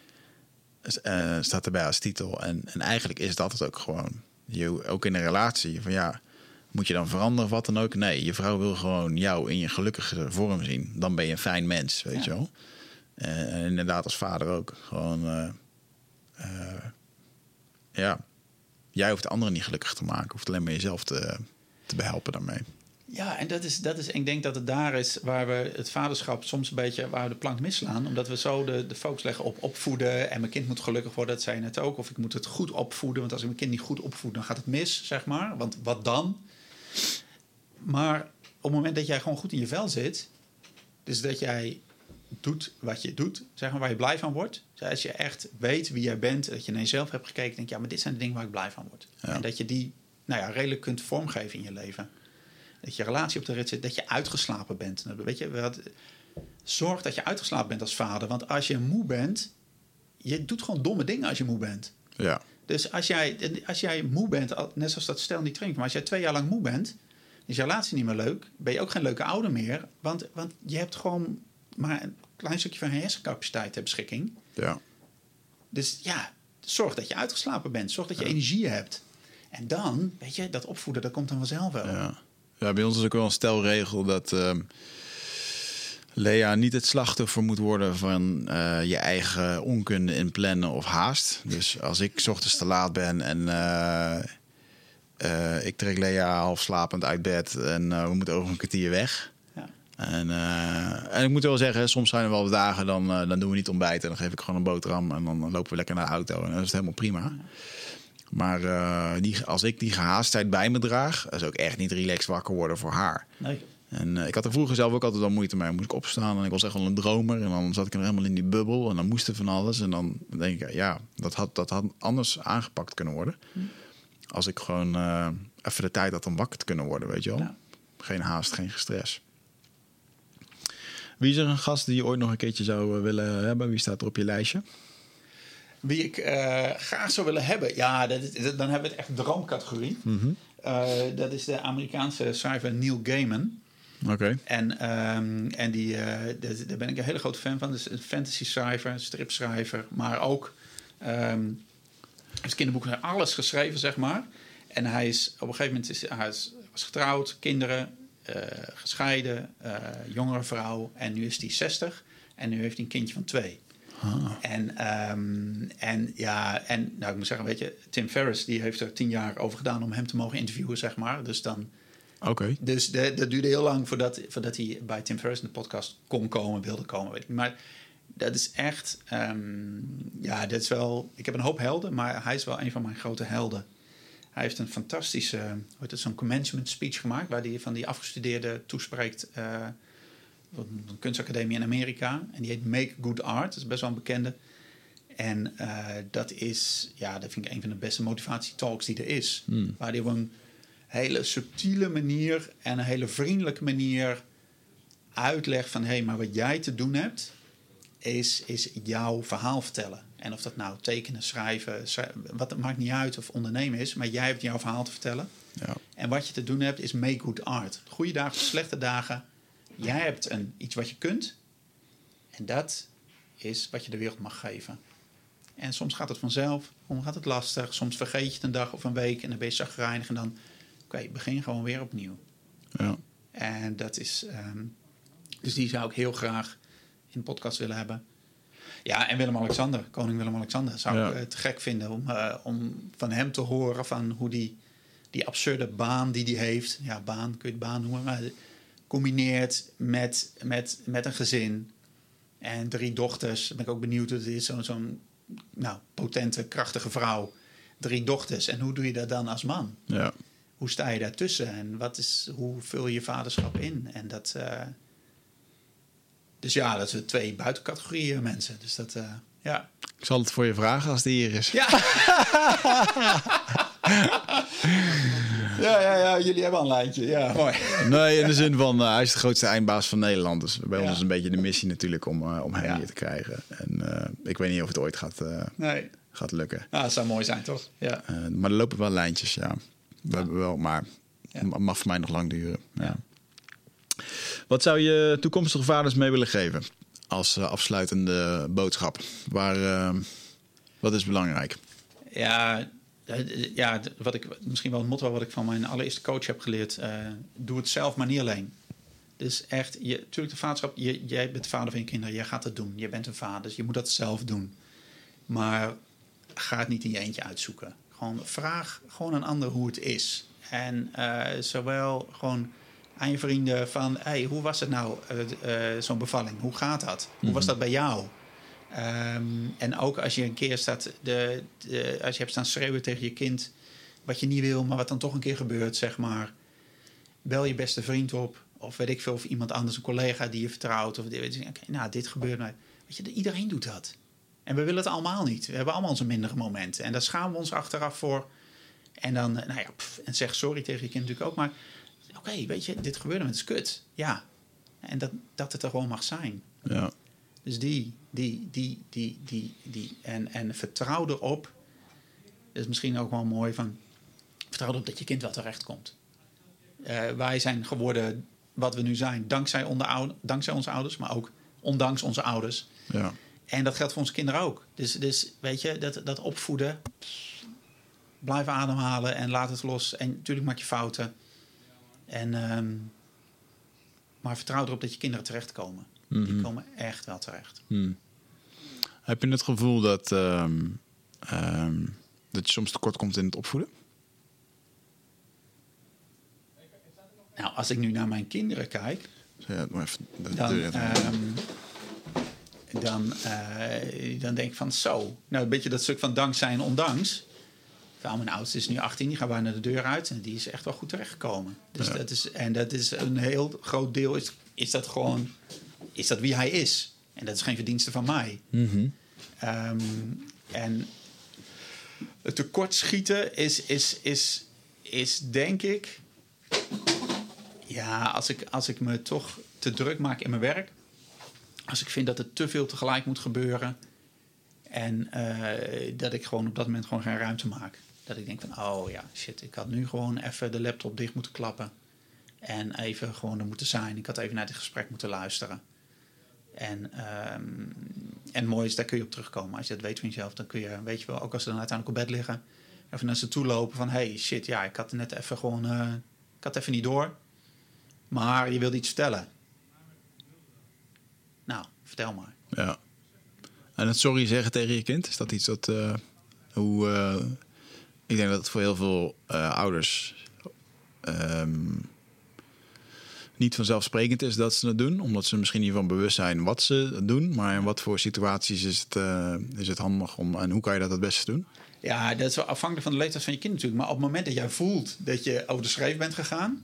Uh, staat erbij als titel. En, en eigenlijk is dat het ook gewoon. Je, ook in een relatie. Van ja, moet je dan veranderen of wat dan ook? Nee, je vrouw wil gewoon jou in je gelukkige vorm zien. Dan ben je een fijn mens, weet ja. je wel. Uh, en inderdaad als vader ook. Gewoon, uh, uh, ja... Jij hoeft de anderen niet gelukkig te maken. Hoeft alleen maar jezelf te, te behelpen daarmee. Ja, en dat is, dat is, ik denk dat het daar is waar we het vaderschap soms een beetje... waar we de plank misslaan. Omdat we zo de, de focus leggen op opvoeden. En mijn kind moet gelukkig worden, dat zei je net ook. Of ik moet het goed opvoeden. Want als ik mijn kind niet goed opvoed, dan gaat het mis, zeg maar. Want wat dan? Maar op het moment dat jij gewoon goed in je vel zit... dus dat jij doet wat je doet, zeg maar, waar je blij van wordt. Dus als je echt weet wie jij bent, dat je naar jezelf hebt gekeken... denk je, ja, maar dit zijn de dingen waar ik blij van word. Ja. En dat je die nou ja, redelijk kunt vormgeven in je leven. Dat je relatie op de rit zit, dat je uitgeslapen bent. Weet je, wat, zorg dat je uitgeslapen bent als vader. Want als je moe bent, je doet gewoon domme dingen als je moe bent. Ja. Dus als jij, als jij moe bent, net zoals dat stel in die training... maar als jij twee jaar lang moe bent, is je relatie niet meer leuk... ben je ook geen leuke ouder meer. Want, want je hebt gewoon... maar een klein stukje van je hersencapaciteit ter beschikking. Ja. Dus ja, zorg dat je uitgeslapen bent. Zorg dat je ja. energie hebt. En dan, weet je, dat opvoeden, dat komt dan vanzelf wel. Ja, ja bij ons is ook wel een stelregel dat uh, Lea niet het slachtoffer moet worden van uh, je eigen onkunde in plannen of haast. Dus als ik 's ochtends te laat ben en uh, uh, ik trek Lea half slapend uit bed en uh, we moeten over een kwartier weg... En, uh, en ik moet wel zeggen, soms zijn er wel dagen, dan, uh, dan doen we niet ontbijten. Dan geef ik gewoon een boterham en dan lopen we lekker naar de auto. En dan is het helemaal prima. Maar uh, die, als ik die gehaastheid bij me draag, dat is ook echt niet relaxed wakker worden voor haar. Nee. En uh, ik had er vroeger zelf ook altijd wel moeite mee. Moest ik opstaan en ik was echt wel een dromer. En dan zat ik er helemaal in die bubbel en dan moest er van alles. En dan denk ik, ja, dat had, dat had anders aangepakt kunnen worden. Hm. Als ik gewoon uh, even de tijd had om wakker te kunnen worden, weet je wel. Ja. Geen haast, geen stress. Wie is er een gast die je ooit nog een keertje zou willen hebben? Wie staat er op je lijstje? Wie ik uh, graag zou willen hebben? Ja, dat is, dat, dan hebben we het echt droomcategorie. Mm-hmm. Uh, dat is de Amerikaanse schrijver Neil Gaiman. Oké. Okay. En, um, en die, uh, dat, daar ben ik een hele grote fan van. Dus een fantasy schrijver, stripschrijver. Maar ook... Um, heeft kinderboeken, alles geschreven, zeg maar. En hij is op een gegeven moment... Is, hij is, was getrouwd, kinderen... Uh, gescheiden, uh, jongere vrouw. En nu is hij zestig. En nu heeft hij een kindje van twee. Ah. En, um, en ja, en nou, ik moet zeggen, weet je, Tim Ferriss die heeft er tien jaar over gedaan om hem te mogen interviewen, zeg maar. Dus dan. Oké. Okay. Dus de, dat duurde heel lang voordat, voordat hij bij Tim Ferriss in de podcast kon komen, wilde komen, weet ik. Maar dat is echt, um, ja, dat is wel. Ik heb een hoop helden, maar hij is wel een van mijn grote helden. Hij heeft een fantastische, hoe heet het, zo'n commencement speech gemaakt, waar hij van die afgestudeerden toespreekt. Uh, een kunstacademie in Amerika. En die heet Make Good Art. Dat is best wel een bekende. En uh, dat is, ja, dat vind ik een van de beste motivatietalks die er is. Hmm. Waar hij op een hele subtiele manier en een hele vriendelijke manier uitlegt van, hé, hey, maar wat jij te doen hebt, is, is jouw verhaal vertellen. En of dat nou tekenen, schrijven, schrijven, wat het maakt niet uit of ondernemen is, maar jij hebt jouw verhaal te vertellen. Ja. En wat je te doen hebt is make good art. Goede dagen, slechte dagen. Jij hebt een, iets wat je kunt. En dat is wat je de wereld mag geven. En soms gaat het vanzelf, soms gaat het lastig. Soms vergeet je het een dag of een week en dan ben je chagrijnig. En dan, oké, okay, begin gewoon weer opnieuw. Ja. En dat is, um, dus die zou ik heel graag in de podcast willen hebben. Ja, en Willem-Alexander, koning Willem-Alexander, zou ja. ik uh, te gek vinden om, uh, om van hem te horen van hoe die, die absurde baan die hij heeft. Ja, baan, kun je het baan noemen, maar combineert met, met, met een gezin en drie dochters. Ben ik ook benieuwd hoe het is, zo'n zo'n nou, potente, krachtige vrouw. Drie dochters. En hoe doe je dat dan als man? Ja. Hoe sta je daartussen? En wat is, hoe vul je je vaderschap in? En dat, uh, dus ja, dat zijn twee buitencategorieën mensen. Dus dat, uh, ja. Ik zal het voor je vragen als die hier is. Ja. Ja, ja, ja, jullie hebben een lijntje. Ja, mooi. Nee, in de zin van, uh, hij is de grootste eindbaas van Nederland. Dus bij ja. ons is een beetje de missie natuurlijk om, uh, om hem ja. hier te krijgen. En uh, ik weet niet of het ooit gaat, uh, nee. gaat lukken. Nou, dat zou mooi zijn, toch? Ja. Uh, maar er lopen wel lijntjes, ja. We ja. hebben wel, maar het ja. mag voor mij nog lang duren. Ja. Ja. Wat zou je toekomstige vaders mee willen geven als uh, afsluitende boodschap? Waar, uh, wat is belangrijk? Ja... Ja, wat ik, misschien wel het motto wat ik van mijn allereerste coach heb geleerd. Uh, doe het zelf, maar niet alleen. Dus echt, je, natuurlijk de vaderschap. Je, jij bent de vader van je kinderen. Jij gaat het doen. Je bent een vader. Dus je moet dat zelf doen. Maar ga het niet in je eentje uitzoeken. Gewoon vraag gewoon een ander hoe het is. En uh, zowel gewoon aan je vrienden van... Hey, hoe was het nou, uh, uh, zo'n bevalling? Hoe gaat dat? Hoe mm-hmm. was dat bij jou? Um, en ook als je een keer staat, de, de, als je hebt staan schreeuwen tegen je kind wat je niet wil, maar wat dan toch een keer gebeurt, zeg maar. Bel je beste vriend op, of weet ik veel, of iemand anders, een collega die je vertrouwt. Of weet je, okay, nou, dit gebeurt mij. Weet je, iedereen doet dat. En we willen het allemaal niet. We hebben allemaal onze mindere momenten. En daar schamen we ons achteraf voor. En dan, nou ja, pff, en zeg sorry tegen je kind natuurlijk ook. Maar oké, okay, weet je, dit gebeurde me, het is kut. Ja. En dat, dat het er gewoon mag zijn. Ja. Dus die, die, die, die, die, die. En, en vertrouw erop. Dat is misschien ook wel mooi van. Vertrouw erop dat je kind wel terecht komt. Uh, wij zijn geworden wat we nu zijn. Dankzij, onder, dankzij onze ouders, maar ook ondanks onze ouders. Ja. En dat geldt voor onze kinderen ook. Dus, dus weet je, dat, dat opvoeden. Blijf ademhalen en laat het los. En natuurlijk maak je fouten. En, um, maar vertrouw erop dat je kinderen terechtkomen. Mm-hmm. Die komen echt wel terecht. Hmm. Heb je het gevoel dat, um, um, dat je soms tekort komt in het opvoeden? Nou, als ik nu naar mijn kinderen kijk... Ja, maar even, dan, um, dan, uh, dan denk ik van zo... Nou, een beetje dat stuk van dankzij en ondanks... Nou, mijn oudste is nu achttien, die gaat bijna de deur uit... en die is echt wel goed terechtgekomen. Dus ja. dat is, en dat is een heel groot deel... is, is dat gewoon... is dat wie hij is. En dat is geen verdienste van mij. Mm-hmm. Um, en het tekortschieten is, is, is, is denk ik... Ja, als ik, als ik me toch te druk maak in mijn werk... als ik vind dat er te veel tegelijk moet gebeuren... en uh, dat ik gewoon op dat moment gewoon geen ruimte maak. Dat ik denk van, oh ja, shit, ik had nu gewoon even de laptop dicht moeten klappen... en even gewoon er moeten zijn. Ik had even naar dit gesprek moeten luisteren... En, um, en mooi is, daar kun je op terugkomen. Als je dat weet van jezelf, dan kun je, weet je wel, ook als ze dan uiteindelijk op bed liggen, even naar ze toe lopen van, hey, shit, ja, ik had net even gewoon, uh, ik had even niet door. Maar je wilde iets vertellen. Nou, vertel maar. Ja. En het sorry zeggen tegen je kind, is dat iets dat... Uh, hoe, uh, ik denk dat het voor heel veel uh, ouders... Um, niet vanzelfsprekend is dat ze het doen. Omdat ze misschien niet van bewust zijn wat ze doen. Maar in wat voor situaties is het, uh, is het handig om... En hoe kan je dat het beste doen? Ja, dat is wel afhankelijk van de leeftijd van je kind natuurlijk. Maar op het moment dat jij voelt dat je over de schreef bent gegaan...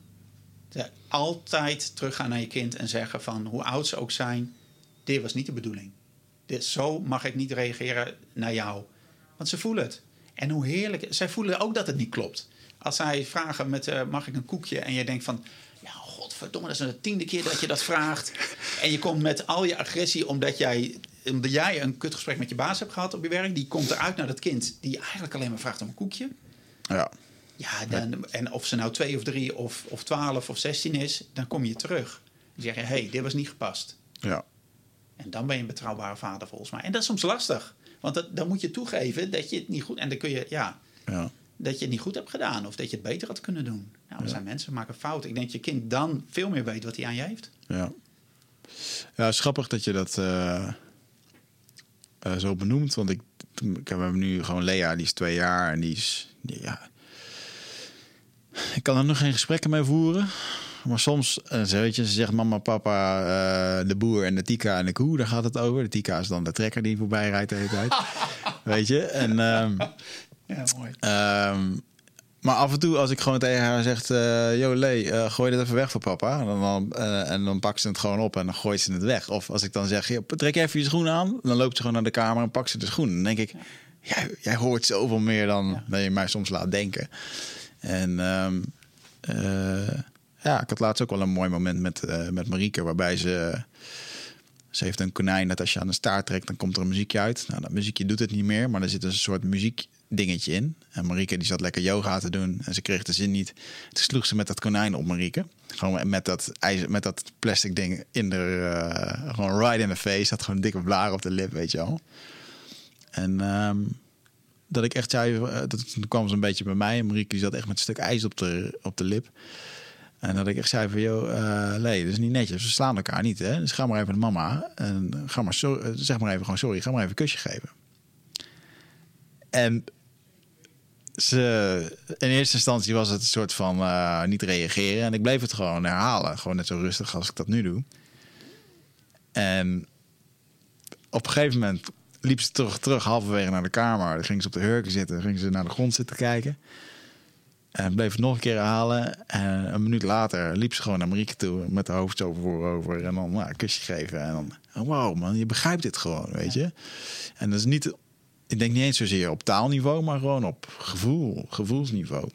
altijd teruggaan naar je kind en zeggen van... hoe oud ze ook zijn, dit was niet de bedoeling. Dit, zo mag ik niet reageren naar jou. Want ze voelen het. En hoe heerlijk... Zij voelen ook dat het niet klopt. Als zij vragen met uh, mag ik een koekje... en je denkt van... ja, godverdomme, dat is de tiende keer dat je dat vraagt. En je komt met al je agressie... omdat jij, omdat jij een kutgesprek met je baas hebt gehad op je werk... die komt eruit naar dat kind... die eigenlijk alleen maar vraagt om een koekje. Ja. Ja, dan, en of ze nou twee of drie of, of twaalf of zestien is... dan kom je terug. Dan zeg je, hé, hey, dit was niet gepast. Ja. En dan ben je een betrouwbare vader volgens mij. En dat is soms lastig. Want dat, dan moet je toegeven dat je het niet goed... en dan kun je, ja... ja. dat je het niet goed hebt gedaan of dat je het beter had kunnen doen. Nou, er ja. zijn mensen die maken fouten. Ik denk dat je kind dan veel meer weet wat hij aan je heeft. Ja, ja, het is grappig dat je dat uh, uh, zo benoemt. Want ik, ik heb hem nu gewoon Lea, die is twee jaar en die is... Die, ja, ik kan er nog geen gesprekken mee voeren. Maar soms, uh, weet je, ze zegt mama, papa, uh, de boer en de Tika en de koe, daar gaat het over. De Tika is dan de trekker die voorbij rijdt de hele tijd. Weet je, en... Um, Ja, mooi. Um, maar af en toe als ik gewoon tegen haar zeg... Uh, yo, Lee, uh, gooi dit even weg voor papa. En dan, uh, en dan pakt ze het gewoon op en dan gooit ze het weg. Of als ik dan zeg, trek even je schoenen aan. Dan loopt ze gewoon naar de kamer en pakt ze de schoenen. Dan denk ik, ja. jij, jij hoort zoveel meer dan, ja. dan je mij soms laat denken. En um, uh, ja, ik had laatst ook wel een mooi moment met, uh, met Marieke... waarbij ze... Ze heeft een konijn dat als je aan de staart trekt... dan komt er een muziekje uit. Nou, dat muziekje doet het niet meer, maar er zit een soort muziekdingetje in. En Marieke die zat lekker yoga te doen en ze kreeg de zin niet. Toen sloeg ze met dat konijn op Marieke. Gewoon met dat, ijzer, met dat plastic ding in de... Uh, gewoon right in the face. Had gewoon een dikke blaar op de lip, weet je wel. En um, dat ik echt zei... Uh, dat, toen kwam ze een beetje bij mij. En Marieke die zat echt met een stuk ijs op de, op de lip. En dat ik echt zei van, joh, uh, nee, dat is niet netjes. We slaan elkaar niet, hè. Dus ga maar even naar mama. En ga maar so- zeg maar even gewoon sorry. Ga maar even een kusje geven. En ze, in eerste instantie was het een soort van uh, niet reageren. En ik bleef het gewoon herhalen. Gewoon net zo rustig als ik dat nu doe. En op een gegeven moment liep ze terug, terug halverwege naar de kamer. Dan ging ze op de hurken zitten. Dan ging ze naar de grond zitten kijken. En bleef het nog een keer herhalen. En een minuut later liep ze gewoon naar Marieke toe... met haar hoofd zo voorover. En dan nou, een kusje geven. En dan, wow man, je begrijpt dit gewoon, weet je. En dat is niet... Ik denk niet eens zozeer op taalniveau... maar gewoon op gevoel, gevoelsniveau.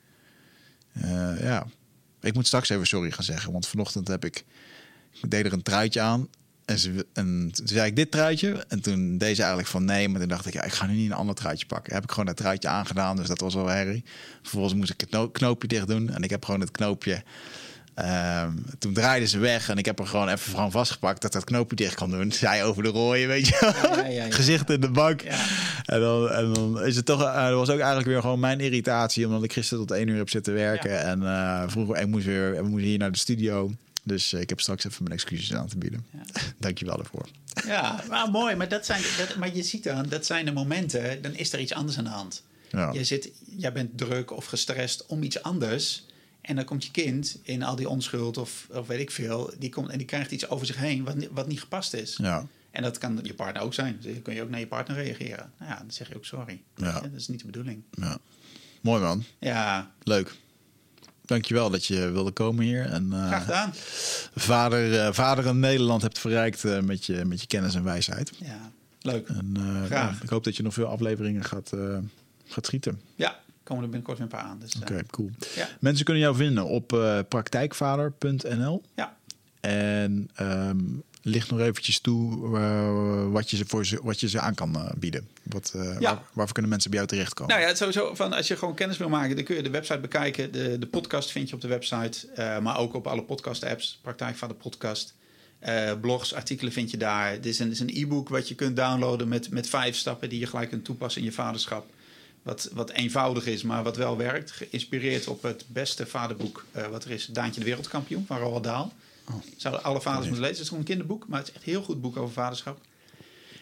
Uh, ja. Ik moet straks even sorry gaan zeggen. Want vanochtend heb ik... Ik deed er een truitje aan... En, ze, en toen zei ik dit truitje. En toen deed ze eigenlijk van nee. Maar toen dacht ik, ja, ik ga nu niet een ander truitje pakken. Heb ik gewoon dat truitje aangedaan. Dus dat was wel herrie. Vervolgens moest ik het kno- knoopje dicht doen. En ik heb gewoon het knoopje... Um, toen draaide ze weg. En ik heb er gewoon even van vastgepakt dat dat knoopje dicht kan doen. Zij over de rooien, weet je. Ja, ja, ja, ja. Gezicht in de bank. Ja. En, dan, en dan is het toch... Uh, dat was ook eigenlijk weer gewoon mijn irritatie. Omdat ik gisteren tot één uur heb zitten werken. Ja. En uh, vroeger, ik moest weer ik moest hier naar de studio... Dus uh, ik heb straks even mijn excuses aan te bieden. Ja. Dank je wel ervoor. Ja, maar mooi. Maar, dat zijn, dat, maar je ziet dan, dat zijn de momenten... dan is er iets anders aan de hand. Ja. Je zit, jij bent druk of gestrest om iets anders... en dan komt je kind in al die onschuld of, of weet ik veel... Die komt, en die krijgt iets over zich heen wat, wat niet gepast is. Ja. En dat kan je partner ook zijn. Dus dan kun je ook naar je partner reageren. Nou ja, dan zeg je ook sorry. Ja. Dat is niet de bedoeling. Ja. Mooi man. Ja. Leuk. Dankjewel dat je wilde komen hier. En, uh, Graag gedaan. Vader, uh, vader in Nederland hebt verrijkt uh, met, je, met je kennis en wijsheid. Ja, leuk. En, uh, Graag. Ja, ik hoop dat je nog veel afleveringen gaat, uh, gaat schieten. Ja, komen er binnenkort weer een paar aan. Dus, Oké, okay, cool. Ja. Mensen kunnen jou vinden op uh, praktijkvader punt n l. Ja. En um, licht nog eventjes toe uh, wat, je ze voor ze, wat je ze aan kan uh, bieden. Wat, uh, ja. waar, waarvoor kunnen mensen bij jou terechtkomen? Nou ja, het sowieso van als je gewoon kennis wil maken, dan kun je de website bekijken. De, de podcast vind je op de website, uh, maar ook op alle podcast-apps. Praktijkvader podcast. Uh, blogs, artikelen vind je daar. Dit is een, is een e-book wat je kunt downloaden met, met vijf stappen die je gelijk kunt toepassen in je vaderschap. Wat, wat eenvoudig is, maar wat wel werkt. Geïnspireerd op het beste vaderboek uh, wat er is. Daantje de Wereldkampioen van Roald Dahl. Oh. Zouden alle vaders moeten lezen. Het is gewoon een kinderboek, maar het is echt een heel goed boek over vaderschap.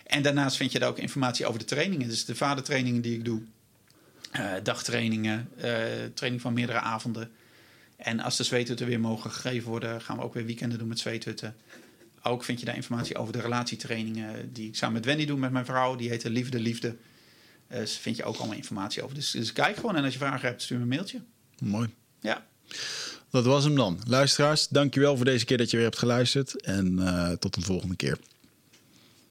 En daarnaast vind je daar ook informatie over de trainingen. Dus de vadertrainingen die ik doe. Uh, dagtrainingen, uh, training van meerdere avonden. En als de zweethutten weer mogen gegeven worden, gaan we ook weer weekenden doen met zweethutten. Ook vind je daar informatie over de relatietrainingen die ik samen met Wendy doe, met mijn vrouw. Die heet Liefde, Liefde. Uh, dus vind je ook allemaal informatie over. Dus, dus kijk gewoon en als je vragen hebt, stuur me een mailtje. Mooi. Ja. Dat was hem dan. Luisteraars, dankjewel voor deze keer dat je weer hebt geluisterd. En uh, tot een volgende keer.